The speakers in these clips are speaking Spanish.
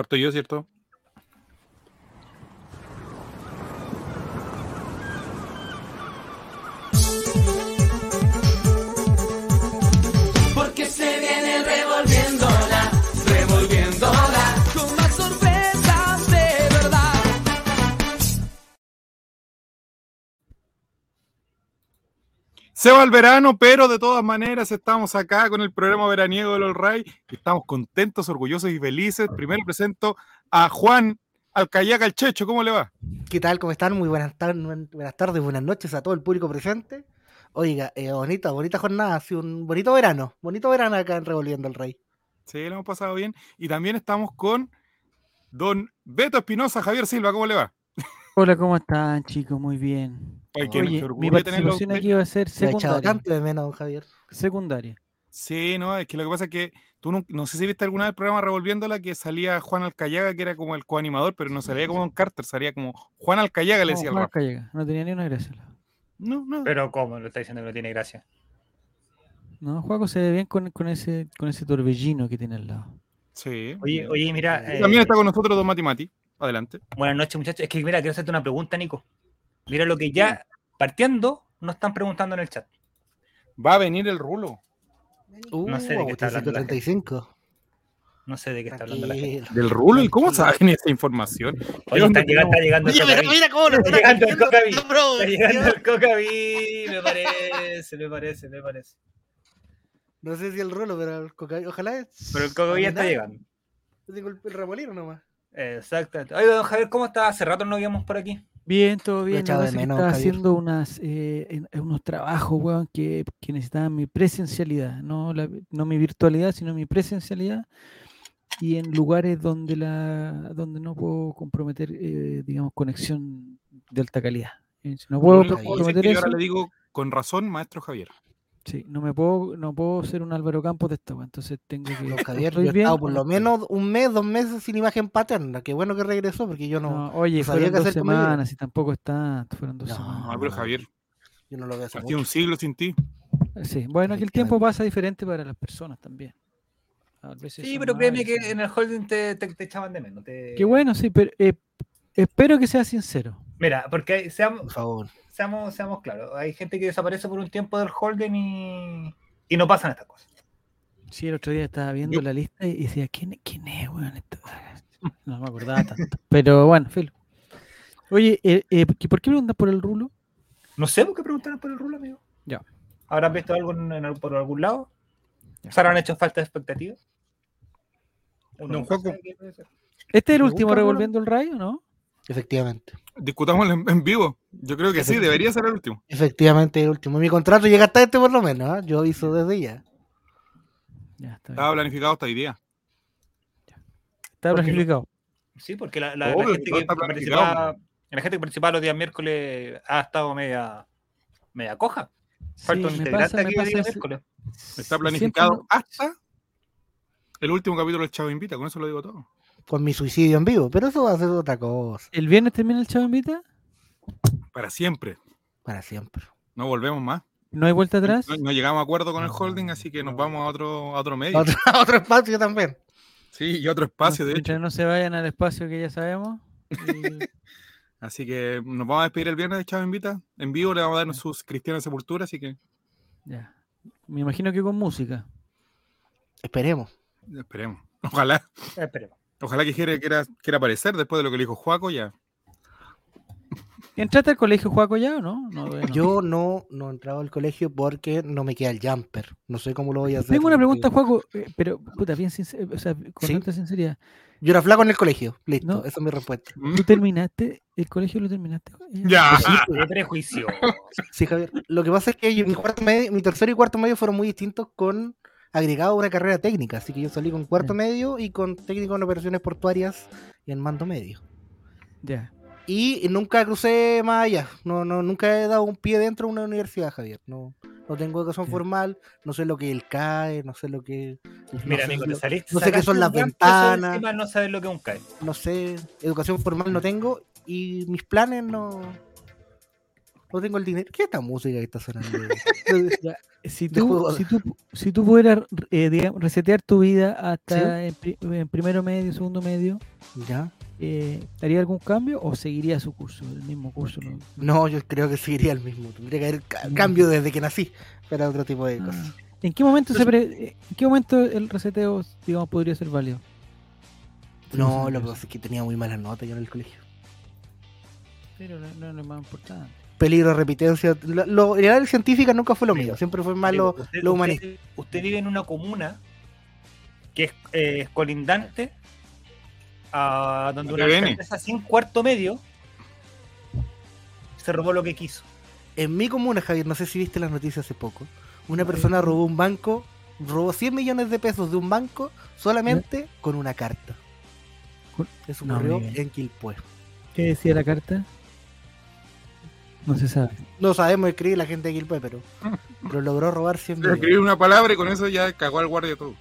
Parto yo, ¿cierto? Porque se viene revolviéndola, revolviéndola, con más sorpresas de verdad. Se va el verano, pero de todas maneras estamos acá con el programa veraniego del All Right. Estamos contentos, orgullosos y felices. Primero presento a Juan Alcayaga el Checho. ¿Cómo le va? ¿Qué tal? ¿Cómo están? Muy buenas tardes, buenas noches a todo el público presente. Oiga, bonita jornada, ha sido un bonito verano acá en Revolviendo el Rey. Sí, lo hemos pasado bien. Y también estamos con don Beto Espinosa. Javier Silva, ¿cómo le va? Hola, ¿cómo están, chicos? Muy bien. Oye, mi participación aquí va a ser Me ha echado secundaria. tanto de menos, don Javier. Secundaria. Sí, no, es que lo que pasa es que tú no sé si viste alguna vez el programa Revolviéndola que salía Juan Alcayaga, que era como el coanimador, pero no salía como Don Carter, salía como Juan Alcayaga, le No, decía el Juan rap. Alcayaga, no tenía ni una gracia. No. Pero ¿cómo? Lo está diciendo que no tiene gracia. No, Juaco se ve bien con ese torbellino que tiene al lado. Sí. Oye, mira. También está con nosotros Don Mati. Adelante. Buenas noches, muchachos. Es que, mira, quiero hacerte una pregunta, Nico. Mira lo que ya, partiendo, nos están preguntando en el chat. Va a venir el rulo. No sé de qué está hablando la gente. 35. No sé de qué está hablando la gente. ¿Del rulo? ¿Y cómo saben esa información? Oye, está llegando el Oye, Cocaví. mira cómo lo Está está llegando el Cocaví. haciendo, Está llegando el Cocaví. Me parece. No sé si el rolo, pero el cocaína, ojalá. Pero el Cocaví ya está llegando. Yo tengo el remolino nomás. Exactamente. Oye, don Javier, ¿cómo está? Hace rato no íbamos por aquí. Bien, todo bien. echado Lo de que pasa es que menos, estaba Javier. haciendo unos trabajos, weón, que necesitaban mi presencialidad. No mi virtualidad, sino mi presencialidad. Y en lugares donde no puedo comprometer, digamos, conexión de alta calidad. Si no Lo puedo único que puedo decir comprometer que yo eso, ahora le digo con razón, maestro Javier. sí, no puedo ser un Álvaro Campos de esta, entonces tengo que. Don Javier, ¿estoy yo he bien estado o por no lo estoy? menos un mes, 2 meses sin imagen paterna. Qué bueno que regresó, porque yo no Oye, sabía fueron qué 2 hacer con mi vida. semanas y tampoco está, fueron 2 No. semanas. No, pero Javier, Yo no lo veo hace ha sido un mucho. siglo sin ti. Sí, bueno, que el tiempo pasa diferente para las personas también. A veces Sí, son pero más, créeme a que veces en no. el holding te echaban de menos. Qué bueno, sí, pero espero que sea sincero. Mira, porque Por favor. seamos claros. Hay gente que desaparece por un tiempo del holding y no pasan estas cosas. Sí, el otro día estaba viendo la lista y decía, ¿quién es, weón? No me acordaba tanto. Pero bueno, filo. Oye, ¿por qué preguntas por el rulo? No sé por qué preguntaron por el rulo, amigo. Ya. ¿Habrán visto algo por algún lado? ¿Se habrán hecho falta de expectativas? Uno Don nunca Juaco. sabe qué puede ser. ¿Este es el ¿Te último gusta el rulo? revolviendo el rayo, no? Efectivamente. Discutámoslo en vivo. Yo creo que sí, debería ser el último. Efectivamente, el último. Mi contrato llega hasta este por lo menos, ¿ah? Yo aviso desde ya. Ya, está bien. Estaba planificado hasta hoy día. Está porque planificado. Sí, porque la Obvio, gente todo que está planificado. participaba los días miércoles ha estado media coja. Falta un me integrante pasa aquí el día ese- miércoles. Está siempre planificado no- hasta el último capítulo del Chavo Invita. Con eso lo digo todo. Con mi suicidio en vivo. Pero eso va a ser otra cosa. ¿El viernes termina el Chavo Invita? Para siempre. Para siempre. No volvemos más. ¿No hay vuelta atrás? No llegamos a acuerdo con el No, holding, así que nos no. vamos a otro medio. Otro espacio también. Sí, y otro espacio, de Mientras hecho. no se vayan al espacio que ya sabemos. y- Así que nos vamos a despedir el viernes de Chavo Invita. En vivo le vamos a dar sus cristianas sepulturas, así que ya. Me imagino que con música. Esperemos. esperemos. Ojalá. Esperemos. Ojalá que quiera aparecer después de lo que le dijo Juaco ya. ¿Entraste al colegio Juaco ya o no? No, todavía no. Yo no he entrado al colegio porque no me queda el jumper. No sé cómo lo voy a hacer. Tengo una pregunta, Juaco, pero puta, bien sincero, o sea, con ¿Sí? tanta sinceridad. Yo era flaco en el colegio. Listo, No. esa es mi respuesta. ¿Tú terminaste? ¿El colegio lo terminaste? Ya. Qué prejuicio. Sí, Javier. Lo que pasa es que mi tercero y cuarto medio fueron muy distintos con agregado a una carrera técnica. Así que yo salí con cuarto Ya. medio y con técnico en operaciones portuarias y en mando medio. Ya. Y nunca crucé más allá. Nunca he dado un pie dentro de una universidad, Javier. No tengo educación Ya. formal, no sé lo que es el CAE, no sé lo que. Mira, no amigo, sé, te saliste. no sé qué son las sacaste un gran peso de ventanas. encima, no sabes lo que es un CAE. No sé, educación formal no tengo y mis planes no no tengo el dinero. ¿Qué es esta música que está sonando? Ya, si de tú, juego. si tú pudieras digamos, resetear tu vida hasta en primero medio, segundo medio, ¿Ya? ¿haría algún cambio o seguiría su curso, el mismo curso? ¿No? No, yo creo que seguiría el mismo. Tendría que haber cambio desde que nací para otro tipo de cosas. ¿En qué momento en qué momento el reseteo, digamos, podría ser válido? No, lo que pasa es que tenía muy malas notas yo en el colegio. Pero no es lo más importante. Peligro, repitencia. El área científica nunca fue lo mío, siempre fue más lo Usted- humanista. usted vive en una comuna que es colindante a donde una TVN. alcaldesa sin cuarto medio se robó lo que quiso. En mi comuna, Javier, no sé si viste las noticias hace poco, una persona robó un banco, robó 100 millones de pesos de un banco solamente con una carta. Eso No, ocurrió Miguel. en Quilpué. ¿Qué decía la carta? No se sabe. No sabemos escribir la gente de Quilpué, pero logró robar 100 millones. Escribir una palabra y con eso ya cagó al guardia todo.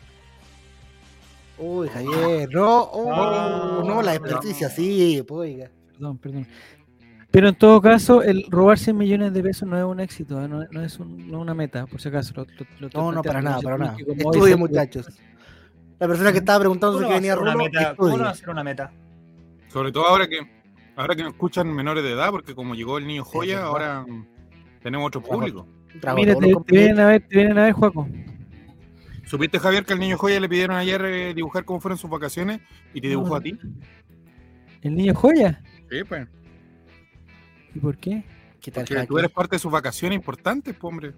Uy, Javier, no, Ah, no, la desperdicia, sí, pues, oiga. Perdón. Pero en todo caso, el robar 100 millones de pesos no es un éxito, ¿eh? No es una meta, por si acaso. Lo estoy No, para planteando, nada, para nada. que como Estudien, dice- muchachos. La persona que estaba preguntando ¿Cómo si no va a venía ser una Rulo, meta? ¿Cómo no va a estudie. ser una meta? Sobre todo ahora que nos escuchan menores de edad, porque como llegó el niño joya, verdad. ahora tenemos otro público. Trago Mira, todos los te compañeros. vienen a ver, Juaco. ¿Supiste, Javier, que al niño joya le pidieron ayer dibujar cómo fueron sus vacaciones y te dibujó a ti? ¿El niño joya? Sí, pues. ¿Y por qué? ¿Qué tal, Porque Jaque? tú eres parte de sus vacaciones importantes, pues, hombre.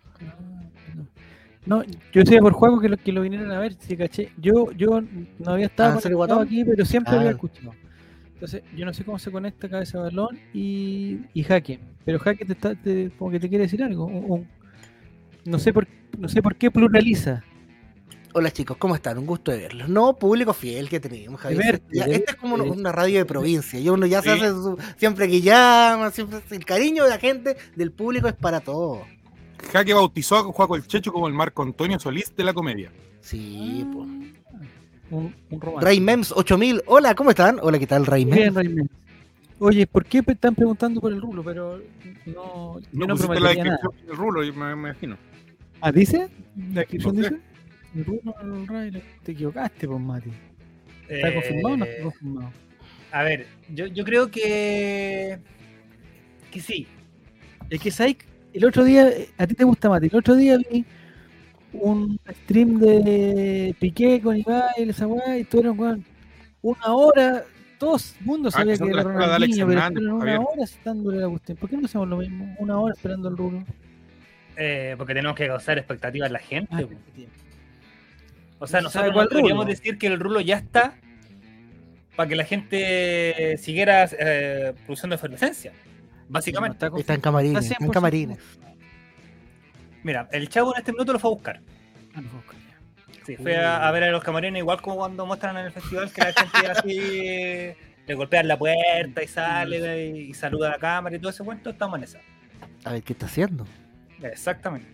No, yo decía por Juaco que lo vinieron a ver, sí, caché. Yo no había estado ¿en serio, conectado guatón? aquí, pero siempre había Ah. escuchado. Entonces, yo no sé cómo se conecta Cabeza de Balón y Jaque. Pero Jaque como que te quiere decir algo. No sé por qué pluraliza. Hola chicos, ¿cómo están? Un gusto de verlos. No, público fiel que tenemos, Javier. verte, Ya, de esta es como verte. una radio de provincia. Y uno ya se Sí. hace siempre que llama, siempre el cariño de la gente, del público es para todo. Jaque bautizó a Juaco el Checho como el Marco Antonio Solís de la comedia. Sí, pues. Un romance. Ray Mems 8000. Hola, ¿cómo están? Hola, ¿qué tal, Ray Bien, Mems? Raimundo. Oye, ¿por qué están preguntando por el rulo? Pero no, yo No no pusiste la prometería nada. descripción del rulo, yo me imagino. ¿Ah, dice? ¿La descripción No sé. dice? El rulo, el Ray, te equivocaste, pues, Mati. ¿Está confirmado o no está confirmado? A ver, yo creo que sí. Es que ¿sabes? El otro día, a ti te gusta Mati, el otro día vi un stream de Piqué con Ibai y esa weá, y estuvieron, weón, una hora, todo el mundo sabía que son que de la era escuela de Alex Ronaldinho, pero Hernández, estuvieron una Javier. hora dándole la cuestión. ¿Por qué no hacemos lo mismo? Una hora esperando el rulo. Porque tenemos que causar expectativas a la gente. Ah, po. O sea, ¿sabe nosotros cuál no podríamos rulo? decir que el rulo ya está para que la gente siguiera produciendo efervescencia. Básicamente. No Está en camarines, Está está en camarines. Mira, el chavo en este minuto lo fue a buscar. Ah, no, Oscar, ya. Sí, fue a ver a los camarines, igual como cuando muestran en el festival que la gente así le golpean la puerta y sale y saluda a la cámara y todo ese cuento. Estamos en esa. A ver, ¿qué está haciendo? Exactamente.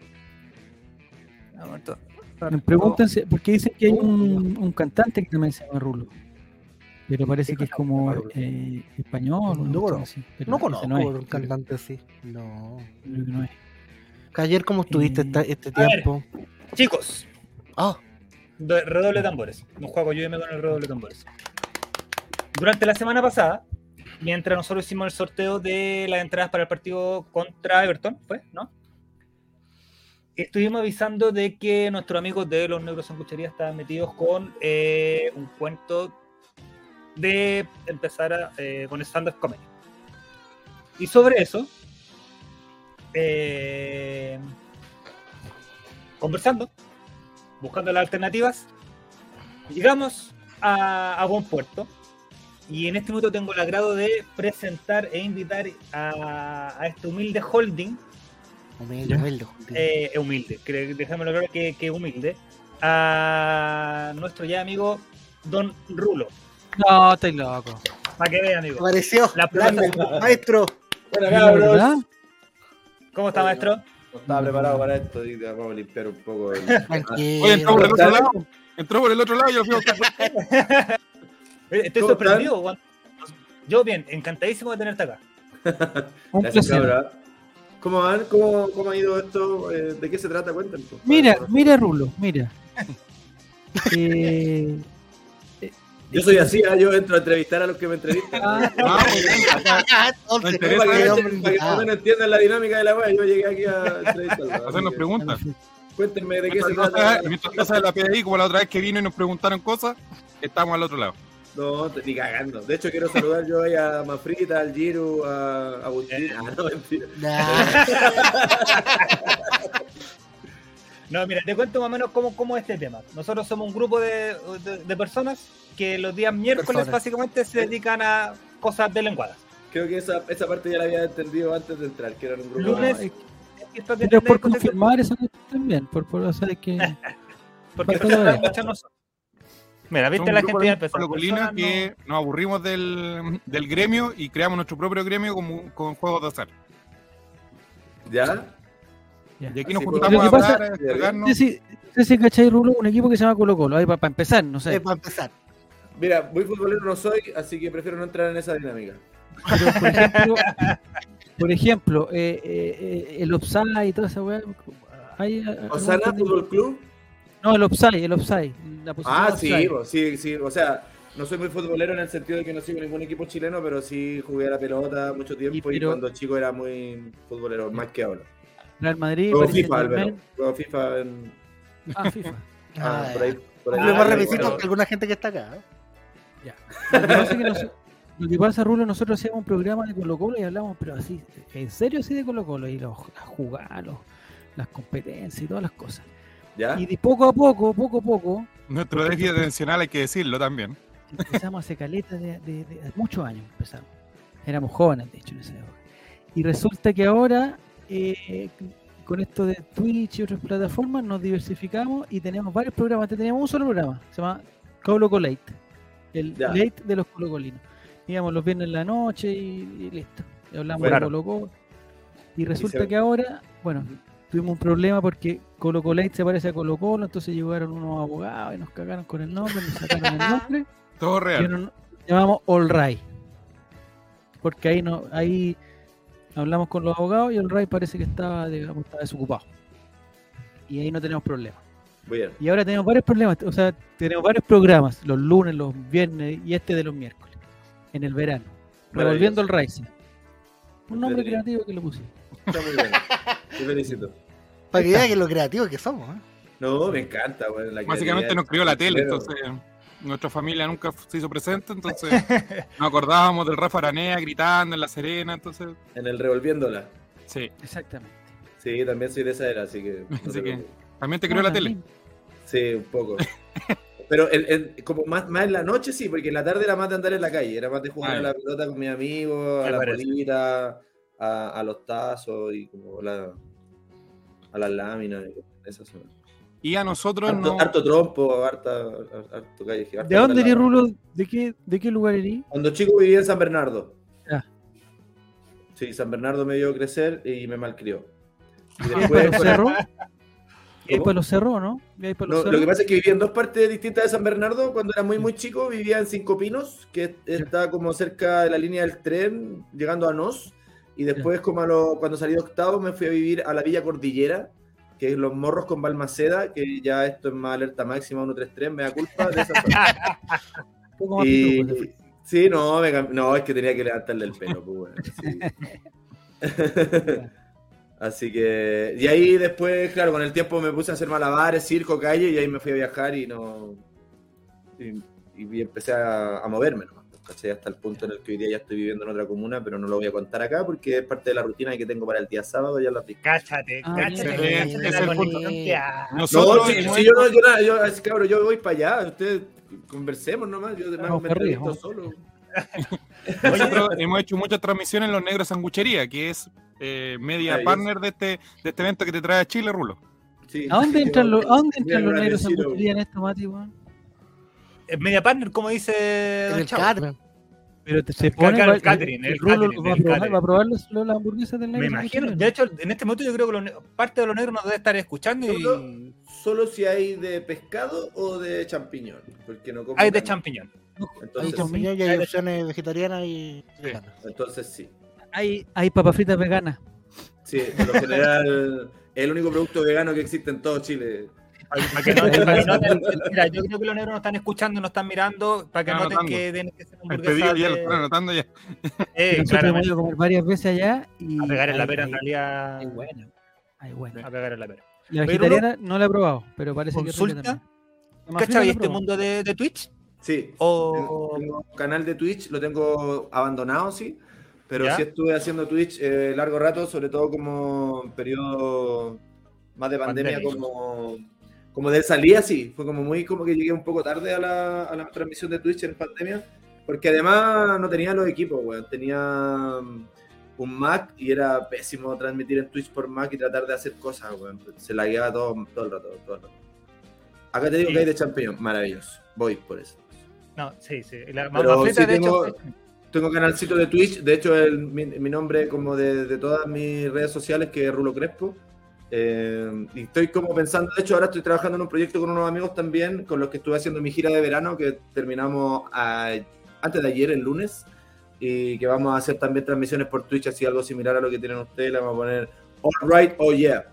Me preguntan porque dicen que hay un cantante que también se llama Rulo. Pero parece que es como español. No, una cosa no. así, pero No ese conozco es, un cantante así. No. creo que no es. Ayer, ¿cómo estuviste este a ver. tiempo? Chicos, Ah, redoble de tambores. Un juego, ayúdeme con el redoble de tambores. Durante la semana pasada, mientras nosotros hicimos el sorteo de las entradas para el partido contra Everton, ¿fue? ¿No? Estuvimos avisando de que nuestros amigos de los Negros Sanguchería estaban metidos con un cuento de empezar con stand-up comedy. Y sobre eso, conversando, buscando las alternativas, llegamos a buen puerto. Y en este minuto tengo el agrado de presentar e invitar a este humilde holding, humilde, humilde. humilde, déjamelo claro que humilde, a nuestro ya amigo Don Rulo. No, estoy loco. Para que vea, Me amigo. pareció. La Grande, plata. maestro. Bueno, ¿La cabros, verdad? ¿Cómo está, maestro? no estaba preparado para esto y vamos a limpiar un poco el... Tranquilo. Oye, entró por el otro lado. Entró por el otro lado y yo fui a buscar. Estoy ¿Cómo sorprendido. Juan. Yo bien, encantadísimo de tenerte acá. Un Gracias, placer. cabra. ¿Cómo van? ¿Cómo ha ido esto? ¿De qué se trata? Cuéntanos. Mira, Rulo, mira. Yo soy así, yo entro a entrevistar a los que me entrevistan. No, muy bien, acá Entonces, me interesa para que, qué que- hombre para que invitado. más o menos entiendan la dinámica de la wea, yo llegué aquí a entrevistarlos. así hacernos que preguntas. Cuéntenme de qué se Mientras trata. no sea la PDI, como la otra vez que vino y nos preguntaron cosas, estamos al otro lado. No, ni cagando. De hecho, quiero saludar yo ahí a Mafrita, al Giru, a Agustín. No, mentira. Nah. No, mira, te cuento más o menos cómo es este tema. Nosotros somos un grupo de personas que los días miércoles Personas. básicamente se dedican a cosas de lenguadas. Creo que esa parte ya la había entendido antes de entrar, que era un grupo. Lunes, No, esto que Pero entender por el contexto, confirmar esa cuestión también, o sea, que porque falta todavía. escuchan nosotros. Mira, viste, Somos la un gente grupo ya de empezó. colocolinas Personas que nos aburrimos del gremio y creamos nuestro propio gremio con juegos de azar. ¿Ya? Y aquí nos Así juntamos Lo a que pasa- hablar, a descargarnos. no sé si cachai, Rulo, un equipo que se llama Colo Colo, ahí para empezar, no sé. Para empezar. Mira, muy futbolero no soy, así que prefiero no entrar en esa dinámica. Pero, por ejemplo, el offside y toda esa weá. ¿Osana Fútbol Club? No, el offside, la posición Ah, offside. sí. O sea, no soy muy futbolero en el sentido de que no sigo ningún equipo chileno, pero sí jugué a la pelota mucho tiempo y pero- cuando chico era muy futbolero, más que ahora. Real Madrid, Juego Paris FIFA, Álvaro. Saint-Germain. Juego FIFA en... FIFA. Ah, por ahí. Por ahí. Cumple más Ah, requisitos bueno. que alguna gente que está acá. Lo que pasa, lo que pasa, Rulo, nosotros hacíamos un programa de Colo Colo y hablamos, pero así, en serio, así de Colo Colo, y las jugadas, las competencias y todas las cosas. ¿Ya? Y de poco a poco, Nuestro déficit atencional hay que decirlo también. empezamos a hacer caleta de muchos años, empezamos. Éramos jóvenes, de hecho, en esa época. Y resulta que ahora, con esto de Twitch y otras plataformas, nos diversificamos y tenemos varios programas. Antes teníamos un solo programa, se llama Colo Colate, el Ya. late de los colocolinos. Íbamos los viernes en la noche y listo. Y hablamos Bueno. de Colo Colo. Y resulta se- que ahora, bueno, tuvimos un problema porque Colo Colate se parece a Colo Colo, entonces llegaron unos abogados y nos cagaron con el nombre, nos sacaron el nombre. Todo Y real. ahora nos llamamos All Right. Porque ahí hablamos con los abogados y All Right parece que estaba desocupado. Y ahí no tenemos problemas. Muy bien. Y ahora tenemos varios problemas, o sea, tenemos varios programas, los lunes, los viernes y este de los miércoles, en el verano. Revolviendo el Rising. Un nombre Entretenido. creativo que le puse. Está muy bien. Te felicito. Para que vean que lo creativo que somos. No, me encanta, güey. Básicamente nos crió la tele, entonces nuestra familia nunca se hizo presente, entonces nos acordábamos del Rafa Aranea gritando en La Serena, entonces En el revolviéndola. sí, Exactamente. Sí, también soy de esa era, así que. no Así te que- preocupes. también te crió la tele. Sí, un poco. Pero como más en la noche sí, porque en la tarde era más de andar en la calle, era más de jugar Ah, a la pelota con mis amigos, a Me la parece. bolita, a los tazos y como a las láminas, y esas son. Y a nosotros no. Harto trompo, harto callejero. ¿De dónde eres, Rulo? ¿De qué lugar eres? Cuando chico vivía en San Bernardo. Ya. Sí, San Bernardo me vio crecer y me malcrió. Y ¿Y ahí para los cerros? ¿Y ahí ¿Cómo? para los cerros, no? ¿Y ahí para los No, lo cerros? que pasa es que vivía en dos partes distintas de San Bernardo. Cuando era muy chico vivía en Cinco Pinos, que está como cerca de la línea del tren, llegando a Nos. Y después, cuando salí de octavo, me fui a vivir a la Villa Cordillera, que es Los Morros con Balmaceda, que ya esto es más alerta máxima 133, me da culpa de esa zona. Un poco más Y, pituco, se fue. sí, no, es que tenía que levantarle el pelo, pues bueno, sí. Así que, y ahí después, claro, con el tiempo me puse a hacer malabares, circo, calle, y ahí me fui a viajar y empecé a moverme nomás, ¿cachai? Hasta el punto en el que hoy día ya estoy viviendo en otra comuna, pero no lo voy a contar acá porque es parte de la rutina que tengo para el día sábado, ya lo dije. Cáchate, Ah, cáchate, bien, cáchate ese es la el punto. conexión que hay. Nosotros No, si yo voy para allá, ustedes conversemos nomás, yo además Vamos me para arriba, entrevisto vamos. solo. Nosotros hemos hecho muchas transmisiones en los Negros Sanguchería, que es media Ahí es. partner de este evento que te trae a Chile, Rulo. Sí. ¿A dónde entran los Mira, negros Zero. sanguchería en esto, Mati, weón? Media partner, como dice En Don el Chavo. Catherine. Pero se pone Claro, el el catering, el Rulo catering, va a el probar, catering. va a probar las hamburguesas del Me negro imagino. sanguchería. De hecho, en este momento yo creo que parte de los negros nos debe estar escuchando y Solo si hay de pescado o de champiñón, porque no como hay de carne. champiñón. Hay Entonces, champiñón y hay opciones vegetarianas y veganas. entonces sí. Hay papas fritas veganas. Sí, por lo general, es el único producto vegano que existe en todo Chile. Para que noten, mira, yo creo que los negros nos están escuchando, nos están mirando, para que Están noten anotando. que tienen que ser El pedido hamburguesas ya lo de... están anotando ya. Nosotros hemos claramente. ido a comer varias veces allá y. A pegar en la hay- pera, en hay- realidad. hay buena. Hay buena. A pegar en la pera. La Oye, vegetariana no la he probado, pero parece que es rica Consulta. también. La más frita ¿Cachai la he este probado. mundo de Twitch? Sí, O... tengo un canal de Twitch, lo tengo abandonado, sí, pero ¿Ya? sí estuve haciendo Twitch largo rato, sobre todo como periodo más de pandemia, Pandémico. como de salida, sí, fue como muy como que llegué un poco tarde a la transmisión de Twitch en pandemia, porque además no tenía los equipos, weón, tenía un Mac y era pésimo transmitir en Twitch por Mac y tratar de hacer cosas, weón, se lagueaba todo el rato. Acá te digo Sí. que hay de champiñón, maravilloso, voy por eso. No, sí. La Pero mamá frita, sí de hecho... tengo canalcito de Twitch, de hecho mi nombre como de todas mis redes sociales que es Rulo Crespo. Y estoy como pensando, de hecho ahora estoy trabajando en un proyecto con unos amigos también, con los que estuve haciendo mi gira de verano, que terminamos antes de ayer, el lunes, y que vamos a hacer también transmisiones por Twitch, así algo similar a lo que tienen ustedes, le vamos a poner All Right, Oh Yeah.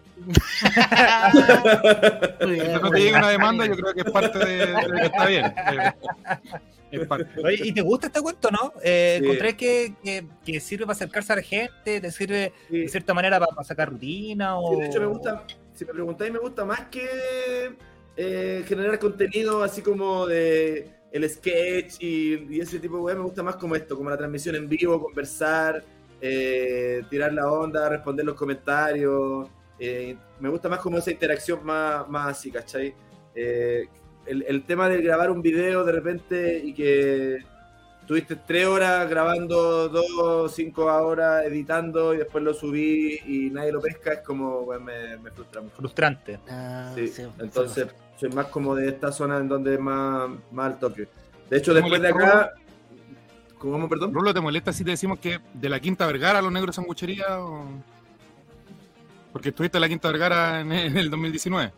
Mientras no te llegue una demanda, yo creo que es parte de que está bien. Es parte. Oye, ¿y te gusta este cuento, no? Sí. ¿Encontré que sirve para acercarse a la gente? ¿Te sirve Sí. de cierta manera para sacar rutina? O... Sí, de hecho me gusta, si me preguntáis, me gusta más que generar contenido así como de el sketch y ese tipo de weá, me gusta más como esto, como la transmisión en vivo, conversar, tirar la onda, responder los comentarios, me gusta más como esa interacción más así, ¿cachai? El tema de grabar un video de repente y que tuviste 3 horas grabando 2, 5 horas editando y después lo subí y nadie lo pesca, es como, bueno, me frustra mucho. Frustrante. Ah, Sí, sí, entonces soy más como de esta zona en donde es más al toque. De hecho, ¿Te después de molesta, acá... ¿Cómo, perdón? Rulo, ¿te molesta si te decimos que de la Quinta Vergara a los negros sanguchería? O... Porque estuviste en la Quinta Vergara en el 2019.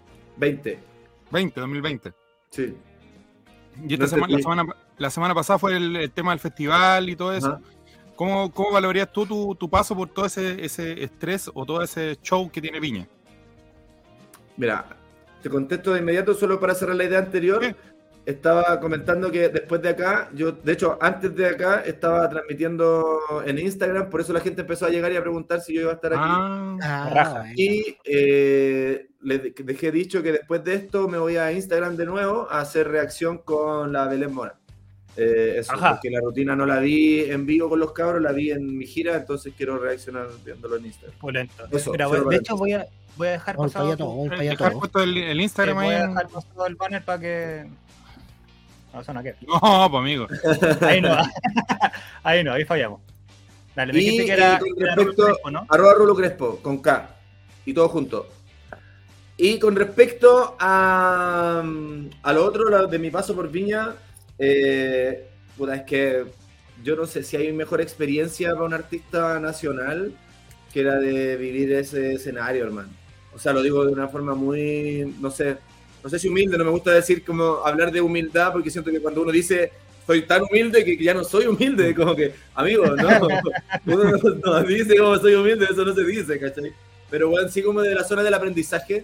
2020. Sí. Y esta No semana, entendí. la semana pasada fue el tema del festival y todo eso. Ajá. ¿Cómo valorarías tú tu paso por todo ese estrés o todo ese show que tiene Viña? Mira, te contesto de inmediato solo para cerrar la idea anterior. Sí. Estaba comentando que después de acá, yo, de hecho, antes de acá, estaba transmitiendo en Instagram, por eso la gente empezó a llegar y a preguntar si yo iba a estar aquí. Raja. bueno. Y les dejé dicho que después de esto me voy a Instagram de nuevo a hacer reacción con la Belén Mora. Eso, Ajá. porque la rutina no la vi en vivo con los cabros, la vi en mi gira, entonces quiero reaccionar viéndolo en Instagram. Pulento. Eso, Mira, solo de para hecho voy a dejar Vamos para pasado allá todo, vamos para allá Dejar todo. puesto el Instagram voy ahí. a dejar pasado el banner para que... No, eso no quiero. No, pues amigo. Ahí fallamos. Dale, me Y, dijiste que era, con era respecto- Rulo Crespo, ¿no? @Rulo Crespo, con K, y todo junto. Y con respecto a lo otro, de mi paso por Viña, puta, es que yo no sé si hay mejor experiencia para un artista nacional que la de vivir ese escenario, hermano. O sea, lo digo de una forma muy, no sé si humilde, no me gusta decir como hablar de humildad, porque siento que cuando uno dice soy tan humilde que ya no soy humilde, como que, amigo, no, uno no dice como soy humilde, eso no se dice, ¿cachai? Pero bueno, sí como de la zona del aprendizaje,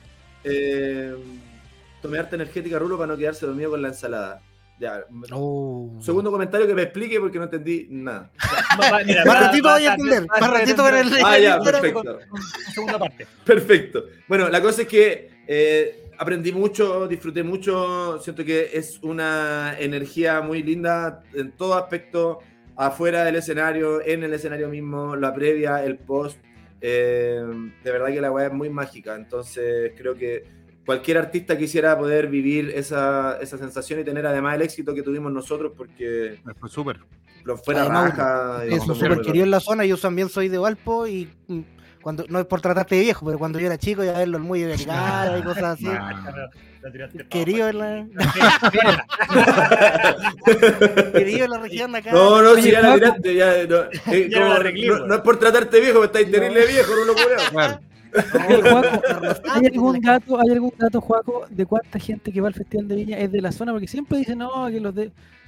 tomé harta energética, Rulo, para no quedarse dormido con la ensalada. Ya, segundo comentario que me explique porque no entendí nada. Mira, Más ratito voy a entender, más ratito con el Ah, ya, pero- perfecto. Segunda parte. Perfecto. Bueno, la cosa es que aprendí mucho, disfruté mucho, siento que es una energía muy linda en todo aspecto, afuera del escenario, en el escenario mismo, la previa, el post. De verdad que la weá es muy mágica, entonces creo que cualquier artista quisiera poder vivir esa sensación y tener además el éxito que tuvimos nosotros, porque Fue súper. lo fuera Además, raja. y Eso, fue súper muy querido en la zona. Yo también soy de Valpo y cuando no es por tratarte de viejo, pero cuando yo era chico, ya verlo muy de cara y cosas así. Querido en la, querido en la región de acá. No, Oye, si ya la Paco. tiraste, ya, no, Ya como- la arreglé, no es por tratarte viejo, estáis terrible viejo, no lo cureo. Claro. Oye, Juaco, ¿hay algún dato, Juaco, de cuánta gente que va al Festival de Viña es de la zona? Porque siempre dicen, no, que los de...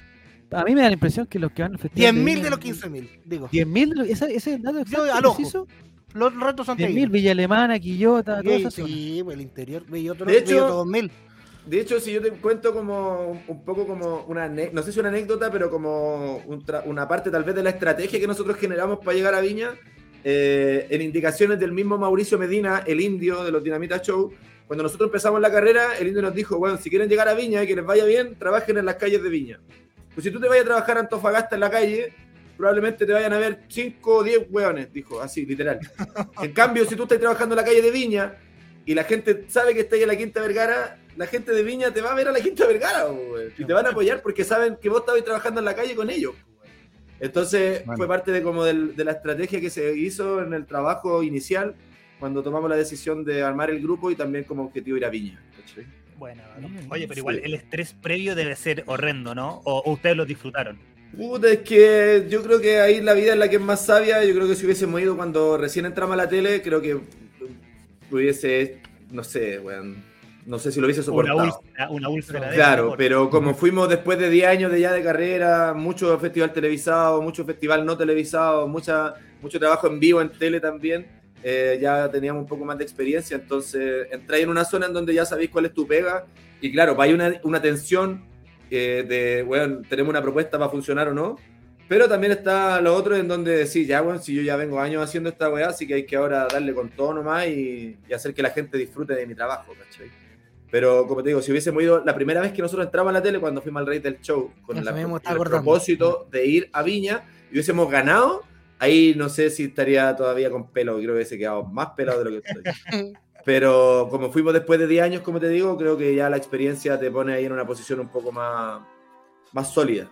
A mí me da la impresión que los que van al festival 10.000 de los 15.000, digo. 10.000, ese dato exacto, Yo, al ojo. preciso. Los retos son 10.000, Villa Alemana, Quillota, toda esa zona. Sí, pues el interior, veía otro, De hecho- veía otro 2.000. De hecho, si yo te cuento como un poco como no sé si una anécdota, pero como una parte tal vez de la estrategia que nosotros generamos para llegar a Viña, en indicaciones del mismo Mauricio Medina, el indio de los Dinamita Show, cuando nosotros empezamos la carrera, el indio nos dijo, bueno, si quieren llegar a Viña y que les vaya bien, trabajen en las calles de Viña. Pues si tú te vayas a trabajar a Antofagasta en la calle, probablemente te vayan a ver 5 o 10 hueones, dijo, así, literal. En cambio, si tú estás trabajando en la calle de Viña y la gente sabe que estás ahí en la Quinta Vergara, la gente de Viña te va a ver a la Quinta Vergara, güey, y te van a apoyar porque saben que vos estabas trabajando en la calle con ellos. Güey. Entonces, Bueno. fue parte de como de la estrategia que se hizo en el trabajo inicial cuando tomamos la decisión de armar el grupo y también como objetivo ir a Viña. ¿Cachai? Bueno, oye, pero igual el estrés previo debe ser horrendo, ¿no? O ustedes lo disfrutaron. Puta, es que yo creo que ahí la vida es la que es más sabia. Yo creo que si hubiésemos ido cuando recién entramos a la tele, creo que hubiese, no sé, weón, no sé si lo hubiese soportado. Una úlcera de Claro, esa, pero como fuimos después de 10 años de carrera, mucho festival televisado, mucho festival no televisado, mucho trabajo en vivo en tele también, ya teníamos un poco más de experiencia, entonces entráis en una zona en donde ya sabéis cuál es tu pega, y claro, hay una tensión de, bueno, tenemos una propuesta para funcionar o no, pero también está lo otro en donde sí, ya, bueno, si yo ya vengo años haciendo esta weá, así que hay que ahora darle con todo nomás y hacer que la gente disfrute de mi trabajo, ¿cachai? Pero, como te digo, si hubiésemos ido la primera vez que nosotros entramos a la tele, cuando fuimos al Rey del Show, con Eso mismo con estaba el acordando. propósito de ir a Viña, y hubiésemos ganado, ahí no sé si estaría todavía con pelo, creo que hubiese quedado más pelado de lo que estoy. Pero como fuimos después de 10 años, como te digo, creo que ya la experiencia te pone ahí en una posición un poco más sólida.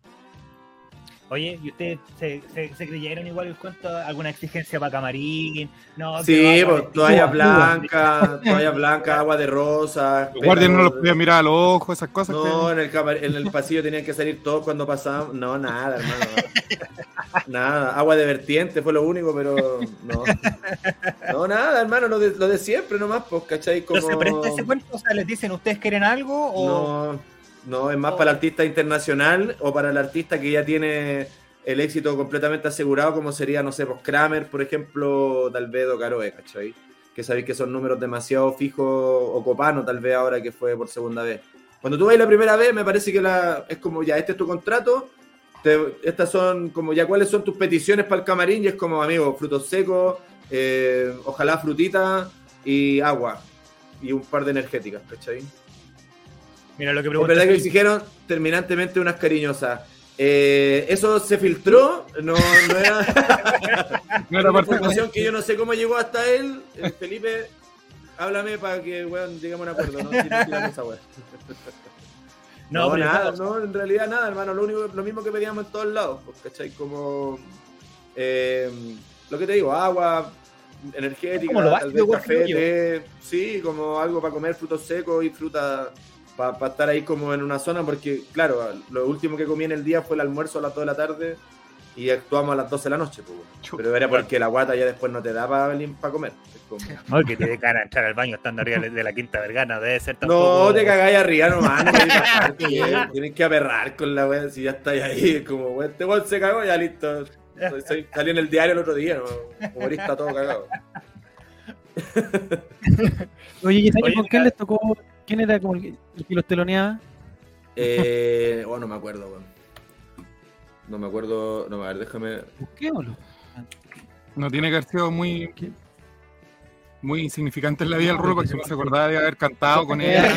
Oye, ¿y ustedes se creyeron igual el cuento? ¿Alguna exigencia para camarín? No, Sí, que no, pues toalla blanca, agua de rosa. Los guardias no los podían mirar a los ojos, esas cosas. No, en el pasillo tenían que salir todos cuando pasábamos. No, nada, hermano. Nada, agua de vertiente fue lo único, pero no. No, nada, hermano, lo de siempre nomás, pues, ¿cachai? Como... ¿No se presta ese cuento? O sea, ¿les dicen ustedes quieren algo? O... No, es más para el artista internacional o para el artista que ya tiene el éxito completamente asegurado, como sería, no sé, pues Kramer, por ejemplo, tal vez o Caroe, ¿cachai? Que sabéis que son números demasiado fijos, o Copano, tal vez ahora que fue por segunda vez. Cuando tú vas la primera vez, me parece que es como, ya, este es tu contrato, estas son como, ya, ¿cuáles son tus peticiones para el camarín? Y es como, amigo, frutos secos, ojalá frutita y agua, y un par de energéticas, ¿cachai? Mira, lo que Es pregunta verdad que es- exigieron terminantemente unas cariñosas. Eso se filtró, no era No era una parte de- información que yo no sé cómo llegó hasta él. Felipe, háblame para que, weón, lleguemos a un acuerdo, ¿no? Si no tiramos esa weá. No, pero nada, eso- no, en realidad nada, hermano. Lo mismo que pedíamos en todos lados, pues, ¿cachai? Como lo que te digo, agua, energética, Como lo tal básico, vez igual que café, yo. té, sí, como algo para comer frutos secos y fruta para estar ahí como en una zona, porque claro, lo último que comí en el día fue el almuerzo a las 2 de la tarde y actuamos a las 12 de la noche, pues, Chu. pero era porque la guata ya después no te da para comer. Es como... Ay, que te dé cara entrar al baño estando arriba de la Quinta Vergana. Debe ser No, tampoco... te cagáis arriba nomás, no podéis bajarte, weón. Tienes que aperrar con la weá, si ya estáis ahí, como weón, este weón se cagó, ya listo. Salió en el diario el otro día, ¿no? Humorista todo cagado. Oye, ¿y ese año Oye, con quién les tocó? ¿Quién era como el que los teloneaba? No me acuerdo, weón. No me acuerdo, no, a ver, déjame. Busquémoslo. No tiene que haber sido muy insignificante en la vida del Rulo, porque no se acordaba de haber cantado con él.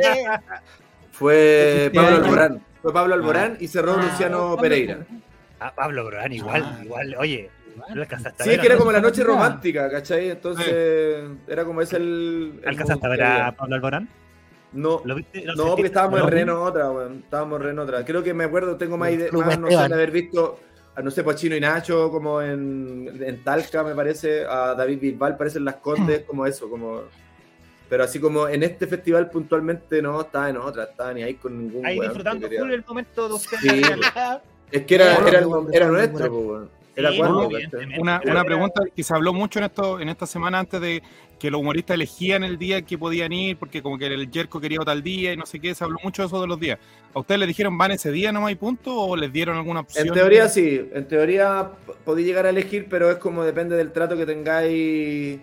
Fue Este Pablo año. Alborán. Fue Pablo Alborán y cerró Luciano Pereira. Ah, Pablo Groán, igual. Oye, no alcanzaste a Sí, ver es que era a- como la noche romántica, ¿cachai? Entonces, era como ese el ¿Alcanzaste a mood ver que a había. Pablo Alborán? No, ¿Lo viste? ¿Lo no, porque sentiste? estábamos ¿No? en Reno otra, weón. Estábamos en Reno otra. Creo que me acuerdo, tengo más idea, Club más, no sé, Esteban. de haber visto a, no sé, pues, Chino y Nacho, como en Talca, me parece, a David Bisbal, parecen Las Condes, como eso, como... Pero así como en este festival puntualmente no, estaba en otra, estaba ni ahí con ningún Ahí weón disfrutando que quería. full el momento de usted. Sí. Es que era Bueno, nuestro, pues, weón. Era cuando, evidentemente. Una pregunta que se habló mucho en esta semana antes de que los humoristas elegían el día que podían ir, porque como que el Yerko quería tal día y no sé qué, se habló mucho de eso de los días. ¿A ustedes les dijeron van ese día nomás y punto o les dieron alguna opción? En teoría sí, en teoría podéis llegar a elegir, pero es como depende del trato que tengáis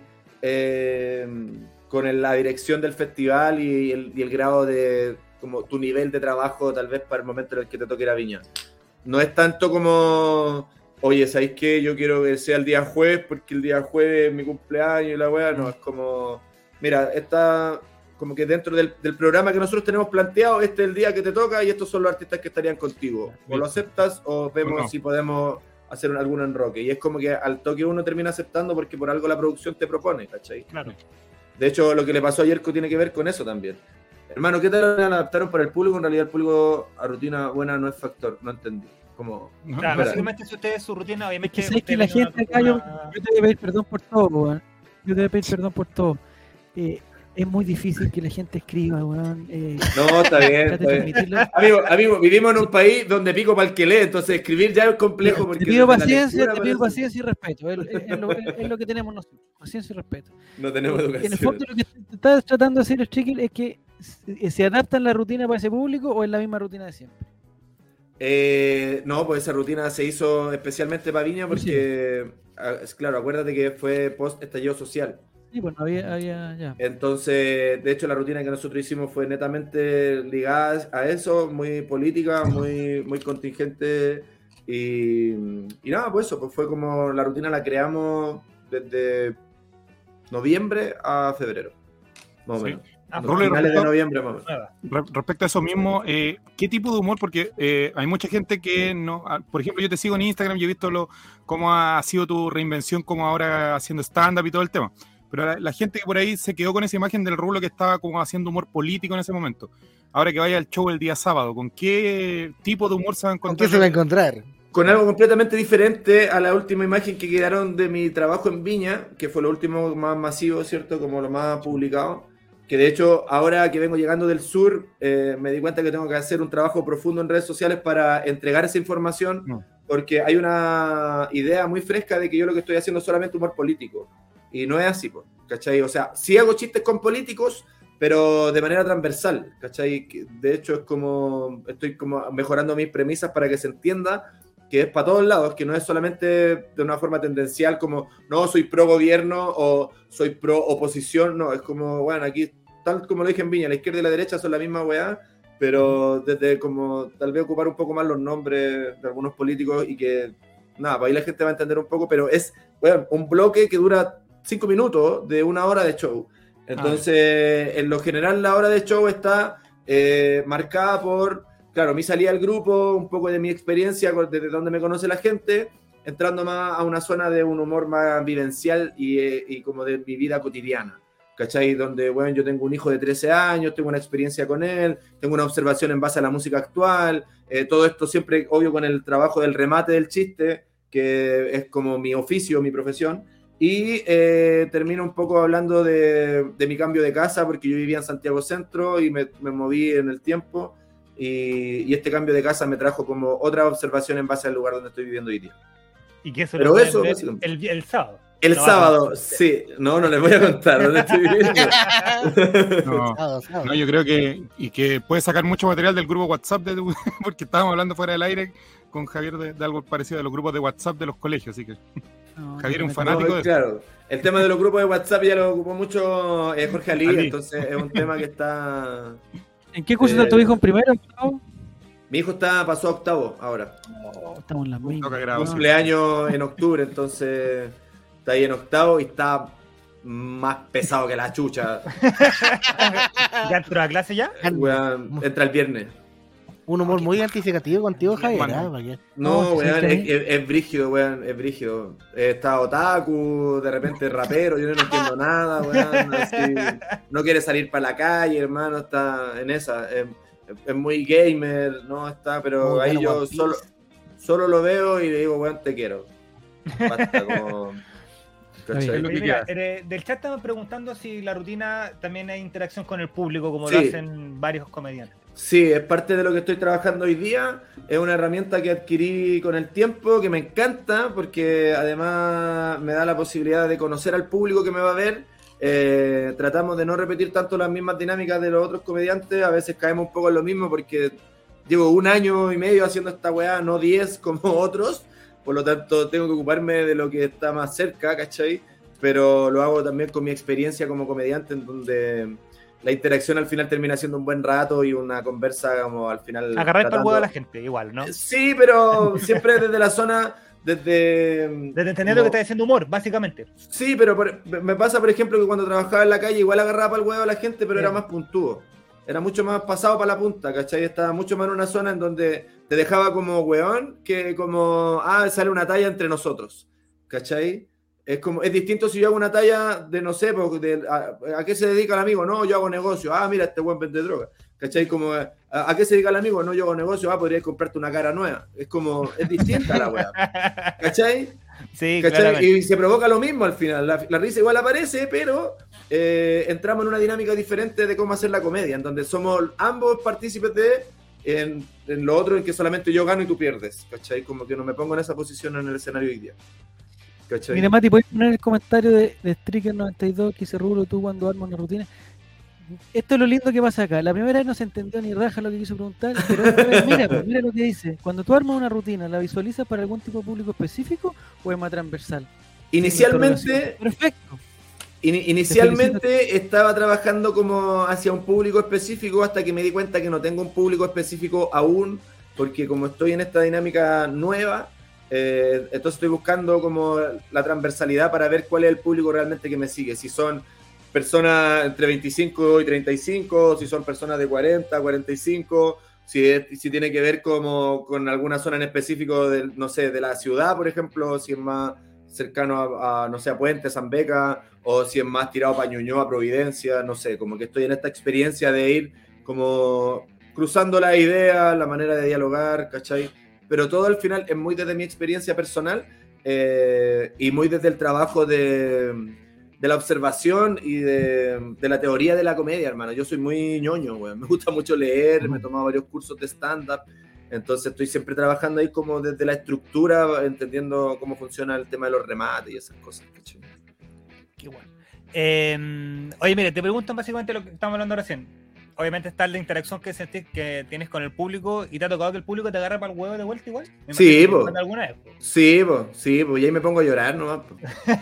con la dirección del festival y el grado de como tu nivel de trabajo tal vez para el momento en el que te toque ir a Viña. No es tanto como, oye, ¿sabéis qué? Yo quiero que sea el día jueves porque el día jueves es mi cumpleaños y la weá. No, es como, mira, está como que dentro del programa que nosotros tenemos planteado, este es el día que te toca y estos son los artistas que estarían contigo. O lo aceptas o vemos No. si podemos hacer algún enroque. Y es como que al toque uno termina aceptando porque por algo la producción te propone, ¿cachai? Claro. De hecho, lo que le pasó a Yerko tiene que ver con eso también. Hermano, ¿qué tal adaptaron para el público? En realidad el público a rutina buena no es factor, no entendí. Como, ¿No? Claro, Espera. básicamente si ustedes su rutina, obviamente. Que sabes que ustedes la ven gente acá, yo una- te voy a pedir perdón por todo, weón. Yo te voy a pedir perdón por todo. Es muy difícil que la gente escriba, weón. no, está bien. Trate Está de bien. transmitirlo. Amigo, vivimos en un país donde pico para el que lee, entonces escribir ya es complejo. Porque Te pido desde la paciencia, lectura te pido parece- paciencia y respeto. Es lo que tenemos nosotros. Paciencia y respeto. No tenemos En el educación. fondo lo que estás tratando de hacer el Chiquil es que se adaptan la rutina para ese público o es la misma rutina de siempre. No, pues esa rutina se hizo especialmente para Viña porque, claro, acuérdate que fue post estallido social. Sí, bueno, había ya. Entonces, de hecho, la rutina que nosotros hicimos fue netamente ligada a eso, muy política, muy contingente. Y nada, pues eso, pues fue como la rutina la creamos desde noviembre a febrero, más o Sí. menos. Rulo, y Finales de respecto- noviembre, más o menos. nueva. Respecto a eso mismo, ¿qué tipo de humor? Porque hay mucha gente que no... Por ejemplo, yo te sigo en Instagram y he visto cómo ha sido tu reinvención, como ahora haciendo stand-up y todo el tema. Pero la gente que por ahí se quedó con esa imagen del Rulo que estaba como haciendo humor político en ese momento. Ahora que vaya al show el día sábado, ¿con qué tipo de humor se va a ¿Con encontrar? qué se va a encontrar? Con algo completamente diferente a la última imagen que quedaron de mi trabajo en Viña, que fue lo último más masivo, ¿cierto? Como lo más publicado. Que de hecho, ahora que vengo llegando del sur, me di cuenta que tengo que hacer un trabajo profundo en redes sociales para entregar esa información, No. porque hay una idea muy fresca de que yo lo que estoy haciendo es solamente humor político. Y no es así, po, ¿cachai? O sea, sí hago chistes con políticos, pero de manera transversal, ¿cachai? De hecho, es como, estoy como mejorando mis premisas para que se entienda que es para todos lados, que no es solamente de una forma tendencial como, no, soy pro gobierno o soy pro oposición, no, es como, bueno, aquí, tal como lo dije en Viña, la izquierda y la derecha son la misma weá, pero desde como tal vez ocupar un poco más los nombres de algunos políticos y que, nada, para ahí la gente va a entender un poco, pero es, bueno, un bloque que dura 5 minutos de 1 hora de show. Entonces, en lo general, la hora de show está marcada por, claro, mi salida al grupo, un poco de mi experiencia, desde donde me conoce la gente, entrando más a una zona de un humor más vivencial y como de mi vida cotidiana. ¿Cachai? Donde, bueno, yo tengo un hijo de 13 años, tengo una experiencia con él, tengo una observación en base a la música actual, todo esto siempre, obvio, con el trabajo del remate del chiste, que es como mi oficio, mi profesión, y termino un poco hablando de mi cambio de casa, porque yo vivía en Santiago Centro y me moví en el tiempo, y este cambio de casa me trajo como otra observación en base al lugar donde estoy viviendo hoy día. Y que eso Pero lo pueden eso, ver básicamente. el sábado. El No, sábado, sí, no les voy a contar dónde estoy viviendo. No, Sábado. no, yo creo que puedes sacar mucho material del grupo WhatsApp, porque estábamos hablando fuera del aire con Javier de algo parecido de los grupos de WhatsApp de los colegios, así que No, Javier es un no, fanático de eso. Claro, el tema de los grupos de WhatsApp ya lo ocupó mucho Jorge Ali, Ali. entonces es un tema que está... ¿En qué curso está tu hijo en primero? ¿No? Mi hijo pasó a octavo ahora. Estamos en las mismas. Toca grado, weón. Cumpleaños en octubre, entonces está ahí en octavo y está más pesado que la chucha. ¿Ya entró a clase ya? Weón, entra el viernes. Un humor muy anticipativo contigo, Javier. Bueno. ¿Para qué? No, No, weón, sí, sí. es brígido, weón, es brígido. Está otaku, de repente rapero, yo no entiendo nada, weón. Así, no quiere salir para la calle, hermano, está en esa. Es muy gamer, no está, pero Muy ahí bueno, yo One Piece. solo lo veo y le digo, weón, te quiero. Basta, como... ¿cachai? Es lo que Oye, mira, quieras. del chat estamos preguntando si la rutina también hay interacción con el público, como Sí. lo hacen varios comediantes. Sí, es parte de lo que estoy trabajando hoy día. Es una herramienta que adquirí con el tiempo, que me encanta, porque además me da la posibilidad de conocer al público que me va a ver. Tratamos de no repetir tanto las mismas dinámicas de los otros comediantes. A veces caemos un poco en lo mismo porque llevo 1 año y medio haciendo esta weá, no 10 como otros. Por lo tanto, tengo que ocuparme de lo que está más cerca, ¿cachai? Pero lo hago también con mi experiencia como comediante, en donde la interacción al final termina siendo un buen rato y una conversa como al final... Agarrar para el huevo a la gente, igual, ¿no? Sí, pero siempre desde la zona, Desde entender lo que está diciendo humor, básicamente. Sí, pero me pasa, por ejemplo, que cuando trabajaba en la calle igual agarraba para el huevo a la gente, pero Sí. era más puntúo. Era mucho más pasado para la punta, ¿cachai? Estaba mucho más en una zona en donde te dejaba como hueón que como, sale una talla entre nosotros, ¿cachai? Es distinto si yo hago una talla de, no sé, ¿a qué se dedica el amigo? No, yo hago negocio. Mira, este buen vende droga. ¿Cachai? Como, ¿a qué se dedica el amigo? No, yo hago negocio. Podrías comprarte una cara nueva. Es distinta la weá. ¿Cachai? Sí, ¿Cachai? claramente. Y se provoca lo mismo al final. La risa igual aparece, pero entramos en una dinámica diferente de cómo hacer la comedia, en donde somos ambos partícipes en lo otro, en que solamente yo gano y tú pierdes. ¿Cachai? Como que no me pongo en esa posición en el escenario hoy día. ¿Cachai? Mira, Mati, ¿puedes poner el comentario de Striker92 que dice Rulo, tú cuando armas una rutina? Esto es lo lindo que pasa acá. La primera vez no se entendió ni raja lo que quiso preguntar, pero esta vez, mira lo que dice. Cuando tú armas una rutina, ¿la visualizas para algún tipo de público específico o es más transversal? Inicialmente, Perfecto. Inicialmente estaba trabajando como hacia un público específico hasta que me di cuenta que no tengo un público específico aún, porque como estoy en esta dinámica nueva, entonces estoy buscando como la transversalidad para ver cuál es el público realmente que me sigue. Si son personas entre 25 y 35, si son personas de 40, 45, si tiene que ver como con alguna zona en específico de, no sé, de la ciudad, por ejemplo, si es más cercano a no sé, a Puente, San Beca, o si es más tirado para Ñuñoa, Providencia, no sé, como que estoy en esta experiencia de ir como cruzando las ideas, la manera de dialogar, ¿cachai? Pero todo al final es muy desde mi experiencia personal y muy desde el trabajo de la observación y de la teoría de la comedia, hermano. Yo soy muy ñoño, güey. Me gusta mucho leer, me he tomado varios cursos de stand-up, entonces estoy siempre trabajando ahí como desde la estructura, entendiendo cómo funciona el tema de los remates y esas cosas, ¿cachai? Qué bueno. Oye, mire, te preguntan básicamente lo que estamos hablando recién. Obviamente está la interacción que sentís que tienes con el público y te ha tocado que el público te agarre para el huevo de vuelta igual. Me Sí, imagino que po. te pasa alguna vez, po. Sí, pues, y ahí me pongo a llorar nomás. Po.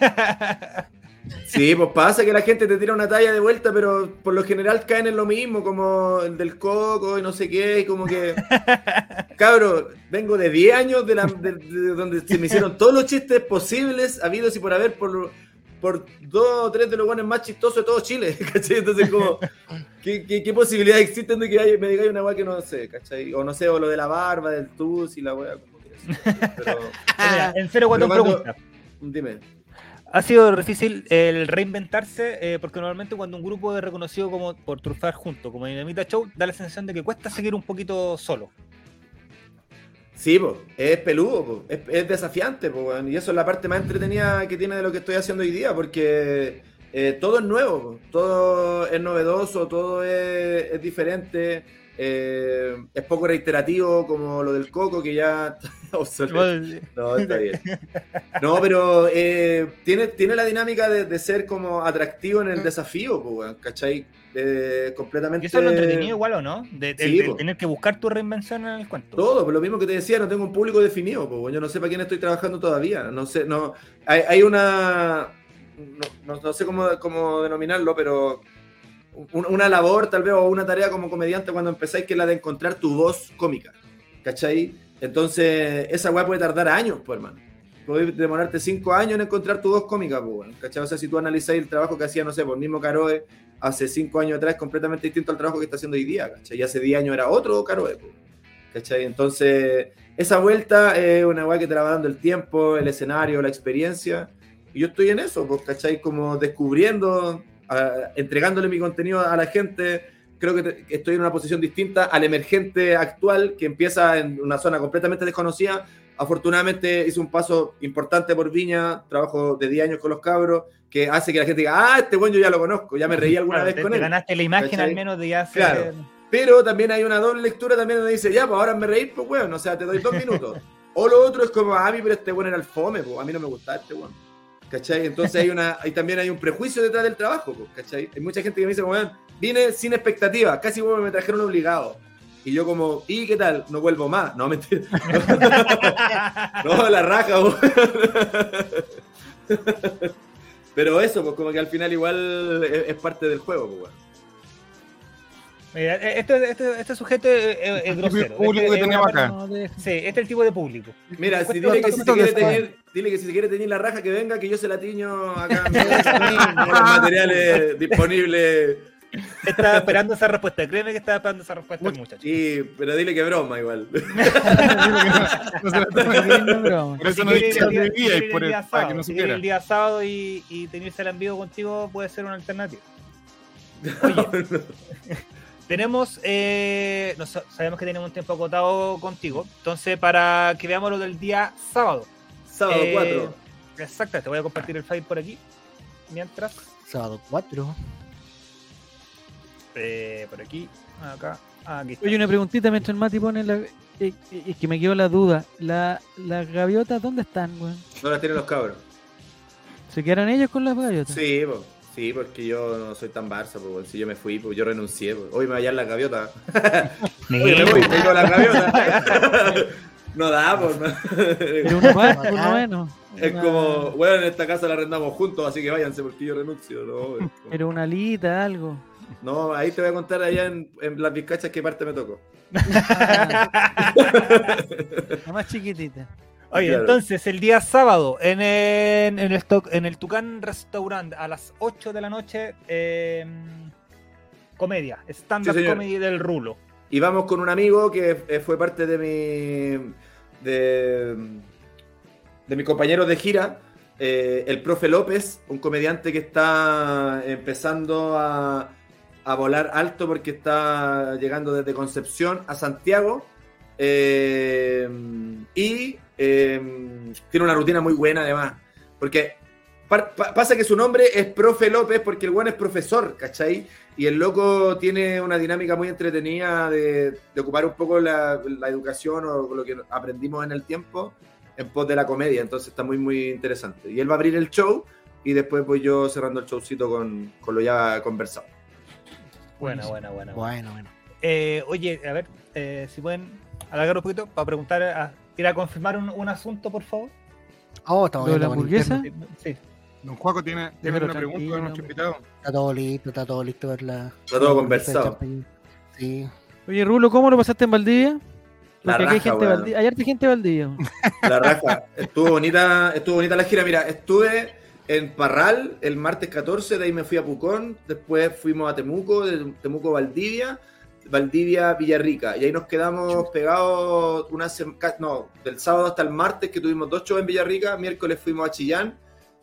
Sí, pues pasa que la gente te tira una talla de vuelta, pero por lo general caen en lo mismo, como el del coco y no sé qué, y como que... Cabro, vengo de 10 años de donde se me hicieron todos los chistes posibles, habidos y por haber, por 2 o 3 de los guanes más chistosos de todo Chile, ¿cachai? Entonces, como, ¿qué posibilidades existen de que me digáis una weá que no sé, ¿cachai? O no sé, o lo de la barba, del tus y la weá, como que pero, Mira, en serio, cuando pregunta. Dime. ¿Ha sido difícil el reinventarse? Porque normalmente cuando un grupo es reconocido como por triunfar junto, como Dinamita Show, da la sensación de que cuesta seguir un poquito solo. Sí, pues, es peludo, es desafiante, y eso es la parte más entretenida que tiene de lo que estoy haciendo hoy día, porque todo es nuevo, todo es novedoso, todo es diferente, es poco reiterativo como lo del coco que ya está obsoleto. No, está bien. No, pero tiene la dinámica de ser como atractivo en el desafío, ¿cachai? Completamente... ¿Y eso es lo entretenido igual o no? De Sí, tener que buscar tu reinvención en el cuento. Todo, pues lo mismo que te decía, no tengo un público definido, pues yo no sé para quién estoy trabajando todavía, no sé, no hay una, no sé cómo denominarlo, pero una labor tal vez o una tarea como comediante cuando empezáis, que es la de encontrar tu voz cómica, ¿cachai? Entonces esa weá puede tardar años, pues hermano, puedes demorarte 5 años en encontrar tu voz cómica, pues, ¿cachai? O sea, si tú analizáis el trabajo que hacía, no sé, por el mismo Caroe hace 5 años atrás, es completamente distinto al trabajo que está haciendo hoy día, ¿cachai? Y hace 10 años era otro Caroe, ¿cachai? Entonces, esa vuelta es una weá que te la va dando el tiempo, el escenario, la experiencia, y yo estoy en eso, pues, ¿cachai? Como descubriendo, entregándole mi contenido a la gente. Creo que estoy en una posición distinta al emergente actual, que empieza en una zona completamente desconocida. Afortunadamente hice un paso importante por Viña, trabajo de 10 años con los cabros, que hace que la gente diga, este buen yo ya lo conozco, ya me reí alguna vez con él. Ganaste la imagen, ¿cachai? Al menos de ya hacer... Pero también hay una doble lectura también donde dice, ya, pues ahora me reí, pues weón, o sea, te doy 2 minutos. O lo otro es como, a mí, pero este weón era el fome, pues a mí no me gustaba este weón. ¿Cachai? Entonces también hay un prejuicio detrás del trabajo, pues, ¿cachai? Hay mucha gente que me dice, weón, vine sin expectativa, casi weón me trajeron obligado. Y yo como, ¿y qué tal? No vuelvo más. No, mentira. No, la raja, weón. Pero eso, pues como que al final igual es parte del juego, pues weón. Mira, este sujeto es grosero. El público que tenemos acá. Sí, este es el tipo de público. Mira, dile que si se quiere teñir la raja que venga, que yo se la tiño acá con los materiales disponibles. Estaba esperando esa respuesta. Créeme que estaba esperando esa respuesta el muchacho. Sí, pero dile que broma igual. Por eso no dije el día y por eso, para que no si supiera. el día sábado y tenérsela en vivo contigo puede ser una alternativa. Oye, tenemos, sabemos que tenemos un tiempo acotado contigo, entonces para que veamos lo del día sábado. Sábado 4. Exacto, te voy a compartir el file por aquí. Mientras, Sábado 4. por aquí, acá, aquí está. Oye, una preguntita mientras el Mati pone es que me quedó la duda. ¿Las gaviotas dónde están, weón? No las tienen los cabros. ¿Se quedaron ellos con las gaviotas? Sí, pues. Sí, porque yo no soy tan Barça, pues si yo me fui, pues yo renuncié, pues. Hoy me va a hallar la gaviota. Oye, me voy, tengo la gaviota. No da, pues. No. Pero uno más, uno menos. Es como, bueno, en esta casa la arrendamos juntos, así que váyanse porque yo renuncio. No, Pero una alita, algo. no, ahí te voy a contar allá en las bizcachas qué parte me tocó. La más chiquitita. Oye, Claro. entonces el día sábado en el Tucán Restaurant a las 8 de la noche, comedia, stand-up Sí, señor. comedy del Rulo. Y vamos con un amigo que fue parte de mi compañero de gira, el profe López, un comediante que está empezando a volar alto porque está llegando desde Concepción a Santiago. Y tiene una rutina muy buena además, porque pasa que su nombre es Profe López porque el buen es profesor, ¿cachai? Y el loco tiene una dinámica muy entretenida de ocupar un poco la educación o lo que aprendimos en el tiempo en pos de la comedia, entonces está muy muy interesante. Y él va a abrir el show y después voy yo cerrando el showcito con lo ya conversado. Buena. Bueno. Oye, a ver, si pueden alargar un poquito para preguntar, ir a confirmar un asunto, por favor. Oh, estamos ¿Lo de la viendo con hamburguesa? interno. Sí. Don Juaco tiene Pero una pregunta tranquilo, a nuestro invitado. Está todo listo ver la. Está todo la conversado. champaña. Sí. Oye, Rulo, ¿cómo lo pasaste en Valdivia? La Porque aquí hay raja, gente weón. Valdivia. Hay harta gente de Valdivia. La raja. Estuvo bonita la gira. Mira, estuve en Parral el martes 14, de ahí me fui a Pucón, después fuimos a Temuco, de Temuco Valdivia, Villarrica, y ahí nos quedamos pegados del sábado hasta el martes, que tuvimos 2 shows en Villarrica, miércoles fuimos a Chillán,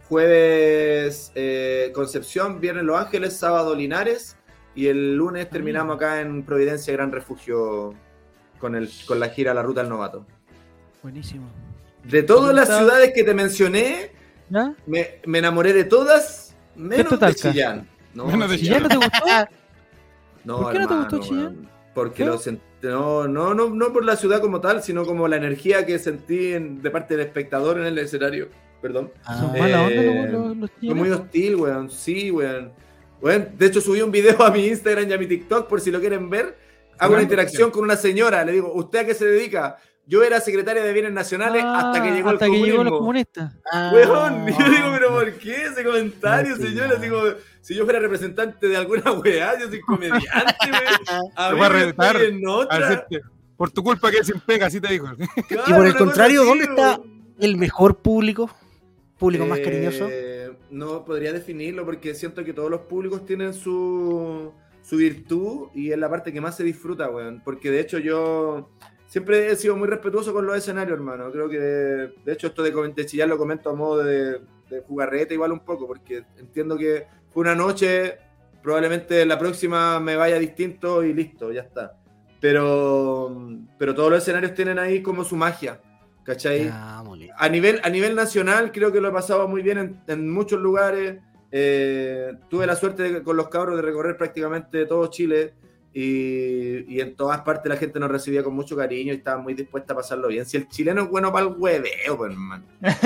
jueves Concepción, viernes Los Ángeles, sábado Linares, y el lunes terminamos acá en Providencia, Gran Refugio, con la gira La Ruta del Novato. Buenísimo. De todas las ¿Está? ciudades que te mencioné, ¿Ya? me enamoré de todas, menos de Talca? Chillán. No, Menos de ¿Ya no te gustó? No, ¿Por qué no te hermano, gustó Chillán? weón. Porque ¿Qué? no por la ciudad como tal, sino como la energía que sentí de parte del espectador en el escenario. Perdón. Son mala onda los Fue muy chilenos. hostil, weón. Sí, weón. De hecho, subí un video a mi Instagram y a mi TikTok por si lo quieren ver. Hago una interacción con una señora. Le digo, ¿usted a qué se dedica? Yo era secretaria de Bienes Nacionales hasta que llegó el comunismo. los comunistas. Weón, y yo digo, pero ¿por qué ese comentario, No, señora? Digo, si yo fuera representante de alguna weá, yo soy comediante, weón. A Te ver, voy a reventar, estoy en A otra. hacerte, por tu culpa que sin pega, así te dijo. Claro, Y por el una contrario, cosa ¿dónde así, está weón. el mejor público? ¿Público más cariñoso? No podría definirlo porque siento que todos los públicos tienen su virtud y es la parte que más se disfruta, weón. Porque de hecho yo siempre he sido muy respetuoso con los escenarios, hermano. Creo que de hecho esto de chillar lo comento a modo de jugarrete igual un poco, porque entiendo que fue una noche, probablemente la próxima me vaya distinto y listo, ya está. Pero todos los escenarios tienen ahí como su magia, ¿cachai? Ah, muy bien. A nivel nacional creo que lo he pasado muy bien en muchos lugares. Tuve la suerte con los cabros de recorrer prácticamente todo Chile. Y en todas partes la gente nos recibía con mucho cariño y estaba muy dispuesta a pasarlo bien. Si el chileno es bueno para el hueveo, pues, hermano.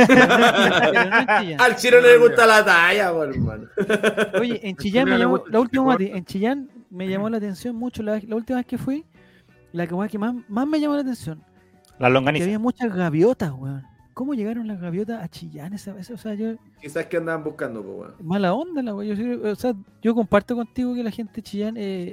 Al chileno le gusta la talla, pues, hermano. Oye, en Chillán me llamó, la última, Mati, en Chillán me llamó la atención mucho, la última vez que fui, la que más me llamó la atención, Las que longanizas. había muchas gaviotas, weón. ¿Cómo llegaron las gaviotas a Chillán esa vez? O sea, yo, Quizás que andaban buscando, pues, bueno. mala onda la weón. Yo comparto contigo que la gente de Chillán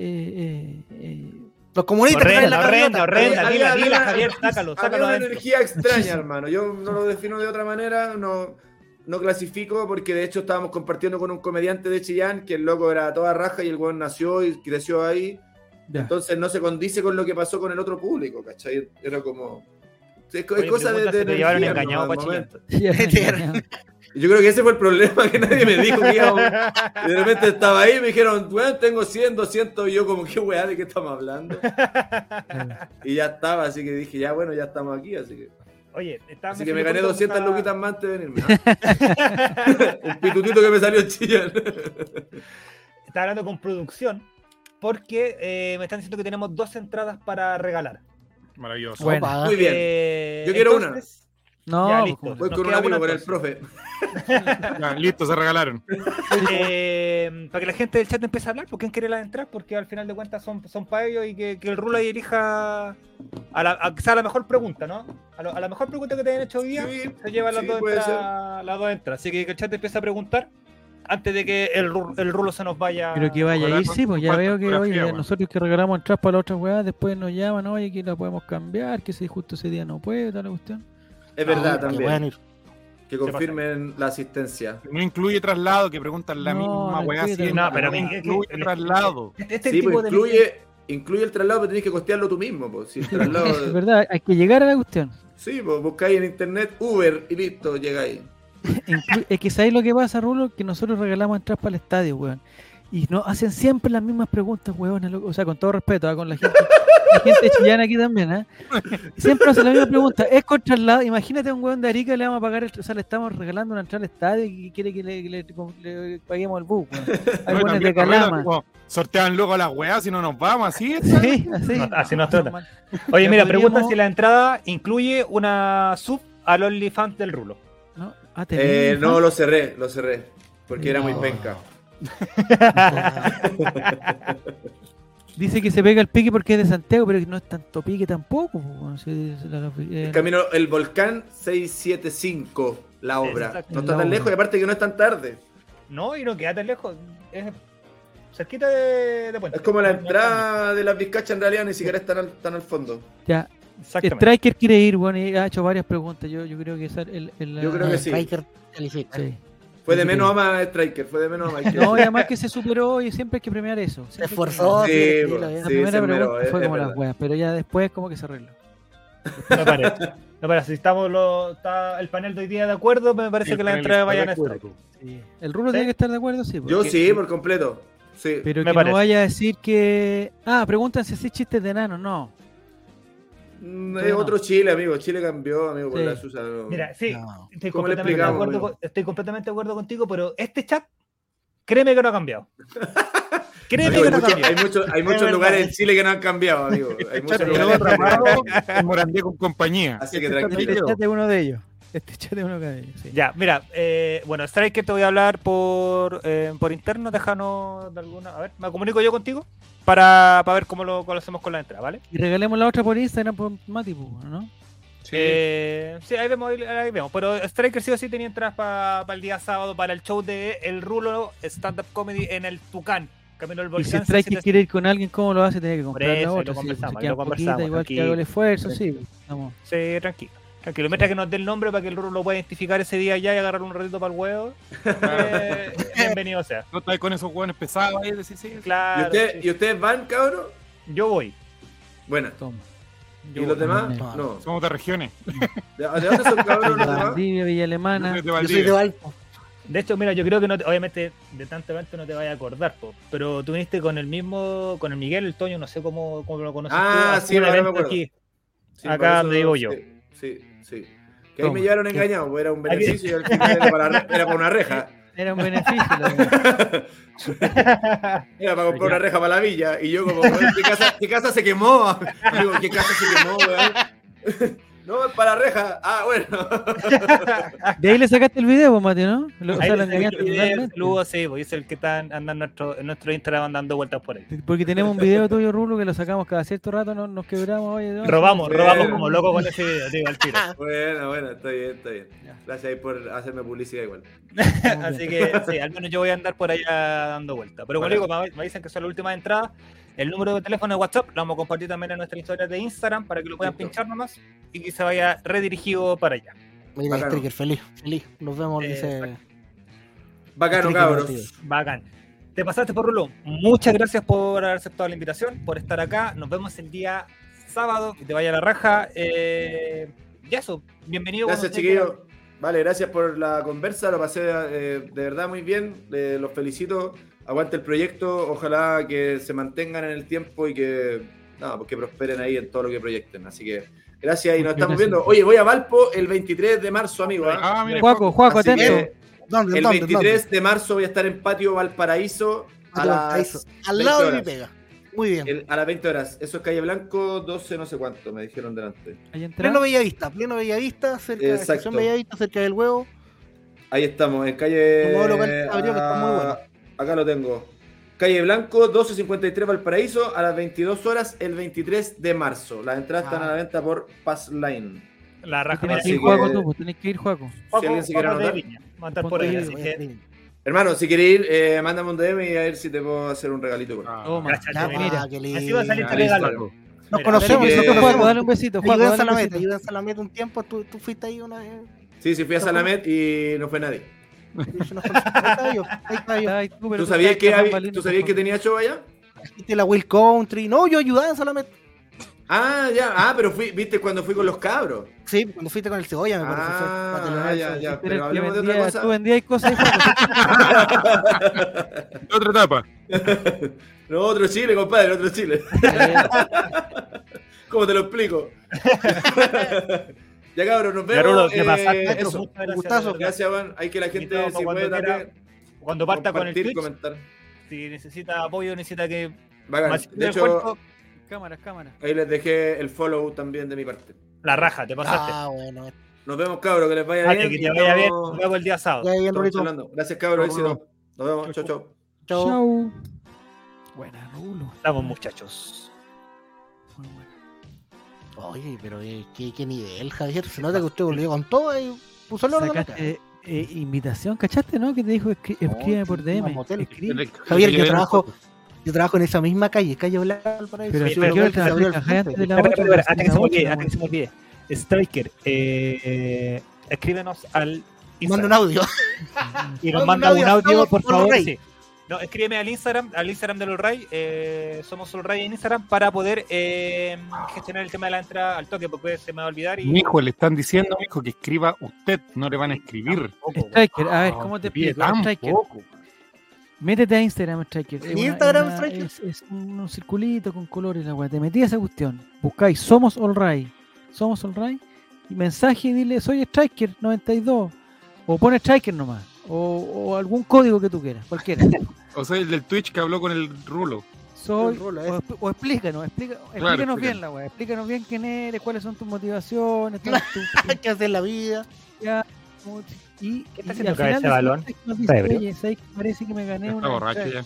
Los comunistas traen la Horrenda, gaviota. dila, Javier, sácalo Había una adentro. energía extraña, hermano. Yo no lo defino de otra manera, no clasifico, porque de hecho estábamos compartiendo con un comediante de Chillán, que el loco era toda raja y el weón nació y creció ahí. Ya. Entonces no se condice con lo que pasó con el otro público, ¿cachai? Era como... Es Oye, cosa de pregunta si te llevaron energía, engañado ¿no? pa' Al Chillán. momento. Y yo creo que ese fue el problema, que nadie me dijo que íbamos. Y de repente estaba ahí y me dijeron, bueno, tengo 100, 200, y yo como, ¿qué weá, de qué estamos hablando? Y ya estaba, así que dije, ya bueno, ya estamos aquí, así que... Oye, Así que me gané 200 luquitas más antes de venirme. ¿No? Un pitutito que me salió en Chillán. Estaba hablando con producción porque me están diciendo que tenemos 2 entradas para regalar. Maravilloso. Bueno. Muy bien. Yo quiero entonces, No, ya, pues, listo. como- Voy Nos con un queda amigo, una con el entonces. profe. Ya, listo, se regalaron. Para que la gente del chat empiece a hablar, ¿por quién quiere las entradas? Porque al final de cuentas son para ellos y que el Rulo ahí elija a que sea la mejor pregunta, ¿no? A la mejor pregunta que te hayan hecho hoy día, Sí, se llevan las sí, dos puede entradas. Las dos entradas. Así que el chat empieza a preguntar antes de que el Rulo se nos vaya. Pero que vaya Ojalá ahí, con sí, pues ya falta veo que fotografía, oye, weón. nosotros que regalamos entradas para la otra weá, después nos llaman, oye, que la podemos cambiar, que si justo ese día no puede, tal la cuestión. Es verdad Que también. puedan ir. Que confirmen la asistencia. No incluye traslado, que preguntan la No, misma no weá incluye siempre. No, pero no que- incluye que- traslado. Este Sí, tipo pues de incluye el traslado, pero tenés que costearlo tú mismo. Pues. Si el Es traslado... verdad, hay que llegar a la cuestión. Sí, pues buscáis en internet Uber y listo, llegáis. Es que ¿sabéis lo que pasa, Rulo? Que nosotros regalamos entradas para el estadio, weón. Y nos hacen siempre las mismas preguntas, weón. O sea, con todo respeto, con la gente de Chillán aquí también, ¿eh? Siempre hacen la misma pregunta. ¿Es con traslado? Imagínate a un weón de Arica, le vamos a pagar, o sea, le estamos regalando una entrada al estadio y quiere que le paguemos el bus, weón. Hay No, y weones también, de Calama. como, sortean luego las weas si no nos vamos, así es. Sí, así. Así nos tratan. Normal. Oye, Ya mira, podríamos- pregunta si la entrada incluye una sub al OnlyFans del Rulo. ¿No? Ah, ¿tenés No, fan? lo cerré. Porque era muy No. penca. Dice que se pega el pique porque es de Santiago, pero que no es tanto pique tampoco. Po, weón. El camino, el volcán 675, la obra. Exacto. No está La tan obra. lejos y aparte que no es tan tarde. No, y no queda tan lejos. Es cerquita de Puente. Es como la No es tan entrada de las Vizcachas, en realidad ni siquiera están tan al fondo. Ya, lejos. Exactamente. Striker quiere ir, bueno, y ha hecho varias preguntas. Yo creo que esa Yo creo que sí. Striker califica. sí. Fue de Sí, menos sí. a más Striker, fue de menos a más. No, y además que se superó y siempre hay que premiar eso. Se Siempre hay que esforzó. Sí, sí, el pues, estilo, La sí, primera se esmeró, pregunta fue es como las verdad. weas, pero ya después como que se arregló. Me parece. Me parece. Si está el panel de hoy día de acuerdo, me parece que las entradas vayan a estar. El Rulo ¿Sí? tiene que estar de acuerdo, sí. Yo porque- sí, por completo. Sí. Pero Me que parece. no vaya a decir que... Ah, preguntan si es chistes de enano. No. Es otro Chile, amigo. Chile cambió, amigo, por Sí. la Susa. no. Mira, sí, No. estoy ¿Cómo le completamente, de explicamos, acuerdo amigo? estoy completamente de acuerdo contigo, pero este chat, créeme que no ha cambiado. Créeme Amigo, que no ha cambiado. hay muchos verdad. lugares en Chile que no han cambiado, amigo. Hay muchos Quedó lugares. atrapado en Morandé con compañía. Así que Este tranquilo. chat es uno de ellos. Este chat es uno de ellos, sí. Ya, mira, bueno, Striker te voy a hablar por interno, déjanos de alguna... A ver, me comunico yo contigo para ver cómo lo hacemos con la entrada, ¿vale? Y regalemos la otra por Instagram por Mati, pues, ¿no? Sí, ahí vemos. Pero Striker sí o sí tenía entradas para el día sábado para el show de El Rulo Stand-Up Comedy en el Tucán, camino del Y si volcán. Striker quiere ir con alguien, ¿cómo lo hace? Tiene que comprar eso, la lo otra. conversamos, se quedan lo conversamos, poquitas, igual que tranquilo. hago el esfuerzo, sí. Vamos. Sí, tranquilo. Tranquilo, mientras que nos dé el nombre para que el Rulo lo pueda identificar ese día ya y agarrar un ratito para el huevo. Bienvenido sea. No estás con esos hueones pesados ahí, decís, sí. Claro. ¿Y ustedes van, cabrón? Yo voy. Bueno. Toma. ¿Y los demás? No. No. Somos de regiones. ¿De dónde son, cabrón, los demás? Valdivia, Villa Alemana. Yo soy de Yo soy Valdivia. de Valpo. De hecho, mira, yo creo que no obviamente de tanto evento no te vayas a acordar, pero tú viniste con el Miguel, el Toño, no sé cómo lo conoces Ah, tú, sí, un ahora me evento acuerdo. aquí. Sí, Acá por eso- donde vivo yo. Sí. Que ahí Toma. me llevaron engañado, pues era un beneficio y al final era para una reja. Era un beneficio. la verdad. Era para comprar una reja para la villa. Y yo como, weón, ¿qué casa se quemó? Digo, ¿qué casa se quemó, weón? No, es para la reja. Ah, bueno. De ahí le sacaste el video, pues, Mati, ¿no? O Ahí sea, lo le saqué engañaste el video, totalmente. Lugo, sí, pues es el que está andando en nuestro Instagram dando vueltas por ahí. Porque tenemos un video tuyo, Rulo, que lo sacamos cada cierto rato, nos quebramos. Oye, no, Robamos Bueno. como locos con ese video, digo, al tiro. Bueno, está bien. Gracias ahí por hacerme publicidad igual. Así que sí, al menos yo voy a andar por allá dando vueltas. Pero como digo, me dicen que son las últimas entradas. El número de teléfono de WhatsApp lo vamos a compartir también en nuestra historia de Instagram para que lo puedan Listo. pinchar nomás y que se vaya redirigido para allá. Mira, Bacano. Striker, feliz. Nos vemos, dice. Bacano, Striker cabros. Martínez. Bacán. Te pasaste por Rulo. Muchas gracias por haber aceptado la invitación, por estar acá. Nos vemos el día sábado. Que te vaya la raja. Ya eso, bienvenido. Gracias, cuando usted chiquillos. Vale, gracias por la conversa. Lo pasé de verdad muy bien. Los felicito. Aguante el proyecto. Ojalá que se mantengan en el tiempo y que prosperen ahí en todo lo que proyecten. Así que gracias y nos estamos viendo. Oye, voy a Valpo el 23 de marzo, amigo. ¿eh? Ah, mira, Juaco, Así atento. que ¿Dónde? el ¿Dónde? 23 de marzo voy a estar en Patio Valparaíso a las Al lado de mi horas. pega. Muy bien. A las 20 horas. Eso es Calle Blanco, 12 no sé cuánto, me dijeron delante. Ahí Pleno entra. Bellavista, cerca de la Exacto. estación Bellavista, cerca del huevo. Ahí estamos, en calle... Un nuevo local que abrió que está muy bueno. Acá lo tengo. Calle Blanco, 1253 Valparaíso, a las 22 horas, el 23 de marzo. Las entradas están a la venta por Passline. La raja. Tenés Así que ir, que- Juaco, tú, pues, tenés que ir, Juaco. Si alguien se quiere Juaco de anotar. Viña. Va a estar por ahí, así que Hermano, si quieres ir, mándame un DM y a ver si te puedo hacer un regalito. por ahí. Toma. Gracias, Ya, mira. qué lindo. Así va a salir tu Ya, regalo. listo. Nos Mira, conocemos, así que- nosotros Juaco, fuimos. dale un besito, Juaco, Ayuda en dale un Salamet, besito. ayuda en Salamet un tiempo. Tú fuiste ahí una vez. Sí, fui a Salamet y no fue nadie. Ahí estaba yo. Ay, tú, pero ¿Tú sabías sabes que, bambalinas, ¿tú sabías por que favor. tenía show allá? Viste la Will Country. No, yo ayudaba en Salamet. Ah, ya. Ah, pero viste cuando fui con los cabros. Sí, cuando fuiste con el cebolla, me parece. fue. Ah, Para ya. Tú eres Pero el que hablemos de otra vendía- cosa. Tú vendías cosas ahí, Juaco. Otra etapa. No, otro Chile, compadre, otro Chile. ¿Cómo te lo explico? Ya cabrón, nos vemos. Garulo, te pasaste. Eso. Muchas gracias, Gustazo. de verdad. Gracias, Juan. Hay que la gente, Invitado si para puede cuando también, Cuando parta con el compartir, Twitch, comentar. si necesita apoyo, necesita que Bacán. más De esfuerzo, hecho, Cámaras. ahí les dejé el follow también de mi parte. la raja, te pasaste. Ah, bueno. Nos vemos, cabros, que les vaya Dale, bien. que y te vaya bien. estamos- Nos vemos el día sábado. Ya bien, estamos Rulito. charlando. Gracias, cabros. Chau, Éxito. Nos vemos. Chau, chau. Chao. Chau. Buena, Rulo. Estamos, muchachos. Muy bueno. Oye, pero qué nivel, Javier. Se nota que usted volvió con todo y puso el orden acá. Sacaste invitación, ¿cachaste, no? Que te dijo escríbeme por DM. vamos, hotel. Escribe. Javier, yo trabajo en esa misma calle Blanca, Valparaíso. Pero Sí, ¿por qué local hora que se abrió al trabajas antes de la frente. otra? Antes que se me olvide, antes que se me olvide. Striker, escríbenos al Manda Instagram. un audio. Y nos un manda un audio, audio, somos por All favor. Ray. Sí. No, escríbeme al Instagram del All Ray. Somos All Ray en Instagram para poder gestionar el tema de la entrada al toque, porque se me va a olvidar. Y Mi hijo, le están diciendo, mijo, que escriba usted, no le van a escribir. Striker, a ver, ¿cómo te Pide explico? Striker, tampoco. métete a Instagram, Striker. ¿Mi Instagram, Striker? Es un circulito con colores, la weá. Te metí a esa cuestión. Buscáis Somos All Right. Somos All Right. Y mensaje y dile, soy Striker 92. O pone Striker nomás. O algún código que tú quieras, cualquiera. O sea, el del Twitch que habló con el Rulo. Soy, El Rulo, o explícanos explícanos. bien la weá. Explícanos bien quién eres, cuáles son tus motivaciones. ¿Qué hacer en la vida? Y ¿Qué está y haciendo al cabeza final de balón? nos ¿Está dice, ebrio? oye, ¿sabes qué? Parece que me gané Está una borracho entrada". ya.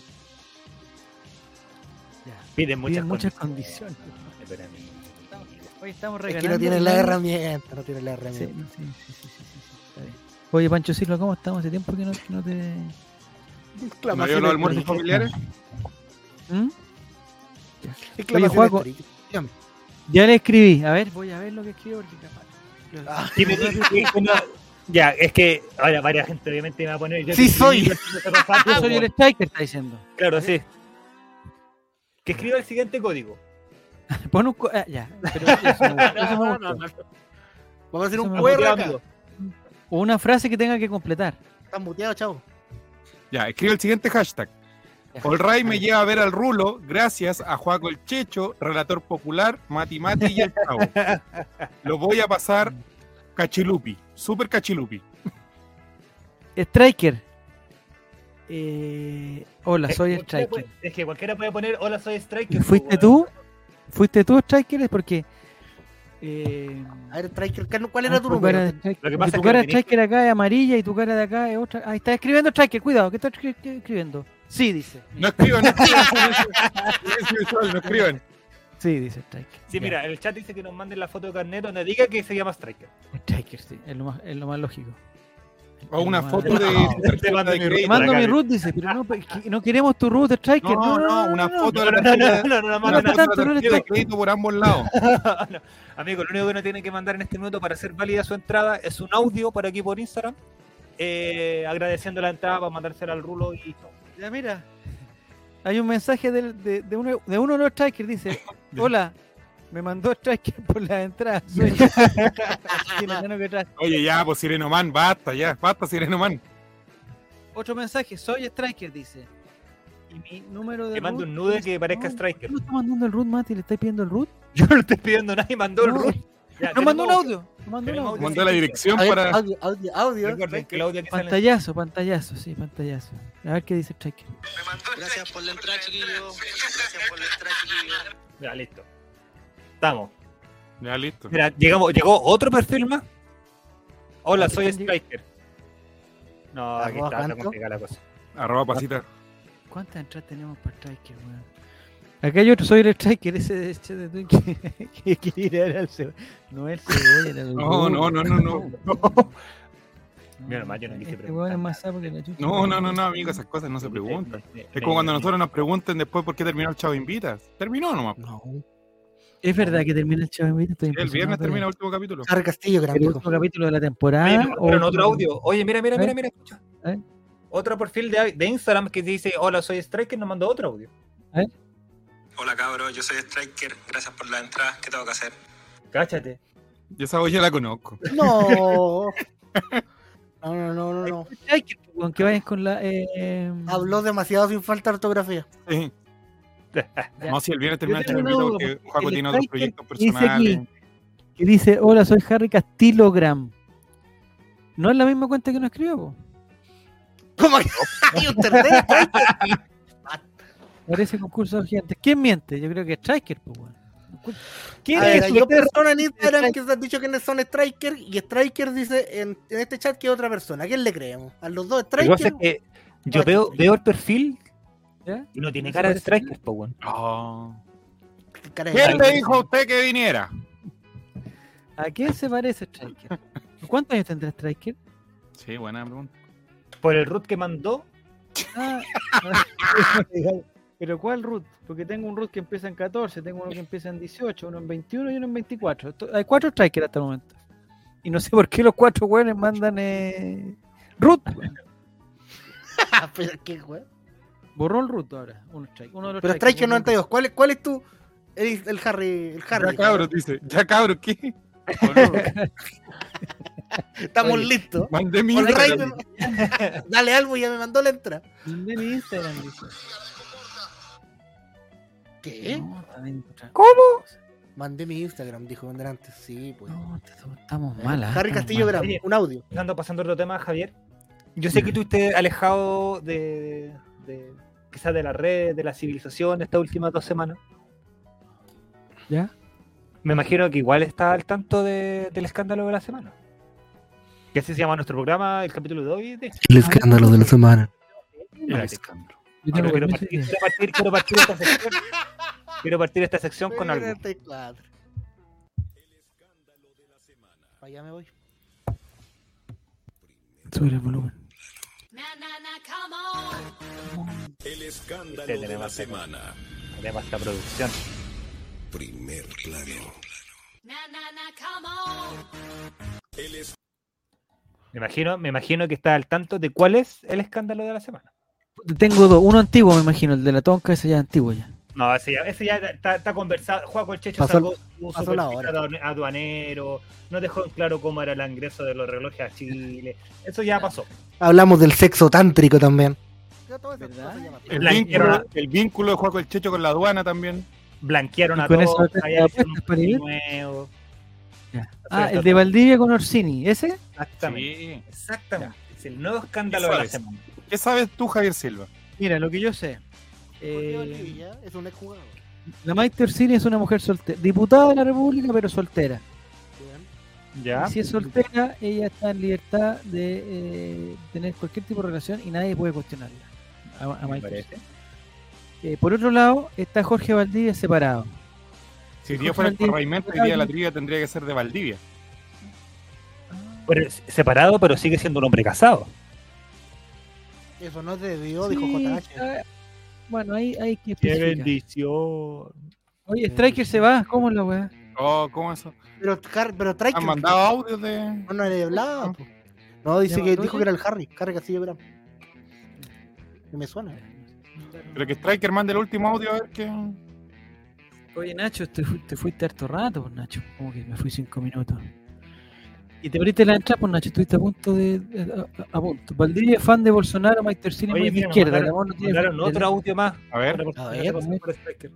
Ya. piden Piden muchas muchas condiciones. Pero a mí- Hoy estamos Es regalando. que no tienen la online. herramienta, no tienen la Sí, herramienta. sí, está bien. Oye, Pancho Silva, ¿cómo estamos? Hace tiempo que no te. ¿No había los almuerzos familiares? ¿Mm? Exclamaciones Juaco. tristes. Dígame. Ya le escribí. A ver, voy a ver lo que escribo porque capaz. ¿Qué me dice que no? Ya, es que ahora varias gente obviamente me va a poner. yo Sí, que soy. yo Yo soy el striker, está diciendo. Claro, sí. Que escriba el siguiente código. Pon un. Ya. Pero eso me gustó, eso me gustó. Vamos a hacer un Eso me QR Muteado, acá. amigo. O una frase que tenga que completar. Estás muteado, chavo. Ya, escribe el siguiente hashtag. Olray me lleva a ver al Rulo gracias a Juaco el Checho, relator popular, Mati y el Chavo. Lo voy a pasar cachilupi, super cachilupi. Striker, Hola, soy Es que cualquiera Striker. puede- Es que cualquiera puede poner hola, soy Striker. ¿Fuiste pues, tú? ¿Fuiste tú, Striker? Es porque... A ver, Striker, ¿cuál era tu cara número? de Striker- Lo que porque pasa tu es que cara lo de tenés Striker acá es amarilla y tu cara de acá es otra. Ahí está escribiendo Striker, cuidado, ¿qué está escribiendo? Sí, dice. No escriban, no escriban. Silencio visual, no escriban. Sí, dice Striker. Sí, Ya. mira, el chat dice que nos manden la foto de carnet donde diga que se llama Striker. Striker, sí, es lo más lógico. O una No, foto no, de no, tu tarjeta te mando de mi crédito. Te Mando la mi cagué. root, dice, pero no, no queremos tu root, Striker. No, una foto de la No, tarjeta no, una manden foto tanto, de la no tarjeta de eres crédito por ambos lados. No. Amigo, lo único que no tienen que mandar en este minuto para hacer válida su entrada es un audio por aquí por Instagram, agradeciendo la entrada para mandársela al rulo y todo. Ya mira, hay un mensaje de uno de los Strikers, dice, hola, me mandó Striker por la entrada. Soy chileno que trae. Oye, ya, pues Sirenoman, basta, Sirenoman. Otro mensaje, soy Striker, dice. Y mi número de Que mande root un nude es- que parezca no, Striker. ¿No está mandando el root, Mati? ¿Le estáis pidiendo el root? Yo no le estoy pidiendo nada y mandó el No, root. Ya, Nos mandó un tenemos- audio. Nos mandó un tenemos audio. Mandó la dirección A ver, para. audio. Recuerden que el audio que sale Pantallazo, sí, pantallazo. A ver qué dice Striker. Gracias por la entrada, chiquillos. Gracias por la entrada, chiquillos. Ya, listo. Estamos. Ya, listo. Mira, llegó otro perfil más. Hola, Aquí soy están Striker. No, aquí ¿Arroba está cuánto? complicada la cosa. Arroba pasita. ¿Cuántas entradas tenemos para Striker, weón? Acá hay otro, soy el Striker, ese de Twin que quiere ir al cebolla. No es el cebolla, era el No, Google. no, no, no, no. Mira, nomás, yo no quise Este preguntar weón es más nada. sapo que la chucha. No, no, no, no, amigo, esas cosas no se preguntan. Es como cuando nosotros nos pregunten después por qué terminó el Chavo Invitas. Terminó nomás. No. Es verdad que termina el Chavo Invita. Estoy El impresionado viernes todavía. termina el último capítulo. Harry Castillo, gran El viejo. último capítulo de la Oye, temporada. me mandaron otro audio. Oye, mira, ¿Eh? escucha. ¿Eh? Otro perfil de Instagram que dice, hola, soy Striker, nos mandó otro audio. Hola, cabros. Yo soy Striker. Gracias por la entrada. ¿Qué tengo que hacer? Cáchate. Yo esa voz ya la conozco. No. No. Striker, weón, que vayan con la. Habló demasiado sin falta de ortografía. Sí. No, si el viernes termina el Yo tengo Chavo una Invita duda, porque Juaco el tiene otros Striker proyectos dice personales. aquí, que dice, hola, soy Harry Castilogram. No es la misma cuenta que nos escribió, po. ¿Cómo que hay un tercero? Parece concurso de gigantes. ¿Quién miente? Yo creo que es Striker, pues, weón. ¿Quién A ver, es? hay dos personas en Instagram que se han dicho quiénes son Striker y Striker dice en este chat que es otra persona. ¿A quién le creemos? ¿A los dos Lo que pasa es Striker? que yo veo el perfil ¿Ya? y no tiene ¿No cara se de parece Striker, po, weón. Oh. Cara de ¿Quién Striker. le dijo a usted que viniera? ¿A quién se parece Striker? ¿Cuántos años tendrá Striker? Sí, buena pregunta. Por el root que mandó, Ah, pero ¿cuál root? Porque tengo un root que empieza en 14, tengo uno que empieza en 18, uno en 21 y uno en 24. Hay 4 strikers hasta el momento. Y no sé por qué los 4 weones mandan root. weón. Pero qué güey. Borró el root ahora. Un strike. Uno de los Pero strikers, Striker 92, ¿cuál es tu el Harry? El Harry. Ya cabros, dice. Ya cabros, ¿qué? Estamos Oye. listos. Mandé mi All right, Instagram. Dale algo y ya me mandó la entrada. Mandé mi Instagram, dice. ¿Qué? No, también otra- Mandé mi Instagram, dijo antes. Sí, pues. No, estamos mal. Harry Castillo Gram. Gram, Oye. un audio. pasando a otro tema, Javier. Yo sé que tú estés alejado de quizás de la red, de la civilización estas últimas 2 semanas. ¿Ya? Me imagino que igual está al tanto del escándalo de la semana. Que así se llama nuestro programa, el capítulo de hoy. El escándalo de la semana. Yo tengo Quiero permiso partir, de- quiero partir esta sección. Quiero partir esta sección con algo. Allá me voy. Sube el volumen. El escándalo Tenemos de la esta- semana. Tenemos esta producción. Primer plano. El es- Me imagino que está al tanto de cuál es el escándalo de la semana. Tengo dos. Uno antiguo, me imagino. El de la tonca, ese ya es antiguo ya. No, ese ya está conversado. Juaco el Checho Pasó- sacó su pasó la superficie aduanero, no dejó en claro cómo era el ingreso de los relojes a Chile. Eso ya pasó. Hablamos del sexo tántrico también. ¿Verdad? El vínculo de Juaco el Checho con la aduana también. Blanquearon Y a con todos. eso te había apuestas un para ir. nuevo. Ya. Ah, el de Valdivia con Orsini. ¿Ese? Exactamente. Sí. Exactamente. Es el nuevo escándalo de la Eso es. semana. ¿Qué sabes tú, Javier Silva? Mira, lo que yo sé. Jorge Valdivia es un exjugador. La Maite Orsini es una mujer soltera, diputada de la República, pero soltera. Ya. Y si es soltera, ella está en libertad de tener cualquier tipo de relación y nadie puede cuestionarla. A Me Maite. parece. Por otro lado, está Jorge Valdivia separado. Si el día fuera por Raimento, el día de la trivia tendría que ser de Valdivia. Pero separado, pero sigue siendo un hombre casado. Eso no se debió, dijo Sí, JH. bueno, ahí hay que Qué especificar. bendición. Oye, Striker se va, ¿cómo es la weá? Oh, ¿cómo eso? Pero Tracker ¿Han mandado audios de...? no le hablaba. Po. No, dice ¿Ya que mandó dijo ya? que era el Harry Castillo Graham. Y me suena. Pero que Striker mande el último audio a ver qué... Oye, Nacho, te fuiste harto rato, pues, Nacho. Como que me fui 5 minutos. Y te perdiste la entrada, pues, Nacho. Estuviste a punto a punto. Valdivia es fan de Bolsonaro, Maite Orsini muy Oye, de mira, izquierda. El amor no tiene mandaron otro audio más. A ver. A ver. Espérate,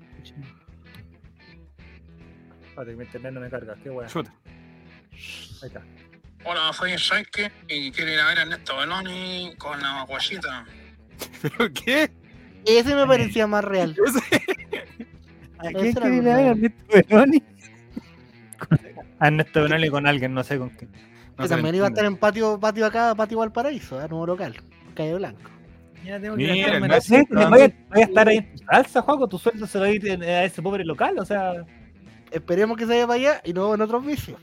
que mi internet no me carga. Qué weá. Chuta. Ahí está. Hola, soy Striker y quiero ir a ver a Ernesto Beloni con la guayita. ¿Pero qué? Ese me parecía más real. ¿A Ese quién era quiere ir a verdad. ver? ¿Ernesto Beloni? A Ernesto Benali con alguien, no sé con quién. No Que se también iba a estar entiende. en patio acá, patio Valparaíso, nuevo local, Calle Blanco. Ya tengo Mira, gastarme el la- Messi. Voy a estar ahí en tu salsa, Juaco. Tu sueldo se va a ir a ese pobre local, o sea. Esperemos que se vaya para allá y no en otros vicios.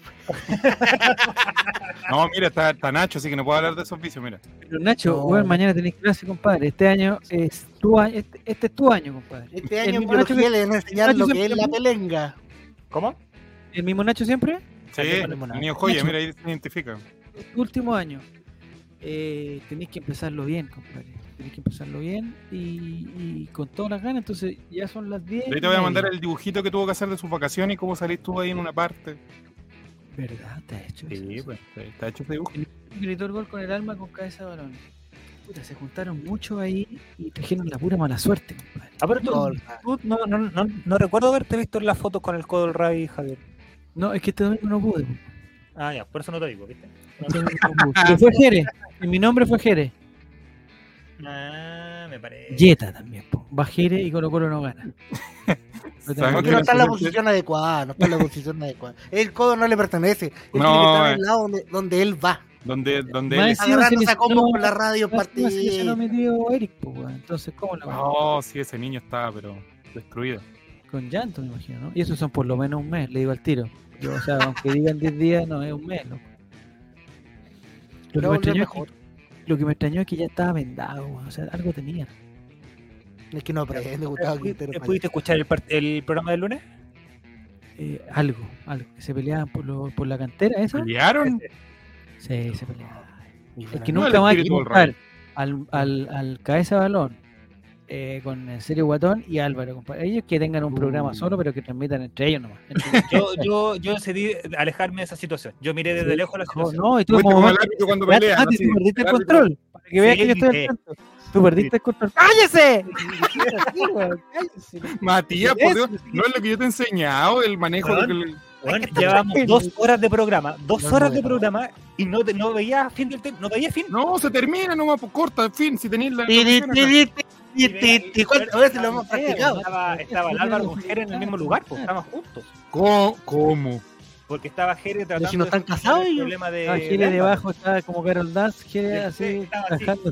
No, mira, está Nacho, así que no puedo hablar de esos vicios, mira. Pero Nacho, No. weón, mañana tenés clase, compadre. Este año es tu año, este es tu año, compadre. Este El año en mismo Nacho biología que- le van a enseñar Nacho lo que siempre- es la pelenga. ¿Cómo? ¿El mismo Nacho siempre? Sí, tenemos nada. niño joya, Nacho. mira, ahí se identifica. Tu último año. Tenés que empezarlo bien, compadre. Tenés que empezarlo bien y con todas las ganas. Entonces ya son las 10. Ahí te voy a mandar el dibujito que tuvo que hacer de sus vacaciones y cómo salís tú ahí en una parte. ¿Verdad? ¿Te has hecho Sí, eso? pues, está hecho ese dibujo. Gritó el gol con el alma con cabeza de balón. Puta, se juntaron mucho ahí y trajeron la pura mala suerte, compadre. Ah, pero Todo tú no recuerdo haberte visto en las fotos con el codo del Rabi, Javier. No, es que este domingo no pude. Ah, ya, por eso no te digo, ¿viste? Este domingo no pude. Pero fue Jerez. Y mi nombre fue Jerez. Ah, me parece. Yeta también, po. Va Jerez y Colo Colo no gana. Lo tengo ¿Sabes Porque que no está en la Porque- posición adecuada, no está en la posición adecuada. El codo no le pertenece. Él No, tiene que estar al lado donde él va. Donde Más él... encima Agarrándose se a combos lesionó- por la radio en más encima se lesionó partido. mi tío Eric, po, weón. Entonces, ¿cómo la weón? Oh, sí, ese niño estaba, pero destruido. Con llanto, me imagino, ¿no? Y eso son por lo menos un mes, le digo al tiro. Yo, o sea, aunque digan 10 días, no, es un mes, loco. Lo que, Pero me volvió extrañó es mejor. lo que me extrañó es que ya estaba vendado, weón. O sea, algo tenía. Es que no aprende, Gustavo Quintero. ¿Pudiste escuchar el programa del lunes? Algo, que se peleaban por la cantera, ¿esa? ¿Pelearon? Sí, se peleaban. Es que No, nunca el más hay que espíritu del juntar al cabeza de balón con el serio Guatón y Álvaro, compadre. Ellos que tengan un programa solo, pero que transmitan entre ellos nomás. Yo decidí alejarme de esa situación. Yo miré desde lejos la situación. No, y tú Fuiste como como el árbitro cuando pelea, Mati, así, tú perdiste el el árbitro. control. Para que veas Sí, que yo estoy al tanto. Tú perdiste el control. ¡Cállese! Sí, weón, cállese. Matías, por Dios, Eso, no es lo que yo te he enseñado, el manejo de que... Bueno, llevamos 2 horas de programa, 2 No, horas no, de no. programa y no veía fin del no veía fin. No, se termina nomás, pues corta, en fin, si tenéis la... ¿Cuántas veces lo hemos practicado? Estaba el Álvaro con Jerez en el mismo lugar, pues estaban juntos. ¿Cómo? Porque estaba Jerez Pero tratando si no están de solucionar casados el ellos. problema de Jere Álvaro. debajo estaba como Carol Dance, Jere así, estaba así. trabajando.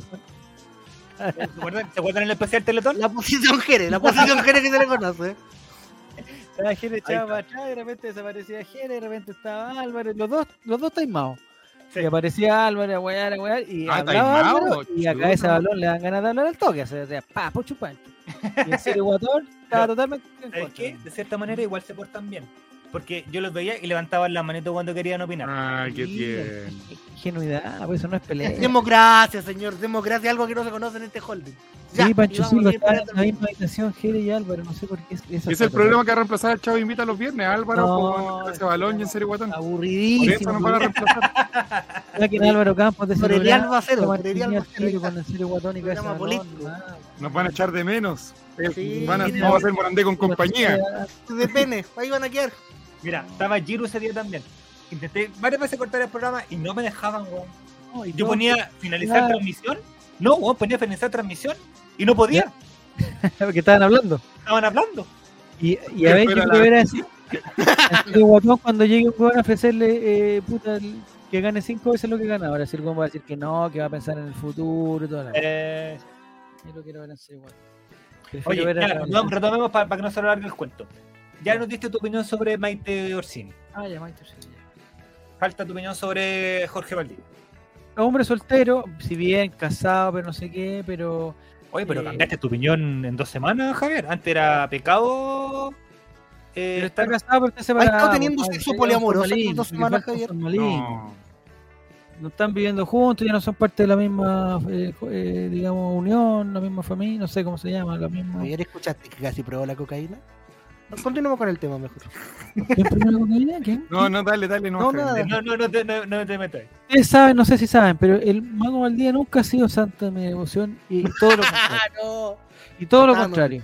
¿Se acuerdan el especial Teletón? La posición Jerez que se le conoce. Estaba Jere Ahí echaba está. para atrás, de repente desaparecía Jere, de repente estaba Álvaro, los dos timados. Sí. Y aparecía Álvaro a wear, y Ah, hablaba timeado, Álvaro, y a chuta. cabeza de balón le dan ganas de hablar al toque, o sea, pa, pocho pancho. Y el serio Guatón estaba totalmente en ¿Sabes contra. qué? De cierta manera igual se portan bien. Porque yo los veía y levantaban las manitos cuando querían opinar. Ay, qué Sí, bien. Ingenuidad, pues eso no es pelea. Democracia, señor, democracia, algo que no se conoce en este holding. Sí, Pancho y vamos Silva a ir está para en la misma habitación, Jere y Álvaro, no sé por qué. Es el programa que va a reemplazar al Chavo Invita los viernes, Álvaro, No, con ese balón y en serio guatón. Por eso Aburridísimo. nos van a reemplazar. Saquen a Álvaro Campos de ese Moreliano programa, Bacero, que Moreliano mantenía el Bacero. tiro con el serio Guatón y cabeza Programa de balón, político. nada. Nos van a echar de menos. Sí, Vamos mira. a hacer Morandé con compañía. De pene, ahí van a quedar. Mira, estaba Giro ese día también. Intenté varias veces cortar el programa y no me dejaban, weón. No, y Yo todo- ponía finalizar Claro. transmisión No, weón, ponía finalizar transmisión y no podía. Porque estaban hablando. Estaban hablando. Y a ver, yo creo que era así. Así de guatón, cuando llegue un weón a ofrecerle, que gane 5 veces lo que gana. Ahora, si el weón va a decir que no, que va a pensar en el futuro y toda la. Yo lo quiero ver así, igual. Oye, ya, retomemos para que no se alargue el cuento. Ya nos diste tu opinión sobre Maite Orsini. Ya, Maite Orsini. Falta tu opinión sobre Jorge Valdivia. Hombre soltero, si bien casado, pero no sé qué, pero... Oye, pero cambiaste tu opinión en 2 semanas, Javier. Antes era pecado... pero está casado porque está separado. Ha estado teniendo sexo poliamoroso en 2 semanas, Javier. No están viviendo juntos, ya no son parte de la misma, digamos, unión, la misma familia, no sé cómo se llama, la misma... ¿Ayer escuchaste que casi probó la cocaína? Continuemos con el tema mejor. ¿Quién probó la cocaína? ¿Quién? No, dale, No te metas. Ustedes saben, no sé si saben, pero el Mago Valdivia nunca ha sido santo de mi devoción y todo lo contrario. Y todo lo contrario.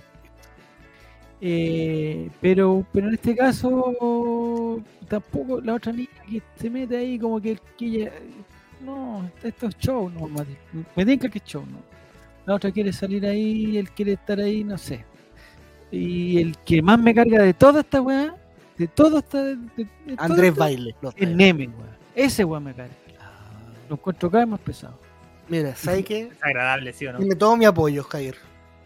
Pero en este caso tampoco la otra niña que se mete ahí como que ella, no, esto es show, no, Mati. Me tinca que es show, no. La otra quiere salir ahí, él quiere estar ahí, no sé. Y el que más me carga de toda esta weá, de todo esta de Andrés Baile, es Nemen, weá. Ese weá me carga. Lo encuentro cada vez más pesado. Mira, ¿sabes qué? Es agradable, ¿sí o no? Tiene todo mi apoyo, Javier.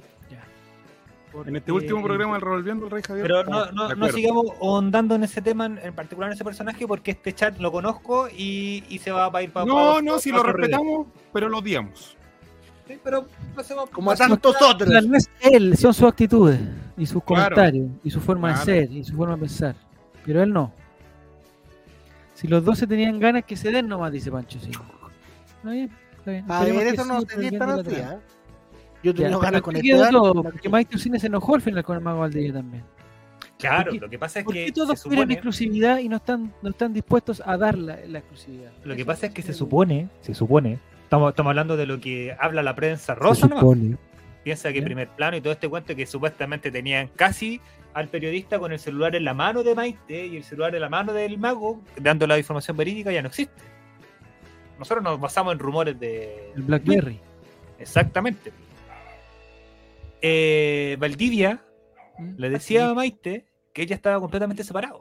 En este último programa del Revolviendo el Rey Javier. Pero no sigamos ahondando en ese tema, en particular en ese personaje, porque este chat lo conozco y se va a ir para... No, si lo respetamos, pero lo odiamos. Sí, pero lo hacemos como a tantos otros. No es él, son sus actitudes y sus comentarios y su forma de ser y su forma de pensar. Pero él no. Si los dos se tenían ganas, que se den nomás, dice Pancho. Sí. ¿Está bien? Está bien. A ver, eso no te dice tan así, ¿eh? Yo tengo ganas con este todo, porque Maite Orsini se enojó al final con el Mago Valdivia también. Claro, lo que pasa es que todos quieren exclusividad y no están dispuestos a dar la exclusividad. Lo que pasa es que se supone, estamos hablando de lo que habla la prensa rosa, ¿no? Piensa que Primer Plano y todo este cuento que supuestamente tenían casi al periodista con el celular en la mano de Maite y el celular en la mano del Mago, dando la información verídica, ya no existe. Nosotros nos basamos en rumores de... El BlackBerry. Exactamente. Valdivia le decía a Maite que ella estaba completamente separado.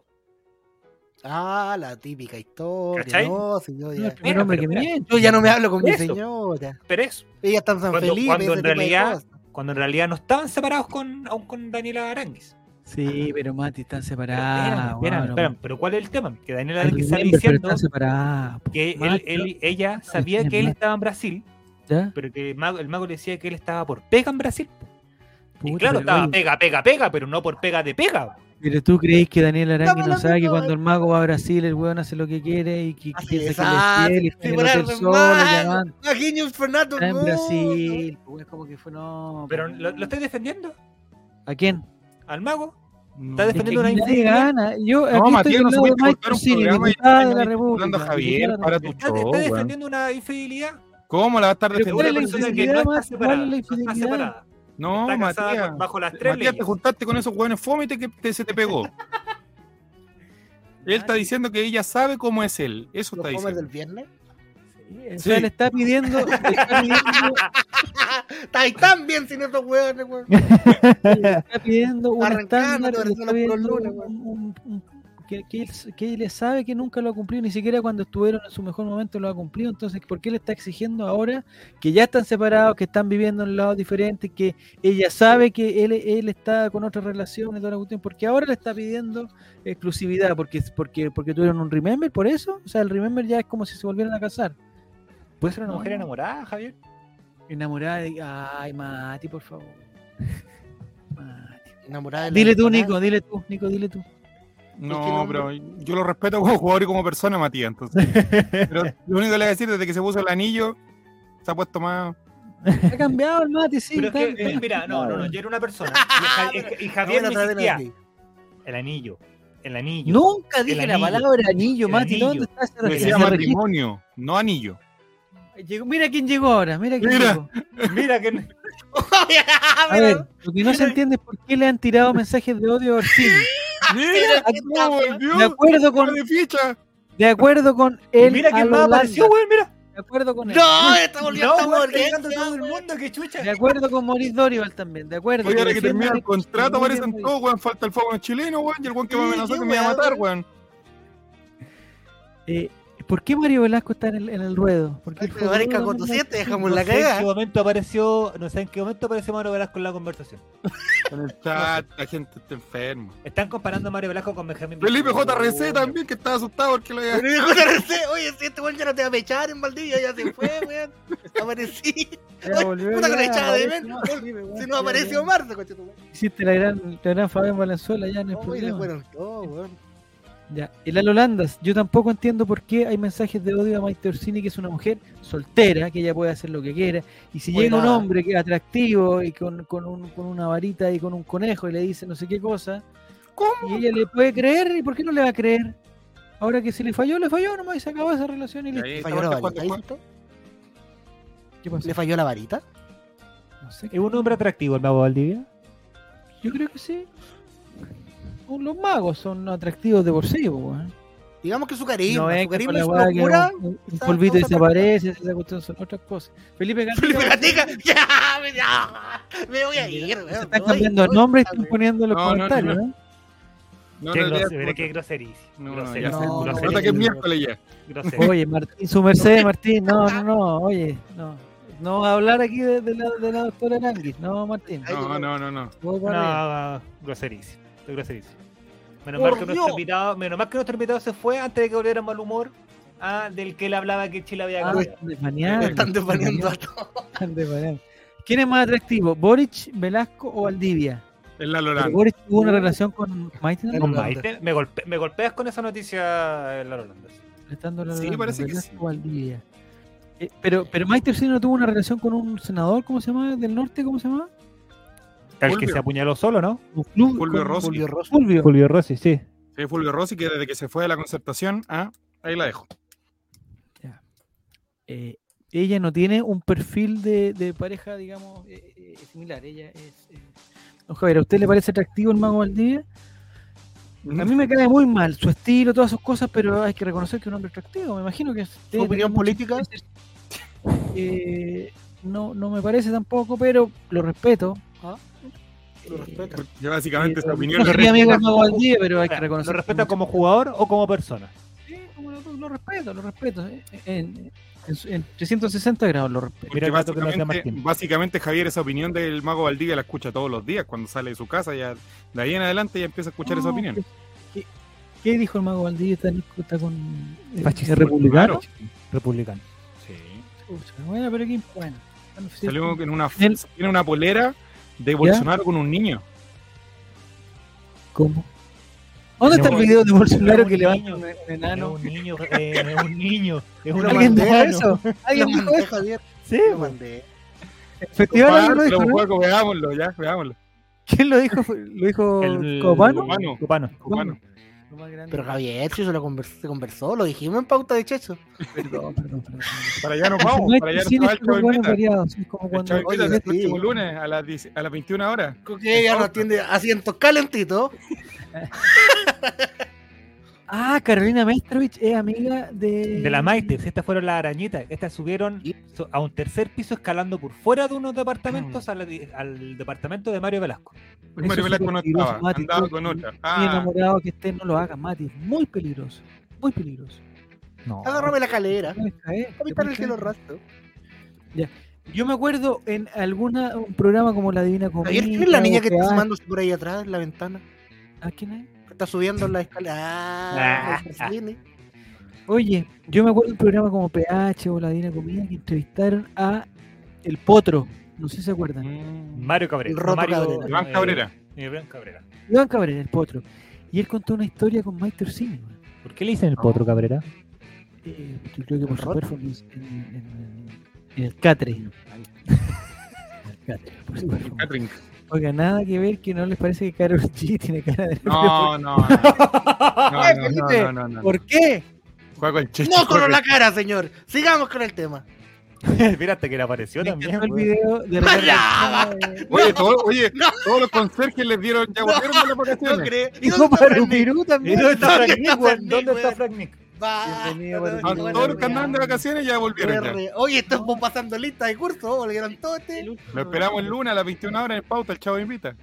La típica historia. ¿Cachai? No, señor, ya. Yo ya no me hablo con mi señora. Pero eso. Ella está en San Felipe. Cuando en realidad no estaban separados aún con Daniela Aránguiz. Sí, pero Mati, están separados. Espera, pero ¿cuál es el tema? Que Daniela Aránguiz está diciendo que ella sabía que él estaba en Brasil, ¿ya? Pero que el mago le decía que él estaba por pega en Brasil. Puta, y claro, estaba pega, pero no por pega de pega. Pero tú crees que Daniel Aránguiz no sabe que cuando el mago va a Brasil, el weón hace lo que quiere y que piensa que él es fiel y tiene el hotel solo, llamando. Está en Brasil, pues como que fue no. Pero ¿lo estás defendiendo? ¿A quién? ¿Al mago? ¿Estás defendiendo una infidelidad? Yo aquí Matías, estoy no se puede Maite Orsini, diputada de la República. Javier, para tu show, ¿Estás defendiendo una infidelidad? ¿Cómo la va a estar defendiendo? Una persona que no está separada. No, Matías, bajo las 3 Matías, te juntaste con esos hueones fome y se te pegó. Él está diciendo que ella sabe cómo es él. Eso está diciendo. del viernes? Sí. O sea, le está pidiendo... Está ahí tan bien sin esos hueones, weón. Le está pidiendo un estándar, que él sabe que nunca lo ha cumplido, ni siquiera cuando estuvieron en su mejor momento lo ha cumplido. Entonces, ¿por qué le está exigiendo ahora que ya están separados, que están viviendo en lados diferentes, que ella sabe que él está con otras relaciones, toda la cuestión? Porque ahora le está pidiendo exclusividad, porque tuvieron un remember, por eso. O sea, el remember ya es como si se volvieran a casar. ¿Puede ser una mujer enamorada, Javier? Enamorada de... Ay, Mati, por favor. Mati. Enamorada de dile tú, Nico, dile tú. No, pero yo lo respeto como jugador y como persona, Matías, entonces. Pero lo único que le voy a decir, desde que se puso el anillo, se ha puesto más... Ha cambiado el Mati, sí. Pero mira, no, yo era una persona. Y Javier me insistía. El anillo. Nunca dije la palabra anillo, Mati. ¿Dónde está ese registro? Decía matrimonio, no anillo. Mira quién llegó ahora, mira quién. A ver, lo que no se entiende es por qué le han tirado mensajes de odio a Orsini. Mira, de acuerdo con él. Mira quién más apareció, güey, mira. De acuerdo con él. No, estamos No, estamos weón, volviendo, llegando todo el weón. mundo, qué chucha. De acuerdo con Maurice Dorival también, de acuerdo. Oye, ahora que defiende termina el a- contrato muy bien, aparecen muy todos, weón. Falta el foco chileno, weón. Y el weón que me Sí, amenazó qué que me iba a weón, matar, weón. bien. ¿Por qué Mario Velasco está en el ruedo? Porque él fue Marica, rudo con tu también. 7 dejamos No la sé en qué cagada. momento apareció, no sé en qué momento apareció Mario Velasco en la conversación. En el chat, la gente está enferma. Están comparando a Mario Velasco con Benjamín Felipe Vicuña. JRC también, que estaba asustado porque lo había. Pero dijo JRC, oye, si este weón ya no te va a pechar en Valdivia, ya se fue, weón. Aparecí. Ya volvió, Puta que ya, le echaba de aparece menos. más, Felipe, weón. Si no Ya, apareció ya. marzo, coche tu madre. Hiciste la gran Fabián Valenzuela, ya no hay Oye, le problema. fueron todos, weón. Ya. El Lalo Landas, yo tampoco entiendo por qué hay mensajes de odio a Maite Orsini, que es una mujer soltera, que ella puede hacer lo que quiera, y si Pues llega un nada. hombre que es atractivo y con una varita y con un conejo y le dice no sé qué cosa, y ella le puede creer, ¿y por qué no le va a creer? Ahora que si le falló, nomás y se acabó esa relación y listo. Ahí ¿Le está falló la Marta varita? jugando ¿Viste? ¿Qué pasó? ¿Le falló la varita? No sé. ¿Es un hombre atractivo el mago Valdivia? Yo creo que sí. Los magos son atractivos de por sí, po, weón. Digamos que su carisma, No es su que carisma con y la su weá que locura. un está- polvito está- desaparece, esa cuestión son otras cosas. Felipe Felipe Gatica, Gatica, ya, me voy a ir, weón. se están Oye, cambiando el oye, nombre y esta están weón. poniendo en los No, no, comentarios, no. ¿eh? No, Qué no, grosero, ya, qué groserísimo. no, Grosero, ya No, sé. no, grosero, Nota que es no. miércoles ya. grosero. Oye, Martín, su merced, Martín, no, oye, no. No va a hablar aquí de la doctora Aranguis, no, Martín. No. Voy para arriba. No, groserísimo. Estoy groserísimo. Menos Por mal, que nuestro Dios. invitado, menos mal que nuestro invitado se fue antes de que volviera mal humor. Del que él hablaba que Chile había Ah, ganado. están desbaneando. Están desbaneando a todos. Están desbaneando. ¿Quién es más atractivo, Boric, Velasco o Valdivia? Es la Pero Lorán. Boric tuvo una relación con Maite. Con Con Holanda. Maite, me golpeas con esa noticia en la Holanda. Estando la Sí, Holanda, parece que Velasco sí. o Valdivia. Pero Maite Orsini no tuvo una relación con un senador, ¿cómo se llama? ¿Del norte? ¿Cómo se llama? El que Fulvio. se apuñaló solo, ¿no? Con Fulvio Rossi. Fulvio Rossi. Fulvio. Fulvio Rossi, sí. Sí, Fulvio Rossi, que desde que se fue de la concertación, ahí la dejo. Ella no tiene un perfil de pareja, digamos, similar. Ella es. Don Javier, ¿a usted le parece atractivo el mago Valdivia? A mí me cae muy mal su estilo, todas sus cosas, pero hay que reconocer que es un hombre atractivo. Me imagino que. ¿Su opinión política? No me parece tampoco, pero lo respeto. Lo respeta. Yo básicamente esa opinión No sería amigo del mago Valdivia, pero hay que ¿Lo reconocer. respeta que- como jugador o como persona? Sí, como lo respeto. En 360 grados lo respeto. Porque Mira el dato que nos da Martín. básicamente Javier esa opinión del mago Valdivia la escucha todos los días cuando sale de su casa, ya de ahí en adelante ya empieza a escuchar esa No, opinión. ¿Qué dijo el mago Valdivia? ¿Está con Fascista. ¿es republicano? Republicano. Sí. Pucha, bueno, pero qué bueno. Bueno, sí, Salió en una, Él- tiene una polera de Bolsonaro con un niño. ¿Cómo? ¿Dónde está el video de Bolsonaro que levanta un Es enano? un niño, es un niño. Es un Lo ¿Alguien mandé, dijo ¿no? eso? ¿Alguien Lo dijo mandé, eso? Javier. Sí, Lo mandé. ¿El festival alguien lo dijo, no? Juaco, veámoslo, ya, veámoslo. ¿Quién lo dijo? ¿Lo dijo el Copano? Copano. Copano. Cubano. Lo más grande. Pero Javier, si eso se conversó, lo dijimos en pauta de Checho. Perdón. Para allá nos vamos, No para allá nos cine va el es muy Chavo bueno Invita. variado, así es como El cuando... Chavo Invita Oye, el sí. próximo lunes a las 21 horas. Que ya nos tiende asientos calentitos. Ah, Carolina Maestrovich es amiga De la Maite, si estas fueron las arañitas, estas subieron a un tercer piso escalando por fuera de unos departamentos al departamento de Mario Velasco. Pues Mario Velasco no estaba, andaba con otra. Muy enamorado que esté, no lo hagas, Mati. Muy peligroso. Muy peligroso. No. Agárrame la calera. Te puedes caer, te Capitán puedes el cielo caer. rastro. Yo me acuerdo en un programa como La Divina Comedia. Javier, ¿quién es la niña que está o asomándose por ahí atrás en la ventana? ¿A quién es? Que está subiendo la escalera. Oye, yo me acuerdo de un programa como PH o La Divina Comedia que entrevistaron a El Potro. No sé si se acuerdan. Mario Cabrera. El Roto Mario, Cabrera. Iván Cabrera. Iván Cabrera. Iván Cabrera, El Potro. Y él contó una historia con Maite Orsini. weón. ¿Por qué le dicen el potro Cabrera? Yo creo que por ¿El su Roto? performance en el Catre. En el Catre, por su performance. Catherine. Oiga, nada que ver que no les parece que Karol G tiene cara de... No, no. Ay, No, Felipe, no, no, no. ¿Por qué? Juega con Checho. No solo la cara, señor. Sigamos con el tema. Mírate que le apareció Me también. encantó el weón. video de ¡Ya, Ricardo Arjona, Oye, No. todos los conserjes les dieron, ya volvieron de las No vacaciones. creo. ¿Y y dónde está Copa Frank Nick? Pirú ¿Y también. dónde está Frank ¿Dónde Nick, está weón? Frank ¿Dónde Nick, está weón? Frank Nick? Bienvenido, Basta, Guatón. A todos los que andaban de vacaciones ya volvieron ya. Oye, estamos pasando lista de curso, volvieron todos. Lo esperamos el lunes a las 21 horas en Pauta, el Chavo invita.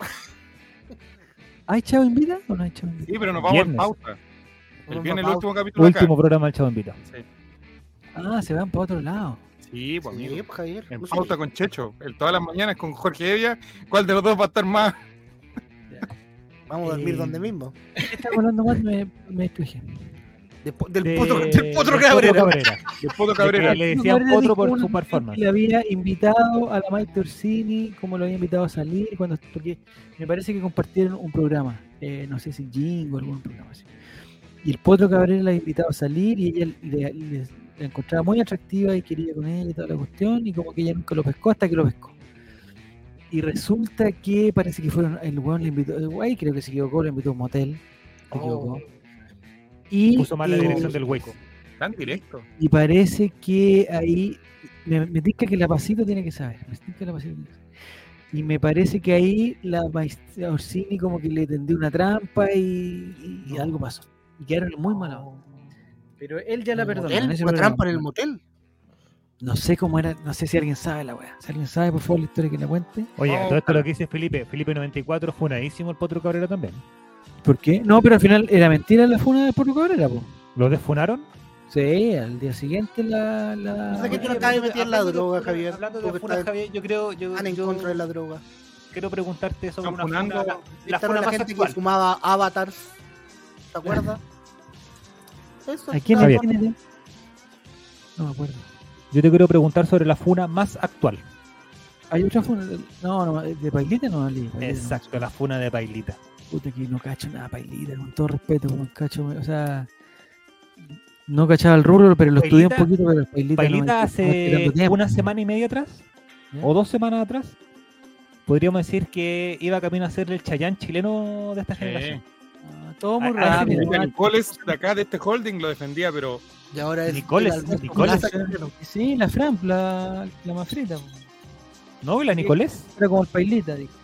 ¿Hay Chavo Invita o no hay Chavo Invita? Sí, pero nos vamos en Viernes. Pauta. El viernes el último capítulo acá. Último programa del Chavo Invita. Sí, Ah, se van para otro lado. sí, pues amigo. Sí, pues, Javier. En no sé. Pauta con Checho. Todas las mañanas con Jorge Evia. ¿Cuál de los dos va a estar más? Vamos a dormir donde mismo. Estaba hablando más, me distraje. Del potro de Cabrera. El Poto De Cabrera. que le decían Cabrera potro dijo por una su vez performance. que le había invitado a la Maite Orsini, como lo había invitado a salir, porque me parece que compartieron un programa, no sé si Jingo o algún programa así. Y el Potro Cabrera la había invitado a salir y ella la encontraba muy atractiva y quería con ella y toda la cuestión, y como que ella nunca lo pescó hasta que lo pescó. Y resulta que parece que fueron, el weón le invitó, el güey creo que se equivocó, le invitó a un motel, se equivocó. Y, Puso mal la dirección del Waze. Tan directo. y parece que ahí me tinca que la Pasito tiene que saber. Me tinca que la Pasito tiene que saber. Y me parece que ahí la maestra Orsini como que le tendió una trampa y algo pasó. Y quedaron muy mal. Pero él ya la perdonó. en ese Una programa. trampa en el motel. No sé cómo era, no sé si alguien sabe la weá. Si alguien sabe, por favor, la historia que la cuente. Oye, Oh, todo esto lo que dice Felipe. Felipe 94 funadísimo el Potro Cabrera también. ¿Por qué? No, pero al final era mentira la funa del Potro Cabrera, po. ¿Lo desfunaron? Sí, al día siguiente la... O sea que tú no acabas de meter la droga, Javier. Hablando Tú de que funas, estás Javier, yo creo, tan en contra de la droga. quiero preguntarte sobre Están una funando. funa, la Esta funa era la más gente actual. que fumaba avatars. ¿Te acuerdas? Eso. ¿A quién Javier. era? No me acuerdo. Yo te quiero preguntar sobre la funa más actual. ¿Hay otra funa? No, de Pailita no, Ali. Pailita no. Exacto, la funa de Pailita. Puta que no cacho nada, Pailita, con todo respeto, no cacho, o sea, no cachaba el rubro, pero lo estudié un Pailita- poquito, pero el Pailita, Pailita no me hace tanto tiempo. una semana y media atrás, ¿Ya? o 2 semanas atrás, podríamos decir que iba camino a ser el Chayán chileno de esta generación. Ah, todo muy Ah, rápido. Felipe Nicoles de acá de este holding lo defendía, pero Y ahora es Nicoles, el Alberto Nicoles. Plaza chileno. Sí, la Fran, la más frita, po. ¿No? ¿Y la Nicolés? Era como el Pailita, digo.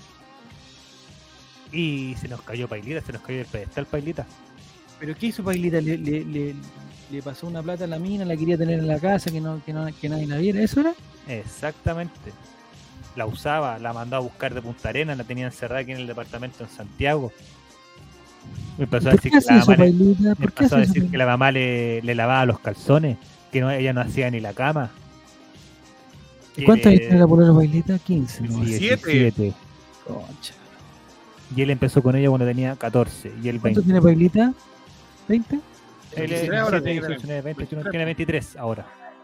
Y se nos cayó Pailita, se nos cayó el pedestal Pailita. ¿Pero qué hizo Pailita? ¿Le pasó una plata a la mina, la quería tener en la casa, que nadie la viera? ¿Eso era? Exactamente. La usaba, la mandó a buscar de Punta Arenas, la tenía encerrada aquí en el departamento en Santiago. Me empezó a ¿Por decir qué que hace la eso, mamá, Pailita? me ¿Por qué empezó a hace eso? decir que la mamá le lavaba los calzones, que no, ella no hacía ni la cama. ¿Y cuántos años Que- tiene la polera Pailita? 15, ¿no? 17. Concha. Y él empezó con ella cuando tenía 14 y él ¿Cuánto 20. tiene Pailita? ¿20? Él es 17 ahora 17, tiene 18, 19, 20, 21, tiene 23 ahora.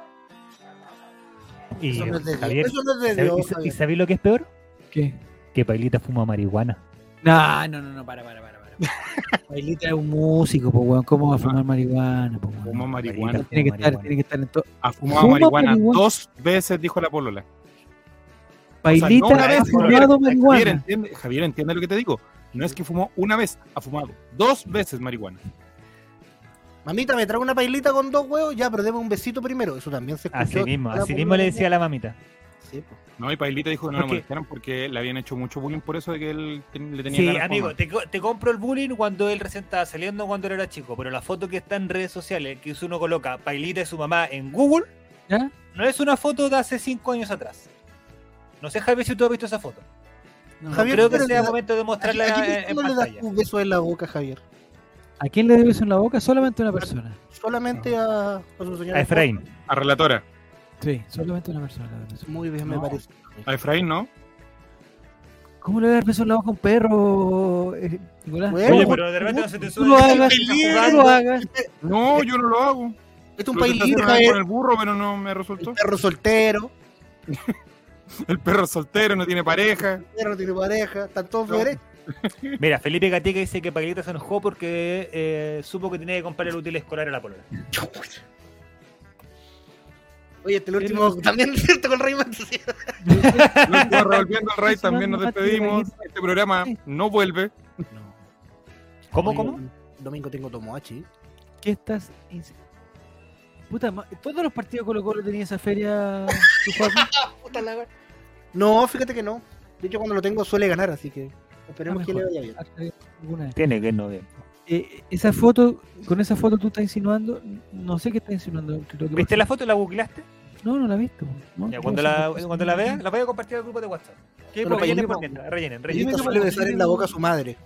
Y Eso no es de Javier, Dios. Eso no es de ¿sabe- Dios, y Javier. sabéis lo que es peor? ¿Qué? Que Pailita fuma marihuana. No, para. Pailita es un músico, pues, weón. ¿Cómo va a fumar marihuana, po, weón? fumó marihuana. Pailita Tiene que fuma estar, marihuana. tiene que estar en todo. Ha fumado ¿Fuma marihuana marihuana? 2 veces, dijo la polola. Pailita no una ha vez, fumado Javier, marihuana. Javier, entiende lo que te digo. No es que fumó una vez, ha fumado 2 veces marihuana. Mamita, me trae una pailita con 2 huevos, ya, pero deme un besito primero. Eso también se escuchó. Así mismo le decía a la mamita. Sí, pues. No, y Pailita dijo que no la Porque- molestaran porque le habían hecho mucho bullying por eso de que él le tenía Sí, ganas de amigo, fumar. te compro el bullying cuando él recién estaba saliendo, cuando él era chico, pero la foto que está en redes sociales, que uno coloca Pailita y su mamá en Google, ¿Ya? no es una foto de hace 5 años atrás. No sé, Javier, si tú has visto esa foto. No. Javier, Creo que pero sea le- momento de mostrarla ¿A quién en no le das pantalla. un beso en la boca, Javier? ¿A quién le debes en la boca? Solamente a una persona. Solamente a su señora. A Efraín. A relatora. Sí, solamente a una persona. Muy bien, me No. parece. A Efraín, ¿no? ¿Cómo le voy a dar beso en la boca a un perro, Nicolás? Bueno, Oye, pero de repente no se te Tú sube. lo el- hagas, está tú lo hagas. No, yo no lo hago. Este es un Lo intenté pailita, hacer una vez con Javier. el burro, pero no me resultó. El perro soltero. El perro soltero, no tiene pareja. El perro no tiene pareja. Están todos No. derechos. Mira, Felipe Gatica dice que Pailita se enojó porque supo que tenía que comprar el útil escolar a la polola. Oye, el último también es cierto con Rayman. Nos estamos revolviendo el raid, también nos despedimos. Este programa no vuelve. ¿Cómo? Domingo tengo Tomodachi. ¿Qué estás? Puta, todos los partidos Colo Colo tenían esa feria. ¿Tu Joaquín? Puta la wea. No, fíjate que no. De hecho, cuando lo tengo suele ganar, así que esperemos que le vaya bien. Alguna vez. Tiene que no bien. esa foto, con esa foto tú estás insinuando, no sé qué estás insinuando. ¿Viste la foto y la googleaste? No, no la he visto. ¿no? Ya, cuando la veas, la voy a compartir al grupo de WhatsApp. Bueno, Rellenen Pailita- por mientras, rellenen. Pailita suele besar en la boca a su madre.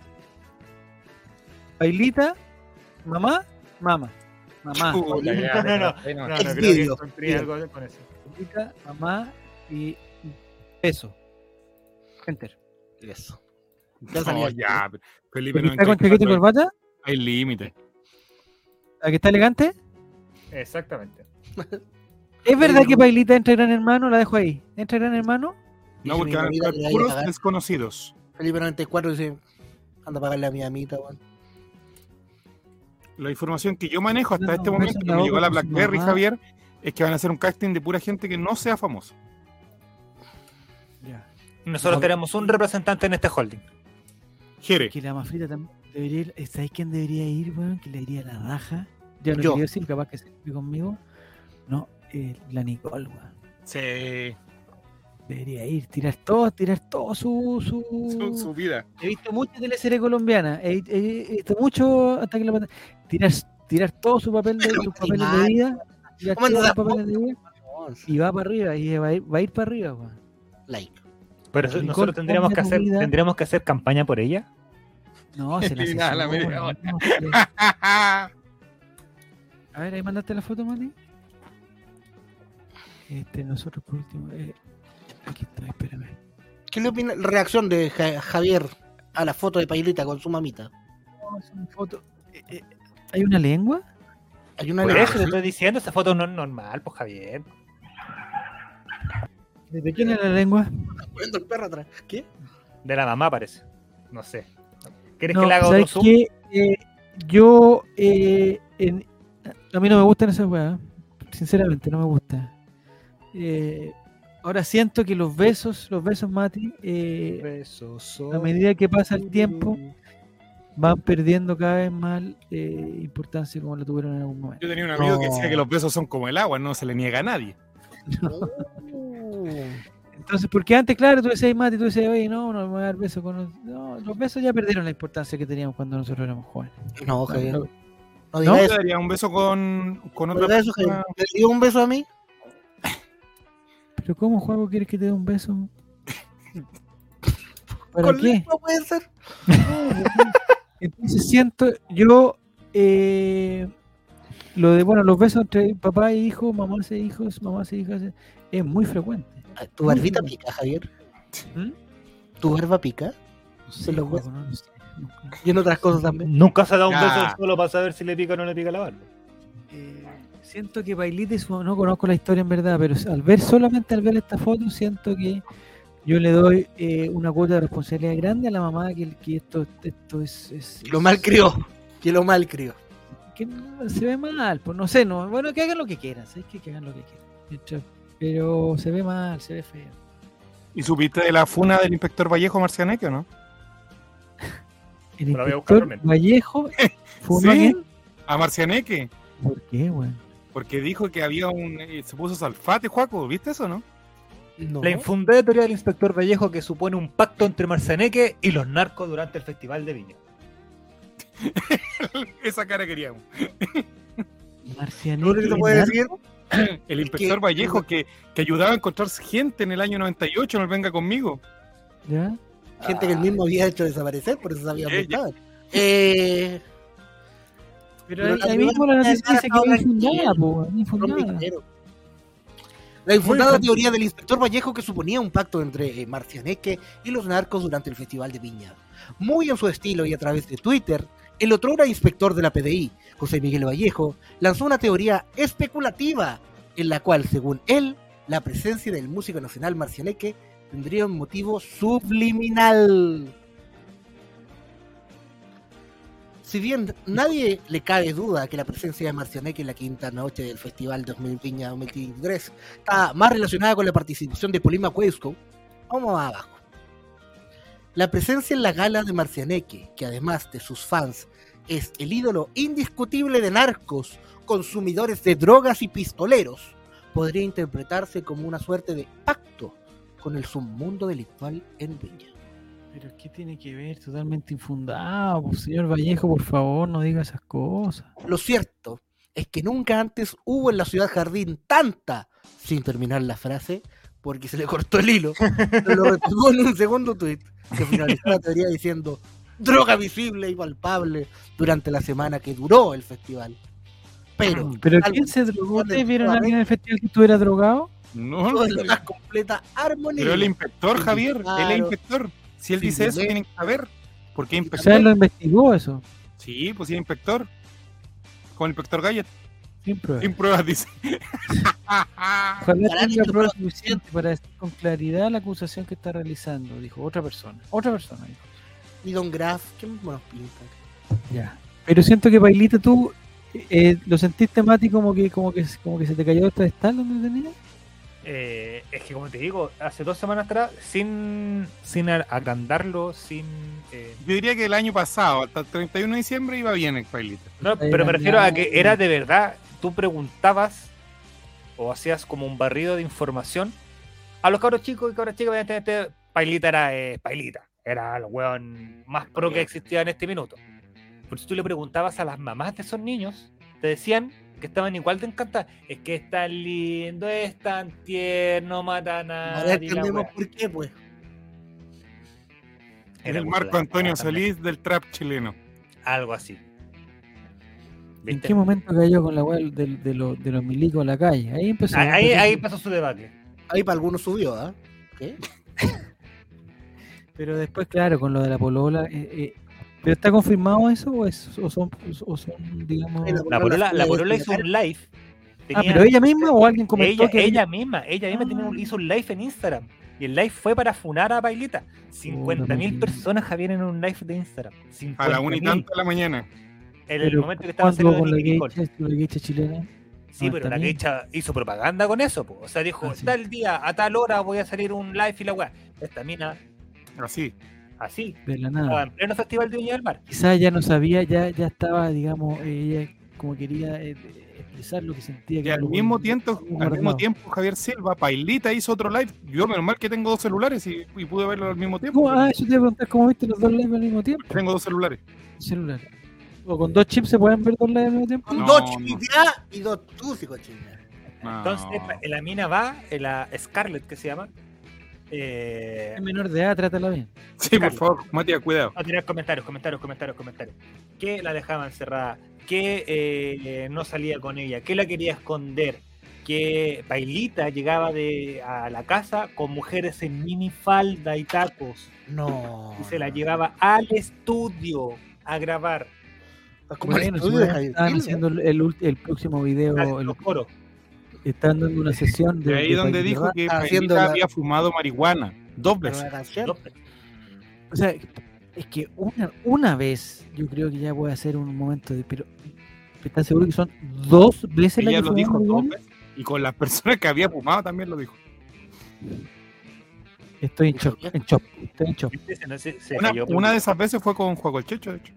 Pailita, mamá. No, Exvideo. creo que encontré algo con eso. Pailita, mamá y peso. Enter. Eso. No, ya. Felipe, ¿Está con chaqueta y corbata? Hay límite. ¿A que está elegante? Exactamente. ¿Es verdad que Pailita entra Gran Hermano? La dejo ahí. ¿Entra Gran Hermano? No, porque van a Vida estar que le vaya a puros cagar. desconocidos. Felipe 94 dice, anda a pagarle a mi amita, weón. La información que yo manejo hasta No, este un momento, beso en que la me llegó a la boca con su BlackBerry, mamá. Javier, es que van a hacer un casting de pura gente que no sea famoso. Ya. Nosotros tenemos un representante en este holding. Jere. Que la Mafrita también debería ir. ¿Sabes quién debería ir, weón? Que le iría a la raja. Yo no Yo. quiero decir, capaz que se esté conmigo. No, la Nicole, weón. Sí. Debería ir, tirar todo Su vida. He visto mucha teleserie colombiana, he visto mucho hasta que la tirar todo su papel de sus papeles de vida, tirar ¿Cómo todos andas? sus papeles de vida y va para arriba, y va a ir para arriba, weón. Like. Pero Nicole, nosotros cambia tu vida. que hacer campaña por ella. No, se la hace Eliminada la sola, media hora. no, sí. A ver, ahí mandaste la foto, Mati. Nosotros por último, aquí está, espérame. ¿Qué le opina la reacción de Javier a la foto de Pailita con su mamita? No, es una foto. ¿Hay una lengua? Hay una Por lengua. eso te estoy diciendo, esa foto no es normal, pues Javier. ¿De quién es la lengua? Poniendo el perro atrás. ¿Qué? De la mamá parece. No sé. ¿Quieres No, que le haga otro ¿sabes zoom? qué? Yo a mí no me gustan esas weas, sinceramente no me gusta. Ahora siento que los besos Mati, a medida que pasa el tiempo van perdiendo cada vez más importancia como lo tuvieron en algún momento. Yo tenía un amigo que decía que los besos son como el agua, no se le niega a nadie. Entonces, porque antes, claro, tú decías, Mati, tú decías, oye, no me voy a dar besos con los besos ya perdieron la importancia que teníamos cuando nosotros éramos jóvenes. No, Javier. No, No ¿No? digas ¿Te eso. daría un beso con No otra digas eso, persona? Javier. ¿Le dio un beso a mí? Pero ¿cómo, Juego, quieres que te dé un beso? ¿Para ¿Con qué? lengua puede ser? Entonces siento, yo lo de, bueno, los besos entre papá e hijo, mamás e hijos, es muy frecuente. ¿Tu barbita pica, Javier? ¿Mm? ¿Tu barba pica? No sé, los Juego, no sé, nunca. Y en otras cosas también. Nunca se ha dado un Ya. beso solo para saber si le pica o no le pica la barba. Siento que Pailita no conozco la historia en verdad, pero solamente al ver esta foto, siento que yo le doy una cuota de responsabilidad grande a la mamá que esto es Lo mal crió. Que lo mal crió. que no, se ve mal, pues no sé, no, bueno, que hagan lo que quieran, ¿sabes? Que hagan lo que quieran. Pero se ve mal, se ve feo. ¿Y supiste de la funa del inspector Vallejo Marcianeque o no? El Pero voy a buscar inspector por Vallejo fue Sí, a Marcianeque. ¿Por qué, weón? Porque dijo que había se puso salfate, Juaco, ¿viste eso, no? No. La infundada teoría del inspector Vallejo que supone un pacto entre Marcianeque y los narcos durante el Festival de Viña. Esa cara queríamos. Marcianeque. Lo único que te puedo decir El inspector que- Vallejo que ayudaba a encontrar gente en el año 98 en el Venga Conmigo. ¿Ya? gente que él mismo había hecho desaparecer, por eso sabía dónde Ya. estaban. Pero Pero ahí la mismo la teoría noticia dice estaba que es infundada, tranquila. po, weón, Ron infundada. Piquero. La infundada Muy teoría del inspector Vallejo que suponía un pacto entre Marcianeque y los narcos durante el Festival de Viña. Muy en su estilo y a través de Twitter, el otrora inspector de la PDI, José Miguel Vallejo, lanzó una teoría especulativa en la cual, según él, la presencia del músico nacional Marcianeque tendría un motivo subliminal. Si bien nadie le cabe duda que la presencia de Marcianeque en la quinta noche del Festival 2000 2023 está más relacionada con la participación de Polima Cuesco, vamos más abajo. La presencia en la gala de Marcianeque, que además de sus fans es el ídolo indiscutible de narcos, consumidores de drogas y pistoleros, podría interpretarse como una suerte de pacto con el submundo delictual en Viña. Pero ¿qué tiene que ver? Totalmente infundado. Pues, señor Vallejo, por favor, no diga esas cosas. Lo cierto es que nunca antes hubo en la ciudad Jardín tanta, sin terminar la frase, porque se le cortó el hilo, pero lo retomó en un segundo tuit, que finalizó la teoría diciendo droga visible y palpable durante la semana que duró el festival. Pero ¿Quién se drogó? ¿Ustedes vieron a alguien en el festival que estuviera drogado? No, todo en la más completa armonía. pero el inspector, Sí, Javier, él claro. es inspector. Si él Sí, dice eso, sí. tienen que saber. Porque es O inspector. sea, él lo investigó eso. Sí, pues sí, es inspector. Como el inspector Gallet. Sin pruebas. Sin pruebas, dice. Ojalá Ojalá tenga tenga pruebas pruebas suficientes para decir con claridad la acusación que está realizando, dijo otra persona. Otra persona, dijo. Y Don Graf, ¿qué más nos pinta? Ya. Pero siento que, Pailita, tú lo sentiste, Mati, como que se te cayó esta estal donde tenías. Es que como te digo, hace 2 semanas atrás, sin agrandarlo, sin... Yo diría que el año pasado, hasta el 31 de diciembre, iba bien el Pailita. No, pero me refiero a que era de verdad, tú preguntabas o hacías como un barrido de información a los cabros chicos y cabras chicas, evidentemente Pailita era Pailita, era el weón más pro que existía en este minuto. Pero si tú le preguntabas a las mamás de esos niños, te decían que estaban igual de encantadas. Es que es tan lindo, es tan tierno, mata a nadie. Ahora entendemos la wea. por qué, pues. En Era el mucho Marco de- Antonio también. Solís del trap chileno. Algo así. ¿En ¿Viste? qué momento cayó con la weá de los milicos en la calle? Ahí empezó. Ahí pasó su debacle. Ahí para algunos subió, ¿ah? ¿Qué? Pero después, claro, con lo de la polola. ¿Pero está confirmado eso o son digamos... Ay, La polola hizo un live. ¿pero ella misma o alguien comentó que ella misma hizo un live en Instagram. Y el live fue para funar a Pailita. 50.000 personas, Javier, en un live de Instagram. A la 1 y 50.000. tanto de la mañana. En el Pero momento que estaba ¿cuándo haciendo con la Nicki Nicole. geisha chilena? Sí, Ah, pero la también. geisha hizo propaganda con eso, po. O sea, dijo, Ah, sí. tal día, a tal hora voy a salir un live y la weá. Esta mina, Así. así, De la estaba nada. en pleno festival de Viña del Mar. Quizás ya no sabía, ya estaba, digamos, ella como quería expresar lo que sentía. Y que al lo mismo volvía guardado. tiempo, Javier Silva, Pailita hizo otro live. Yo, menos mal que tengo 2 celulares y pude verlo al mismo tiempo. ¿Cómo? Eso te iba a preguntar, ¿cómo viste los dos lives al mismo tiempo? Tengo 2 celulares. Celular. ¿O con 2 chips se pueden ver 2 lives al mismo tiempo? Con No, 2 no. chiquitas y 2 túsicos, chingas. No. Entonces, la mina va, la Scarlett, que se llama. Es menor de edad, trátala bien. Sí, por favor, Matías, cuidado. A tirar comentarios. Que la dejaba encerrada, que no salía con ella, que la quería esconder, que Pailita llegaba a la casa con mujeres en minifalda y tacos No. y se la llevaba al estudio a grabar. Como el Bueno, estudio de seguramente Javier estaban Silva. haciendo el próximo video, Los coros. están dando una sesión De ahí donde dijo que está haciendo Pailita la- había fumado marihuana. 2 Pero veces. una canción. O sea, es que una vez yo creo que ya puede ser un momento de... Pero ¿estás seguro que son 2 veces la Ella que lo dijo fumó 2 marihuana? veces. Y con las personas que había fumado también lo dijo. Estoy en shock, estoy en shock. Se Una, cayó, una de esas veces fue con Juaco el Checho, de hecho.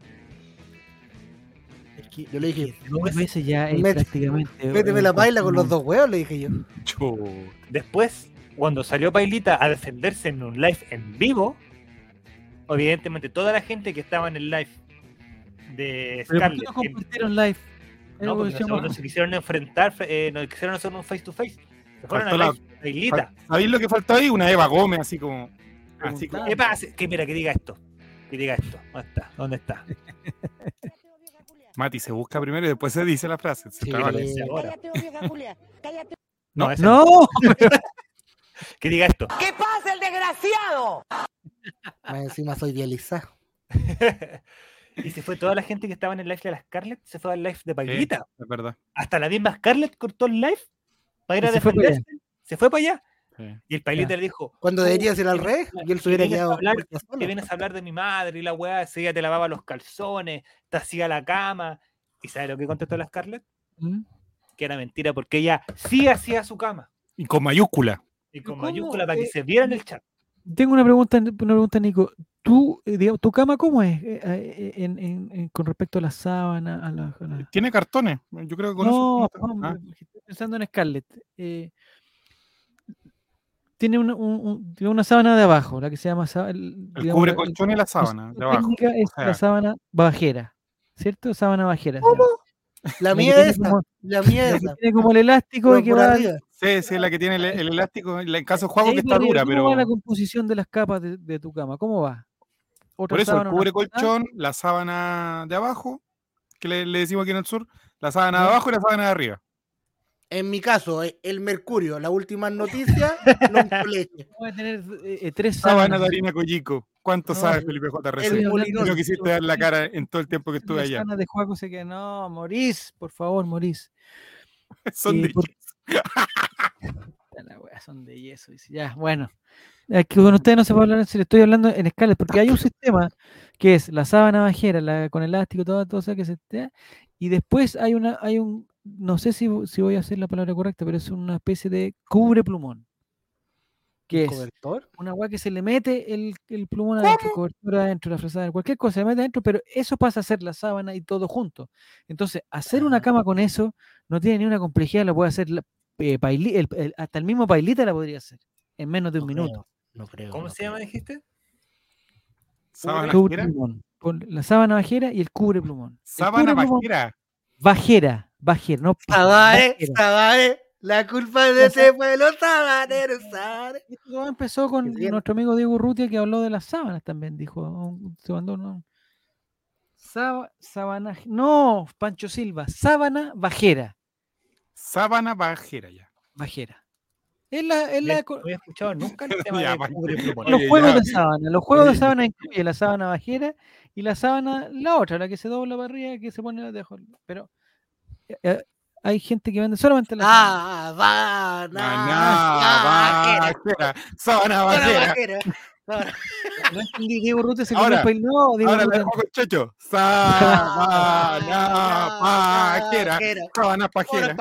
Es que yo le dije, 2 veces ya es Mete- prácticamente... méteme la paila con los 2 huevos, le dije yo. Después, cuando salió Pailita a defenderse en un live en vivo, evidentemente toda la gente que estaba en el live de ¿Pero por qué Scarlett, no compartieron live? no, porque no se quisieron enfrentar, no quisieron hacer un face to face. Se fueron Faltó a live de Pailita. ¿Sabéis lo que faltó ahí? Una Eva Gómez, así como. Así como ¿Qué pasa? Que mira, que diga esto. Que diga esto. ¿Dónde está? ¿Dónde está? Mati se busca primero y después se dice la frase. Se Sí. trabaja. Ahora. Cállate. No, ese ¡No! Que diga esto. ¿Qué pasa, el desgraciado? Más encima soy dializado. Y se fue toda la gente que estaba en el live de la Scarlett, se fue al live de Pailita. Es verdad. Hasta la misma Scarlett cortó el live para ir Y a se fue para defenderse. Se fue para allá. Sí. Y el Pailita le dijo: Cuando debería ser al revés, y él se hubiera vienes a quedado. hablar- puerta sola. que vienes a hablar de mi madre y la weá, ese día te lavaba los calzones, te hacía la cama. ¿Y sabes lo que contestó la Scarlett? ¿Mm? Que era mentira porque ella sí hacía su cama. Y con mayúscula. Y con ¿Cómo? mayúscula para que se viera en el chat. Tengo una pregunta, Nico. ¿Tú, digamos, tu cama cómo es con respecto a la sábana? Tiene cartones. Yo creo que con No, eso. no, estoy pensando en Scarlett. tiene tiene una sábana de abajo, la que se llama El cubre colchón y la sábana de abajo. técnica es O sea, la sábana bajera, ¿cierto? Sábana bajera. se llama. La La mía que es tiene esa. como- La mía La es que esa. tiene como el elástico Pero y que por va arriba. sí, es la que tiene el elástico. En caso de juego ahí que por está arriba. dura, ¿Cómo va la pero composición de las capas de tu cama? ¿Cómo va? Otra por eso el sábana, una cubre frazada, colchón, la sábana de abajo, que le decimos aquí en el sur, la sábana de ¿ya? abajo y la sábana de arriba. En mi caso, el Mercurio, las últimas noticias, non leche. Voy a tener 3 Sábana sábanas. de harina Collico. ¿Cuánto No, sabes, Felipe J. el Rece? molinoso. Y no quisiste dar la cara en todo el tiempo que estuve Las allá. sábanas de Juaco se quedan. No, Morís, por favor, Morís. Son de por- La wea, son de yeso. Dice. Ya, bueno. Es que con ustedes no se puede hablar en serio. Estoy hablando en escalas, porque hay un sistema que es la sábana bajera, con elástico, toda cosa que se esté. Y después hay un, no sé si voy a hacer la palabra correcta, pero es una especie de cubre plumón. Que es ¿Cobertor? una weá que se le mete el plumón adentro, cobertura adentro, la frazada, cualquier cosa se le mete adentro, pero eso pasa a ser la sábana y todo junto. Entonces, hacer una cama con eso no tiene ni una complejidad, lo puede hacer hasta el mismo Pailita la podría hacer en menos de un minuto. No creo. ¿Cómo no se llama, creo. dijiste? ¿Sábana Cubre bajera? plumón. La sábana bajera y el cubre plumón. El Sábana cubre plumón- bajera. bajera, no Sabae, bajera. Sabae, la culpa es de ese pueblo sabanero, Sabae. Esto todo empezó con Qué bien. nuestro amigo Diego Urrutia, que habló de las sábanas también, dijo, se mandó uno. Sábana, no, Pancho Silva, sábana bajera, Sábana bajera ya. bajera. No había escuchado nunca el tema Ya, de Pancho. cubre plumón. Los Oye, juegos ya. de sábana, los juegos de Oye, sábana incluye la sábana bajera y la sábana, la otra, la que se dobla para arriba, que se pone debajo. Pero hay gente que vende solamente la sábana. Bajera. Sábana bajera. No entendí, Diego Urrutia se Ahora, comió el no, Diego Ahora le Urrutia damos con Chocho. Sábana bajera. Sábana bajera.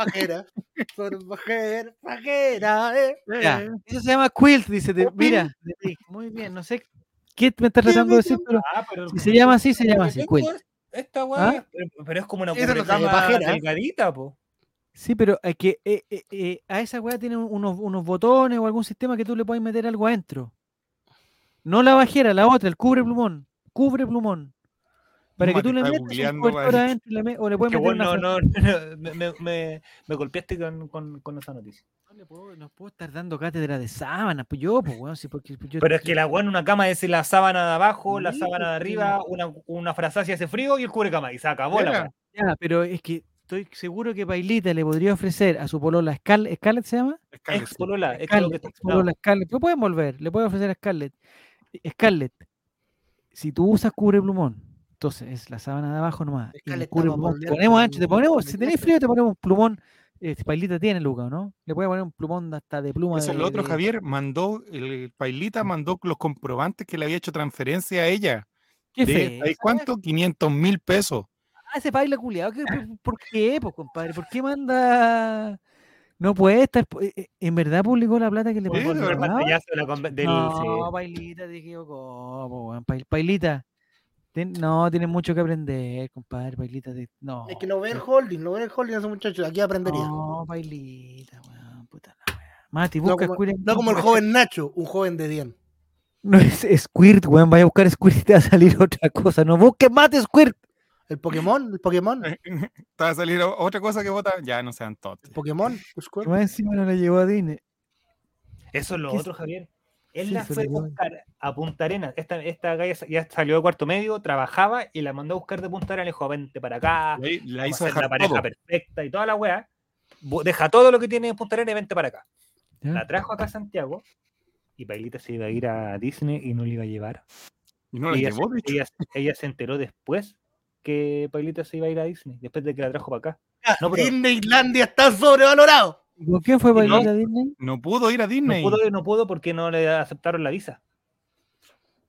Pajera, Ya, eso se llama quilt, dice. Mira, muy bien, no sé qué me está tratando de decir, pero Pero si se llama así, se llama así, Tengo quilt. esta weá, ¿Ah? pero es como una Eso no se llama cubrecama pajera. delgadita, po. Sí, pero hay que a esa weá tiene unos botones o algún sistema que tú le puedes meter algo adentro. No la bajera, la otra, el cubre plumón. Cubre plumón. Para que Mati tú le está metas un googleando, cobertor weón. adentro o le puedes Que meter una bueno, frazada. me golpeaste con esa noticia. No puedo estar dando cátedra de sábanas, pues yo, pues weón, sí, porque yo. Pero es que la weá en una cama es la sábana de abajo, la Sí, sábana de porque- arriba, una frazada si hace frío y el cubrecama. Y se acabó la Mira. weá. Ya, pero es que estoy seguro que Pailita le podría ofrecer a su polola Scarlett ¿se llama? Scarlett, Ex polola, es creo que Scarlett, polola Scarlett. Lo pueden volver, le puede ofrecer a Scarlett. Scarlett, si tú usas cubre plumón, entonces es la sábana de abajo nomás. Y el Scarlett cubre está plumón, pa' te volver ponemos con ancho, te el- ponemos, con si el tenés resto. frío, te ponemos un plumón. Pailita tiene, Luca, ¿o no? Le puede poner un plumón hasta de pluma. Eso es lo otro, Javier. El Pailita mandó los comprobantes que le había hecho transferencia a ella. Qué ¿De feo. ¿sabes cuánto? 500.000 pesos. Ese Paila culiado. ¿Por qué, pues, compadre? ¿Por qué manda.? No puede estar. ¿En verdad publicó la plata que le Sí, Por de el verdad. pantallazo del No, sí. Pailita, te equivocó, po, weón. Pailita. No, tienes mucho que aprender, compadre. Pailita, no. Es que no ve el holding, no ve el holding a esos muchachos. Aquí aprendería. No, Pailita, weón. Puta la weá. Mati, No busca como, Squirt. no como el joven Nacho, un joven de 10. No es Squirt, weón. Vaya a buscar Squirt y te va a salir otra cosa. No busques Mate Squirt. El Pokémon, Te va a salir otra cosa que vota. Ya no sean tontos. Pokémon, Y Squirt. más encima no la llevó a Disney. Eso es lo ¿Qué otro, Javier. Él Sí, la eso fue a lo- buscar a Punta Arenas. Esta galla ya salió de cuarto medio, trabajaba y la mandó a buscar de Punta Arenas. Le dijo, vente para acá, La vamos a hizo hacer la dejar pareja todo. perfecta y toda la weá. Deja todo lo que tiene en Punta Arenas y vente para acá. ¿Ya? La trajo acá a Santiago y Pailita se iba a ir a Disney y no le iba a llevar. Y no la ella, llevó, de hecho. ella se enteró después que Pailita se iba a ir a Disney, después de que la trajo para acá. No, pero Disneylandia está sobrevalorado. ¿Y con quién fue Y no- Pailita a Disney? No pudo ir a no Disney. pudo porque no le aceptaron la visa.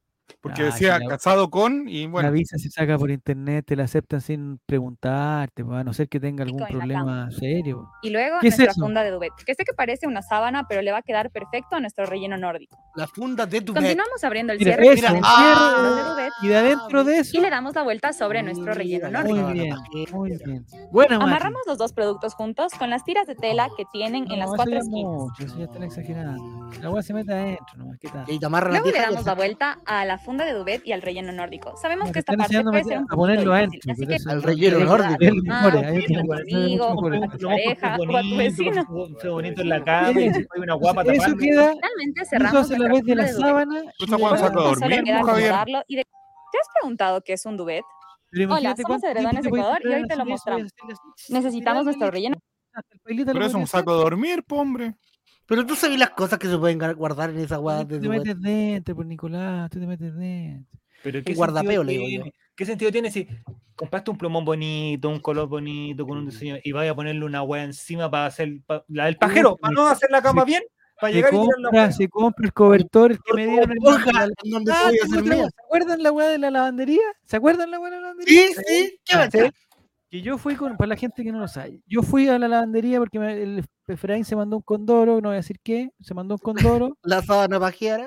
Porque Ah, decía si casado con y la bueno. visa se saca por internet, te la aceptan sin preguntarte, pues, a no ser que tenga algún en la problema serio. Y luego ¿Qué es nuestra eso? funda de duvet, que sé que parece una sábana, pero le va a quedar perfecto a nuestro relleno nórdico. La funda de Duvet. Continuamos abriendo el Mira, cierre eso, con un el cierre, de duvet y de adentro de eso. y le damos la vuelta sobre nuestro relleno Mira, nórdico. Muy bien, muy bien. Buena, Mati. Amarramos los dos productos juntos con las tiras de tela que tienen en las No, eso cuatro ya esquinas. mucho, eso ya están exagerando. La agua se mete adentro, nomás, ¿qué tal? Y te amarra la Luego le tija y damos ya la vuelta a la funda de duvet y al relleno nórdico. Sabemos Me que esta están parte enseñando puede ser un a poquito ponerlo difícil, adentro, así pero que eso- al relleno ayuda nórdico. a tu Es mejor, mamá, hay que a tu amigo, mejor. a tu pareja o a tu vecino. Fue bonito en la cama y Eso- después hay una guapa Eso tapando. queda, Finalmente eso cerramos hace la nuestra vez de funda la de duvet. sábana. ¿Tú y estás de jugando la- saco de Solo dormir, queda Javier? acomodarlo y de... ¿Te has preguntado qué es un duvet? Pero Hola, imagínate somos cuánto tiempo Edredones te puedes Ecuador y tirar hoy te lo así, eso, mostramos. hacerle así, Necesitamos tirarle nuestro listo. relleno. Hasta el pailita lo Pero es puede un hacer. saco de dormir, po, hombre. Pero tú sabes las cosas que se pueden guardar en esa guada Tú de te Duvet. metes dentro, pues Nicolás, tú te metes dentro. Pero Un guardapeo, le digo yo. tiene? ¿Qué sentido tiene si compraste un plumón bonito, un color bonito, con un diseño, y vas a ponerle una wea encima para hacer la del pajero, para no hacer la cama bien, para llegar y tirar la wea? Se compra el cobertor, el que me dieron en Ojalá, la- en donde Ah, te voy a tengo hacer otra mía. wea. ¿Se acuerdan la weá de la lavandería? ¿Se acuerdan la weá de la lavandería? Sí, sí, qué Ah, bacán. que yo fui con, para la gente que no lo sabe, yo fui a la lavandería porque el Efraín se mandó un condoro, no voy a decir qué, se mandó un condoro La sábana pajeara.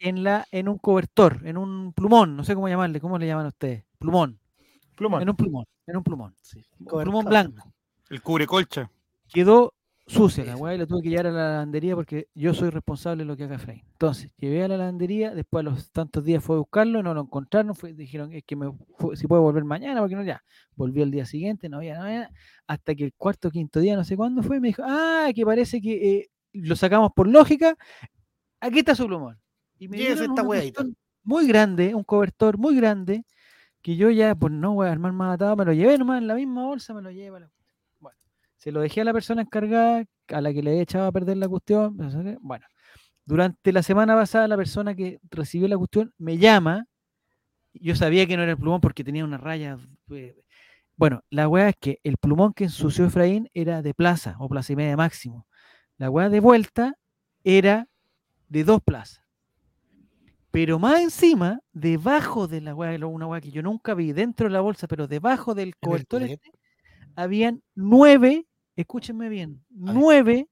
en un cobertor, en un plumón, no sé cómo llamarle, ¿cómo le llaman ustedes? Plumón, Plumón. en un plumón, Sí, un cobertor. plumón blanco. El cubre colcha. Quedó sucia la weá y la tuve que llevar a la lavandería porque yo soy responsable de lo que haga Efraín. Entonces, llevé a la lavandería, después a los tantos días fue a buscarlo, no lo encontraron, dijeron es que si puedo volver mañana, porque no, ya. Volví al día siguiente, no había, hasta que el cuarto o quinto día, no sé cuándo fue, me dijo, que parece que lo sacamos por lógica, aquí está su plumón. Y me Llévese dieron esta una weadita. cuestión muy grande, un cobertor muy grande, que yo ya, pues no voy a armar más atado, me lo llevé nomás en la misma bolsa, me lo llevé. Bueno, se lo dejé a la persona encargada, a la que le he echado a perder la cuestión. Bueno, durante la semana pasada, la persona que recibió la cuestión me llama. Yo sabía que no era el plumón porque tenía una raya. Bueno, la weá es que el plumón que ensució Efraín era de plaza o plaza y media máximo. La weá de vuelta era de 2 plazas. Pero más encima, debajo de la weá, una weá que yo nunca vi dentro de la bolsa, pero debajo del cobertor Duvet. habían 9, escúchenme bien, 9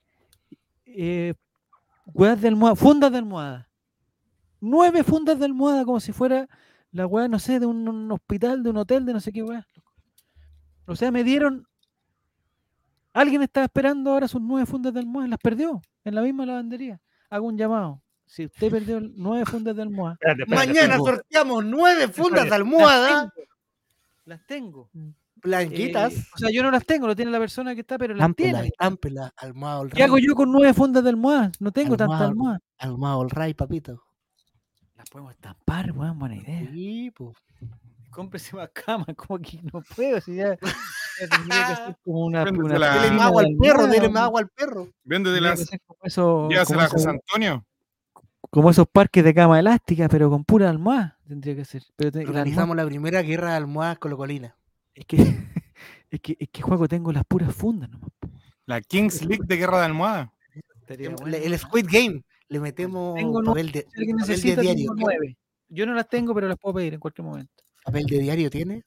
weas de almohada, fundas de almohada. 9 fundas de almohada, como si fuera la weá, no sé, de un hospital, de un hotel, de no sé qué weá. O sea, me dieron. Alguien estaba esperando ahora sus 9 fundas de almohada y las perdió en la misma lavandería. Hago un llamado. Si usted perdió 9 fundas de almohada, Espérate, Mañana tengo. sorteamos 9 fundas de las almohada Las tengo. blanquitas. O sea, yo no las tengo, lo tiene la persona que está, pero las Ámpela, tiene. ámpela, almohada all ¿Qué hago right. yo con 9 fundas de almohada? No tengo tantas Almohada. almohadas. Almohada all right, papito. Las podemos estampar, weón, buena idea. Sí, pues. Cómprese más cama, como que no puedo, si ya tendría que ser como una Véndesela. Dele Dele más agua al perro, dele más agua al perro. Vende Tendría que ser llévasela a José Antonio. como esos parques de cama elástica, pero con pura almohada, tendría que ser. Pero la Organizamos la primera guerra de almohadas colocolinas. es que, es que juego, tengo las puras fundas nomás. La Kings League de guerra de almohada. Estaría bueno. El Squid Game. Le metemos Tengo papel de, Si alguien papel de necesita, diario. tengo 9. Yo no las tengo, pero las puedo pedir en cualquier momento. ¿Papel de diario tiene?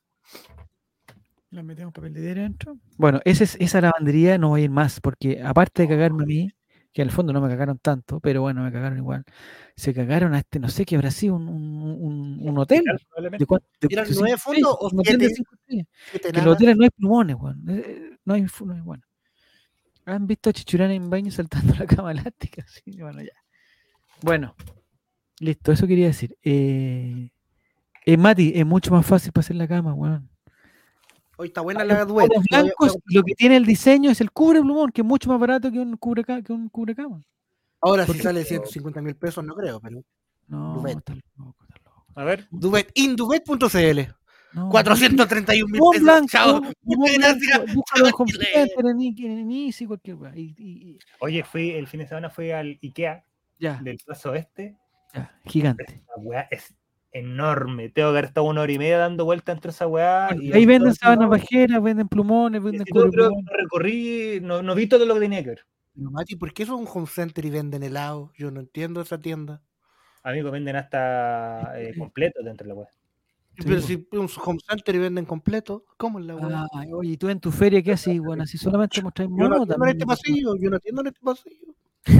¿Las metemos papel de diario dentro? Bueno, esa lavandería no va a ir más, porque aparte de cagarme a mí, que al fondo no me cagaron tanto, pero bueno, me cagaron igual. Se cagaron a no sé qué habrá sido, un hotel. Probablemente. ¿Eran de 9 cinco fondos estrellas, o un hotel de 7? 5 estrellas. ¿Siete Que en nada? los hoteles no hay plumones, weón. No hay, bueno. ¿Han visto a Chichurán en baño saltando la cama elástica? Sí, bueno, ya. Bueno, listo, eso quería decir. Mati, es mucho más fácil para hacer la cama, weón. Hoy está buena la duet. Los blancos, lo que tiene el diseño es el cubre plumón, que es mucho más barato que un cubrecama. Ahora ¿Por si qué? sale 150.000 pesos, no creo, pero. No, Duvet. está loco, está loco. A ver, Duvet, induvet.cl. No, 431.000 plumón pesos. blanco, Chao. plumón Muchas blanco, gracias. búscalo en Chao, Home Chile. Center, en Easy, cualquier weá. oye, el fin de semana fui al IKEA Ya, del Plaza Oeste. ya, gigante. La weá es enorme. Tengo que haber estado 1 hora y media dando vuelta entre esa weá. Bueno, y ahí venden todo- sábanas bajeras, venden plumones, y venden así todo, pero cubre no recorrí, no vi todo lo que tenía que ver. Pero, Mati, ¿por qué es un home center y venden helado? Yo no entiendo esa tienda. Amigos, venden hasta completos dentro de la web. Pero si un home center y venden completo, ¿cómo es la weá? Ay, oye, ¿y tú en tu feria qué haces, weón? ¿Así solamente mostráis Yo mono no o atiendo en también este mostráis- pasillo, yo no atiendo en este pasillo.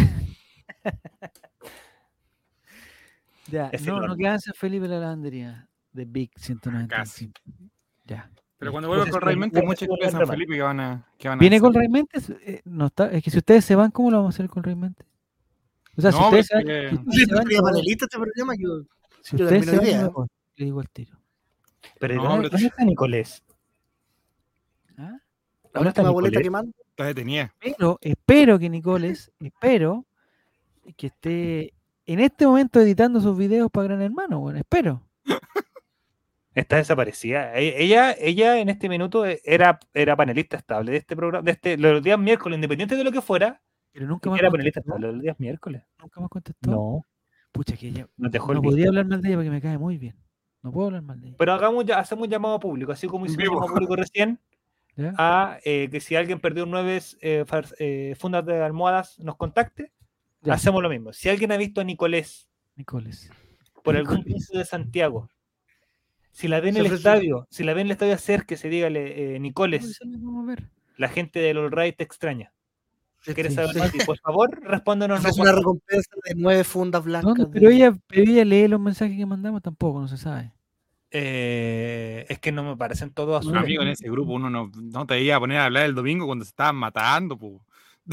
Ya, Es no enorme. quedan en San Felipe la lavandería de Big 195. Ya. Pero cuando listo. vuelva con realmente hay muchas historias de San Remate. Felipe que van a ¿Viene hacer. con Ray Mentes? No está, es que si ustedes se van, ¿cómo lo vamos a hacer con Ray Mentes? O sea, si No, ustedes se pero van, es que- si Si ustedes se van, sería yo voy. panelista este programa, yo Si yo ustedes se termino van, hoy yo día, me ¿eh? voy. Le digo al tiro. Pero No, ¿dónde, pero- dónde está Nicolás? ¿Ah? La ¿Dónde está última boleta Nicolás? que mando. está detenida. Pero espero que Nicoles, espero que esté en este momento editando sus videos para Gran Hermano, bueno, espero. Está desaparecida. Ella en este minuto era panelista estable de este programa, los días miércoles, independiente de lo que fuera, Pero nunca más era panelista contestó. estable los días miércoles. Nunca más contestó. No, Pucha, que ella nos dejó no el podría visto. hablar mal de ella porque me cae muy bien. No puedo hablar mal de ella. Pero hacemos un llamado público, así como hicimos un Vivo. llamado público recién, ¿Ya? a que si alguien perdió un 9 fundas de almohadas, nos contacte. Ya. Hacemos lo mismo. Si alguien ha visto a Nicolás Nicoles. por algún Nicolás. piso de Santiago, si la ve en Se el ofrece- estadio, acérquese, dígale, Nicolás, Vamos a ver. la gente del All Right te extraña. ¿Quieres Sí, saber sí. más? Y por favor, respóndenos. Es una recompensa de 9 fundas blancas. ¿Dónde? Pero ella lee los mensajes que mandamos, tampoco, no se sabe. Es que no me parecen todos Un azules. amigo en ese grupo, uno no te iba a poner a hablar el domingo cuando se estaban matando, po.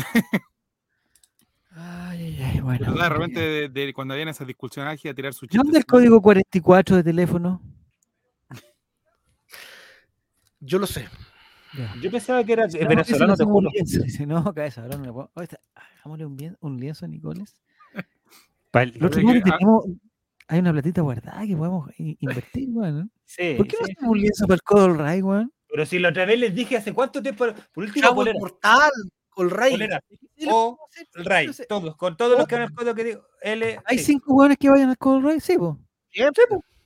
Ay, bueno. ¿Verdad? De repente, cuando habían esas discusiones álgidas, tirar su ¿De dónde chiste. el código 44 de teléfono? Yo lo sé. Ya. Yo pensaba que era No, venezolano, ese te no juro. hacemos un lienzo. Dice, no, cabeza, ahora no le puedo. Hagámosle un lienzo a Nicoles. El otro día tenemos, hay una platita guardada que podemos invertir, weón. Sí, ¿Por qué no sí. hacemos un lienzo para el Codo del Ray, weón? Pero si la otra vez les dije hace cuánto tiempo, por último, Chavo polera. Portal, el rey. Polera. Sí, lo O podemos hacer, el Ray, no sé. todos, con todos los que van al código que digo. L. Hay sí. 5 weones que vayan al Codo del Ray, sí, po. Siempre.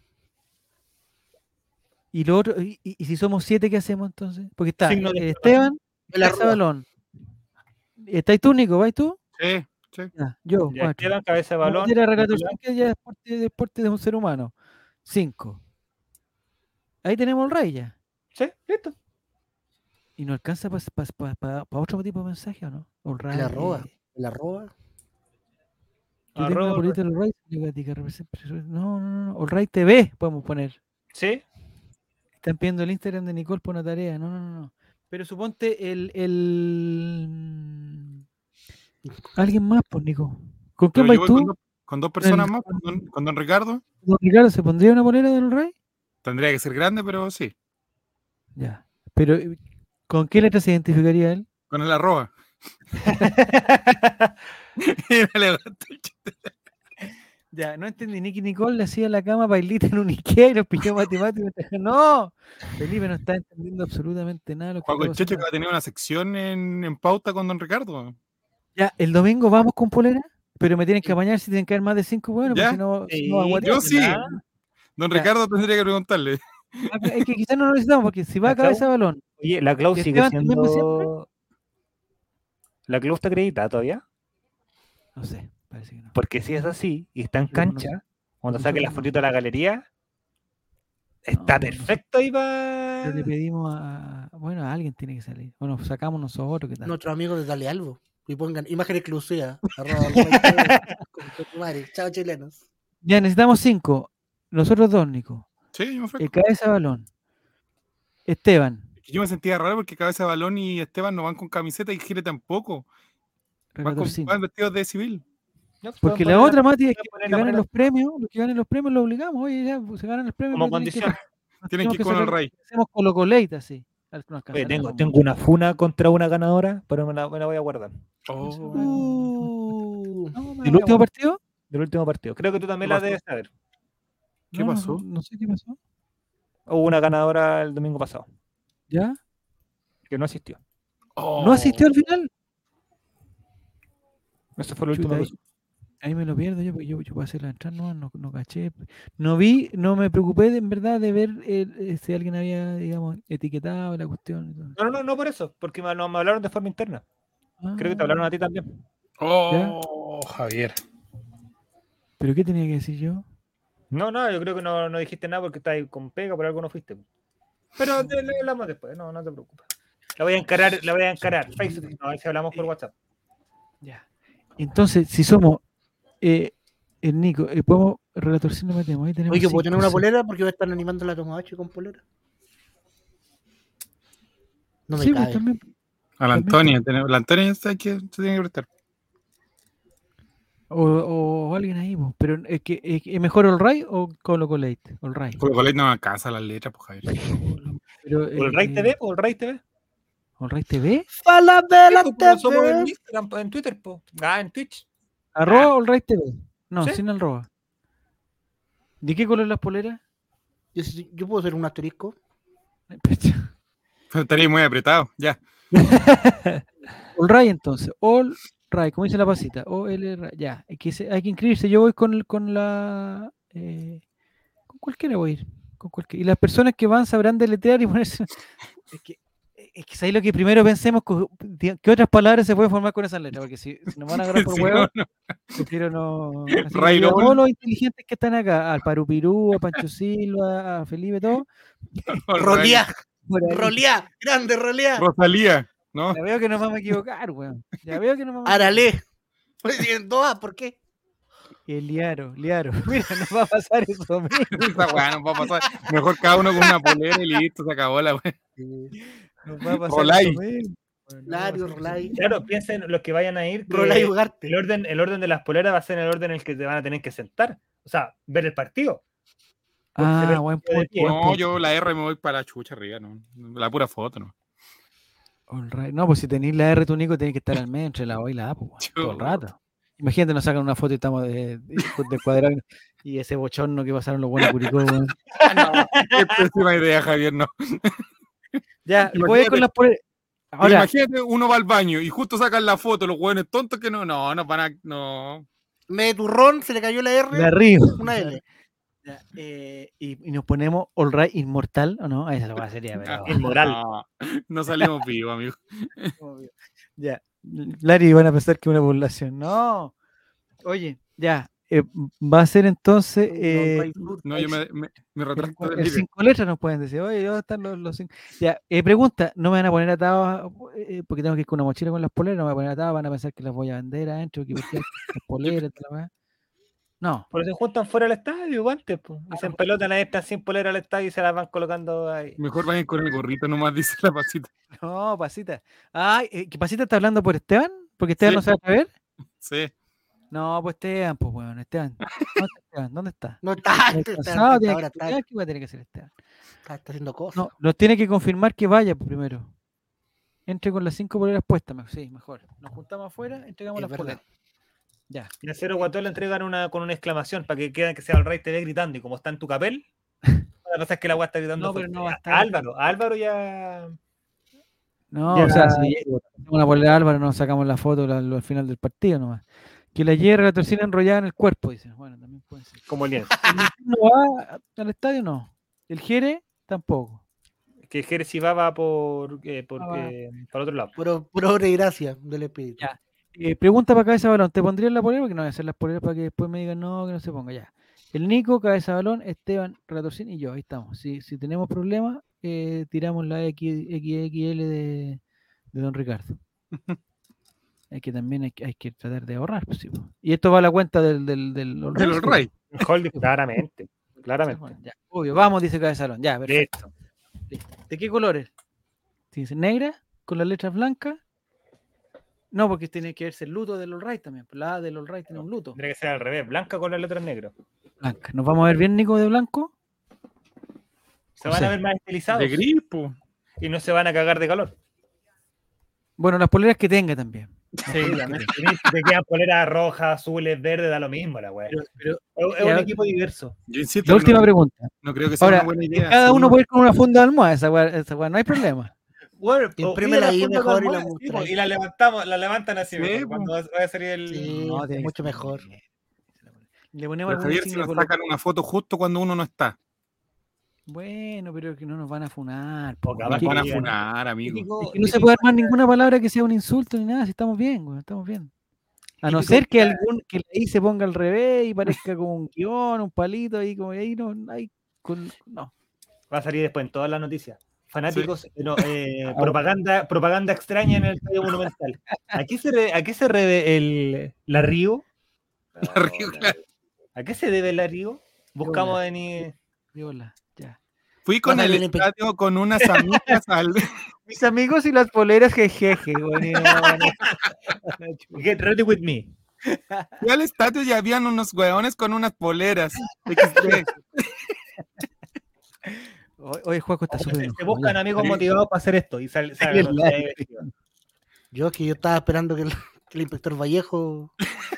Y lo otro, y si somos 7, ¿qué hacemos entonces? Porque está Signo de Esteban, El Casa arroba. Balón. ¿Estás tú, Nico? ¿Vas tú? Sí, sí. Ya, yo, Ya 4. Esteban, cabeza de balón. Era Nicolás. relator, que ya es deporte de un ser humano. 5. Ahí tenemos el Ray ya. Sí, listo. ¿Y no alcanza para otro tipo de mensaje o no? O el Ray. El arroba. El arroba. Yo tengo Arroba, una bolita del Ray. No. O el Ray TV podemos poner. Sí. Están pidiendo el Instagram de Nicole por una tarea. No. Pero suponte alguien más, pues, Nico. ¿Con quién Pero yo vas voy tú? con dos personas El- más, con don Ricardo. ¿Don Ricardo se pondría una bolera del Ray? Tendría que ser grande, pero sí. Ya. Pero, ¿con qué letra se identificaría él? Con el arroba. Y me levanto el chiste. Ya, no entendí. Nicky Nicole le hacía la cama bailita en un Ikea y los pilló matemáticos. No, Felipe no está entendiendo absolutamente nada. de lo que Juaco el está Checho que pasando. va a tener una sección en pauta con don Ricardo. Ya, el domingo vamos con polera, pero me tienen que apañar si tienen que haber más de 5 buenos, ¿Ya? porque si no, Sí, Yo sí. ¿verdad? Don Ya. Ricardo tendría que preguntarle. Es que quizás no lo necesitamos, porque si va a ¿La Clau? cabeza de balón, Oye, la Clau ¿Y sigue Esteban también va siendo. ¿La Clau está acreditada todavía? no sé, parece que no. Porque si es así y está en Pero no- cancha, cuando nosotros saque la no. fotito a la galería, está No, perfecto ahí para. Pero le pedimos bueno, a alguien tiene que salir. Bueno, sacamos nosotros, ¿qué tal? Nuestros amigos de Dale Albo. Y pongan imagen exclusiva. arroba el rey TV. Con tu madre. Chao, chilenos. Ya, necesitamos 5. Nosotros 2, Nico. Sí, yo me ofrezco. El cabeza de balón. Esteban. Yo me sentía raro porque Cabeza de Balón y Esteban no van con camiseta y Gire tampoco. Van, Relator con, 5. van vestidos de civil. Porque la otra, Mati, es que ganen los premios, los que ganen los premios los obligamos. Oye, ya, pues, se ganan los premios. Como pero tienen que- condición. Tienen que ir con el Ray. Hacemos colocoleita, así. A ver, no Oye, alcanzaremos. tengo una funa contra una ganadora, pero me la voy a guardar. Uh, No, me la ¿Del voy a último guardar. partido? Del último partido. Creo que tú también ¿Qué la pasó? debes saber. ¿Qué pasó? No sé qué pasó. Hubo una ganadora el domingo pasado, ¿Ya? que no asistió. Oh. ¿No asistió al final? Eso fue lo Chuta, último que ahí, ahí me lo pierdo yo, porque yo pasé la entrada, no caché. No vi, no me preocupé en verdad de ver si alguien había, digamos, etiquetado la cuestión. y todo. No por eso, porque me hablaron de forma interna. Creo que te hablaron a ti también. Oh, Javier. ¿Pero qué tenía que decir yo? No, yo creo que no dijiste nada porque estás ahí con pega, por algo no fuiste. Pero le hablamos después, no te preocupes. La voy a encarar, Facebook, no, a ver si hablamos por WhatsApp. Ya. Entonces, si somos el Nico, podemos relator si no metemos. Ahí tenemos Oye, ¿puedo tener una 5, polera? Porque voy a estar animando la Tomodachi con polera. No me sí, pues cabe. también. A la Antonia, la Antonia está aquí, se tiene que prestar. O alguien ahí, pues. Pero es mejor All Right o Colo Colate. All Right. Con lo cual no me alcanza las letras, pues Javier. Pero, ¿All Right TV? ¿All Right TV? All Right TV. ¡Falabella Sí, pues, somos en TV! Instagram, en Twitter, po. En Twitch. Arroba All Right TV. No, ¿Sí? sin arroba. ¿De qué color las poleras? Yo puedo hacer un asterisco. Estaría muy apretado, ya. All Right entonces. All Right, como dice la pasita. Ya. Hay que inscribirse. Yo voy con la. Con cualquiera voy a ir. Con cualquiera. Y las personas que van sabrán deletrear y ponerse. Es que ahí lo que primero pensemos, ¿qué otras palabras se pueden formar con esas letras? Porque si nos van a agarrar por Sí, huevo, no. prefiero no. Así que Railol. a todos los inteligentes que están acá, al Parupirú, a Pancho Silva, a Felipe, todo. Rolía, por ahí. Rolía, grande Rolía. Rosalía, ¿no? Ya veo que nos vamos a equivocar, weón. Ya veo que nos vamos a equivocar. Aralé. Pues tienen dos, ¿por qué? El Liaro. Mira, nos va a pasar eso mismo. Esa weá no va a pasar. Mejor cada uno con una polera y listo, se acabó la weá. Nos va a pasar Rolay. eso mismo. Lario, Rolay. Claro, piensen los que vayan a ir. Que Rolay Ugarte. el orden de las poleras va a ser el orden en el que te van a tener que sentar. O sea, ver el partido. Ah, buen punto. No, yo la R me voy para la chucha arriba, no. La pura foto, ¿no? All right. No, pues si tenéis la R, tu Nico, tenés que estar al medio entre la O y la A, pues, weón, todo el rato. Imagínate, nos sacan una foto y estamos de cuadrado y ese bochorno que pasaron los buenos Curicó, weón. Qué pésima idea, Javier, no. Ya, Imagínate- voy a ir con las poleras. Ahora, Imagínate, uno va al baño y justo sacan la foto, los hueones tontos que no van a. No. Me de turrón, se le cayó la R. de arriba. Una L. Ya, y nos ponemos All Right Inmortal, ¿o no? Esa va sería, pero. Inmoral. No salimos vivos, amigo. Ya. Lari, van a pensar que es una población. No. Oye, ya. Va a ser entonces. No, yo me retracto del El líder. 5 letras nos pueden decir. Oye, ¿dónde están los 5? Ya. Pregunta: ¿no me van a poner atado porque tengo que ir con una mochila con las poleras? ¿No me van a poner atado? ¿Van a pensar que las voy a vender adentro? ¿Que las poleras? Toda la weá? No. Por eso se juntan fuera del estadio, antes, pues. Y se empelotan ahí, están sin polera al estadio y se las van colocando ahí. Mejor vayan con el gorrito nomás, dice la pasita. No, Pasita. Ay, ¿que Pasita está hablando por Esteban? ¿Porque Esteban Sí. no sabe ver? Sí. No, pues Esteban, pues bueno, Esteban. ¿Dónde está? No está, Cansado, tiene ahora que estudiar, ¿qué va a tener que hacer Esteban? está haciendo cosas. No, nos tiene que confirmar que vaya primero. Entre con las 5 poleras puestas, sí, mejor. Nos juntamos afuera, entregamos Es las verdad. poleras. Ya. Y a Cero Guatón le entregan con una exclamación para que quede que sea el Rey TV gritando. Y como está en tu papel, la cosa es que la agua está gritando. No, pero fuerte. no va a estar. Álvaro ya. No, Ya. o sea, si una polera de Álvaro, nos sacamos la foto al final del partido nomás. Que la lleve la torcina enrollada en el cuerpo, dicen. Bueno, también puede ser. Como el lienzo. ¿El no va al estadio? No. El Jere tampoco. Que Jerez si va por otro lado. Por obra y gracia del espíritu. Ya. Pregunta para Cabeza Balón, ¿te pondrías la polera? Porque no voy a hacer las poleras para que después me digan no, que no se ponga ya. El Nico, Cabeza Balón, Esteban, Relatorcín y yo, ahí estamos. Si tenemos problemas, tiramos la XXL de Don Ricardo. Es que también hay que tratar de ahorrar. Pues, sí, pues. Y esto va a la cuenta del All Del Right, All Right. Holding, claramente. Claramente. Bueno, ya, obvio, vamos, dice Cabeza Balón. Ya, perfecto. Listo. ¿De qué colores? ¿Dice negra? ¿Con las letras blancas? No, porque tiene que verse el luto del All Right también. La A del All Right tiene un luto. Tendría que ser al revés, blanca con las letras negras. Blanca. ¿Nos vamos a ver bien, Nico, de blanco? Se No van sé. a ver más estilizados. De gripo. Y no se van a cagar de calor. Bueno, las poleras que tenga también. Sí, también. Te quedan poleras rojas, azules, verdes, da lo mismo la weá. Es un equipo diverso. Yo insisto, La última pregunta. no creo que sea Ahora, una buena idea. cada Sí, uno puede ir con una funda de almohada, esa weá, no hay problema. Bueno, Imprímela ahí punta mejor y con la almohada, muestra. sí, y la levantan así, Sí, mejor, cuando va a salir el. Sí, No, tiene que mucho ser mejor. bien. Le ponemos Pero algún Javier, si signo nos color. sacan una foto justo cuando uno no está. Bueno, pero que no nos van a funar. O po. capaz Es que- Nos van a digan, funar, amigo. es que no se puede armar ninguna palabra que sea un insulto ni nada, si estamos bien, güey, estamos bien. A no ser que que ahí se ponga al revés y parezca como un guión, un palito ahí, como ahí no. No. Va a salir después en todas las noticias. Fanáticos, propaganda extraña en el Estadio Monumental. ¿A qué se debe la Río? La Río, claro. ¿A qué se debe la Río? Buscamos venir. Viola, ya. Fui con el estadio con unas amigas al. Mis amigos y las poleras, jejeje. Get ready with me. Fui al estadio y habían unos hueones con unas poleras. Oye, Juaco está súper. Se buscan amigos motivados para hacer esto. Y sale Yo estaba esperando que el inspector Vallejo.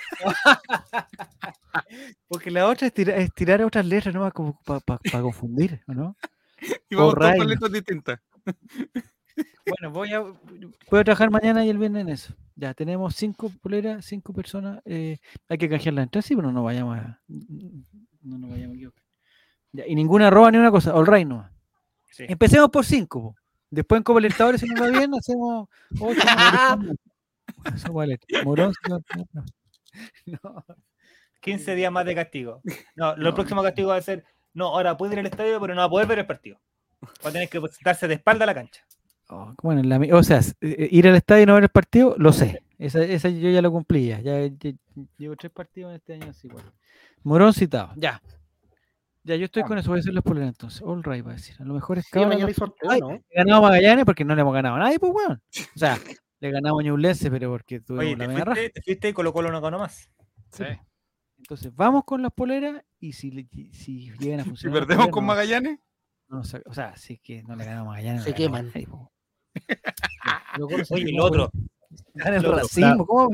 Porque la otra es tirar otras letras, ¿no? Como para confundir, ¿no? Y vamos todos con letras distintas. Bueno, voy a trabajar mañana y el viernes en eso. Ya, tenemos 5 poleras, 5 personas. Hay que canjear la entrada, sí, pero no nos vayamos a equivocar. Ya, y ninguna roba ni una cosa, all right no. Sí. Empecemos por 5. Después en Copa Libertadores, si nos va bien, hacemos 8. Eso vale. Morón, no. 15 días más de castigo. No, lo próximo castigo va a ser, ahora puede ir al estadio, pero no va a poder ver el partido. Va a tener que sentarse de espalda a la cancha. Bueno, ir al estadio y no ver el partido, lo sé. Esa yo ya lo cumplí. Ya llevo 3 partidos en este año así. Bueno. Morón citado. Ya, yo estoy con eso. Voy a hacer los poleras entonces. All right, va a decir. A lo mejor es que mañana hay sorteo, ¿no? Ganamos Magallanes porque no le hemos ganado a nadie, pues bueno. O sea, le ganamos a Ñublense, pero porque tuvimos la media raja. Te fuiste y Colo-Colo no ganó más. Sí. Entonces, vamos con las poleras y si llegan a funcionar. ¿Y perdemos con Magallanes? No, o sea, si es que no le ganamos a Magallanes. Se queman. Oye, el otro. El racismo, ¿cómo?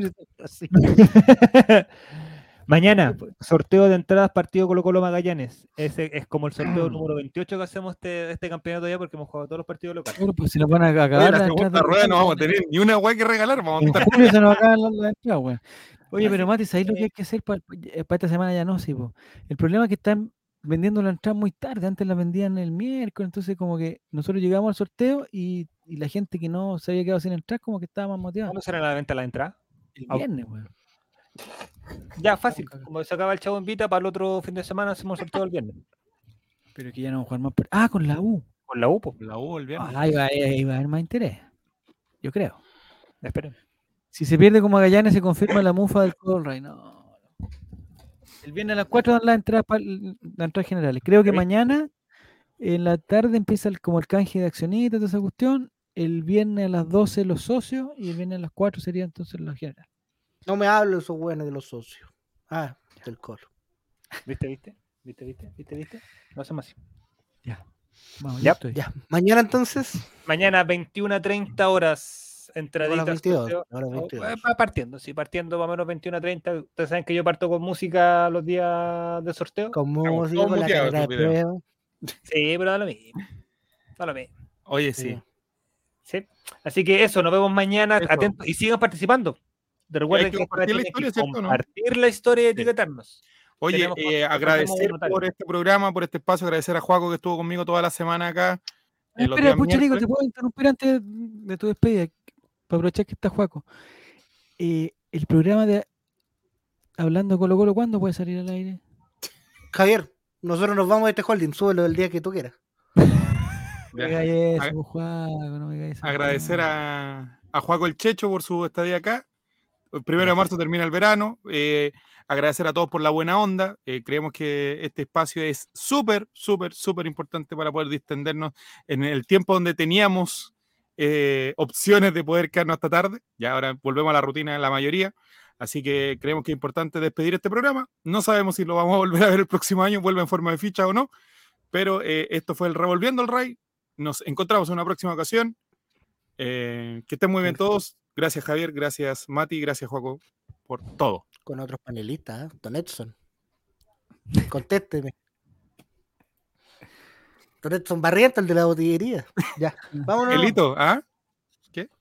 Mañana, sorteo de entradas, partido Colo-Colo Magallanes. Ese es como el sorteo número 28 que hacemos este campeonato ya, porque hemos jugado todos los partidos locales. Bueno, pues si nos van a acabar la segunda rueda no vamos a tener ni una guay que regalar. Vamos a estar... En julio se nos acaban las entradas, güey. Oye, pero Mati, ¿sabes lo que hay que hacer para esta semana? Ya no, sí, po. El problema es que están vendiendo la entrada muy tarde. Antes la vendían el miércoles, entonces como que nosotros llegamos al sorteo y la gente que no se había quedado sin entrar como que estaba más motivada. ¿Cuándo será la venta la entrada? El viernes, güey. Ya, fácil. Como se acaba el Chavo Invita, para el otro fin de semana hacemos el sorteo el viernes. Pero que ya no vamos a jugar más. Con la U. Con la U, pues. La U el viernes. Ahí va a haber más interés. Yo creo. Esperen. Si se pierde con Magallanes, se confirma la mufa del Colray. No. El viernes a las 4 dan las entradas generales. Creo que mañana en la tarde empieza como el canje de accionistas, toda esa cuestión. El viernes a las 12 los socios y el viernes a las 4 sería entonces la general. No me hablo de esos buenos de los socios. Del Colo. ¿Viste? No hacemos así. Ya. Vamos, ya. Mañana entonces. Mañana 21:30 horas. Entradita 22. Partiendo más o menos 21:30. Ustedes saben que yo parto con música los días de sorteo. Con música, con la carrera de prueba. Sí, pero da lo mismo. Oye, sí. Así que eso, nos vemos mañana. Atentos y sigan participando. Recuerden que compartir la historia y etiquetarnos. Oye, agradecer por este programa, por este espacio, agradecer a Juaco que estuvo conmigo toda la semana acá. Espera, Nico, ¿te puedo interrumpir antes de tu despedida? Para aprovechar que está Juaco. El programa de Hablando Colo-Colo, ¿cuándo puede salir al aire? Javier, nosotros nos vamos a este holding, súbelo el día que tú quieras. Agradecer a Juaco el Checho por su estadía acá. El 1 de marzo termina el verano. Agradecer a todos por la buena onda. Creemos que este espacio es súper importante para poder distendernos en el tiempo donde teníamos opciones de poder quedarnos hasta tarde. Ya ahora volvemos a la rutina en la mayoría. Así que creemos que es importante despedir este programa. No sabemos si lo vamos a volver a ver el próximo año, vuelve en forma de ficha o no. Pero esto fue el Revolviendo el Ray. Nos encontramos en una próxima ocasión. Que estén muy bien todos. Gracias, Javier. Gracias, Mati. Gracias, Juaco, por todo. Con otros panelistas, Don Edson. Contésteme. Don Edson Barriento, el de la botillería. Ya, vámonos. Elito, ¿ah? ¿Qué?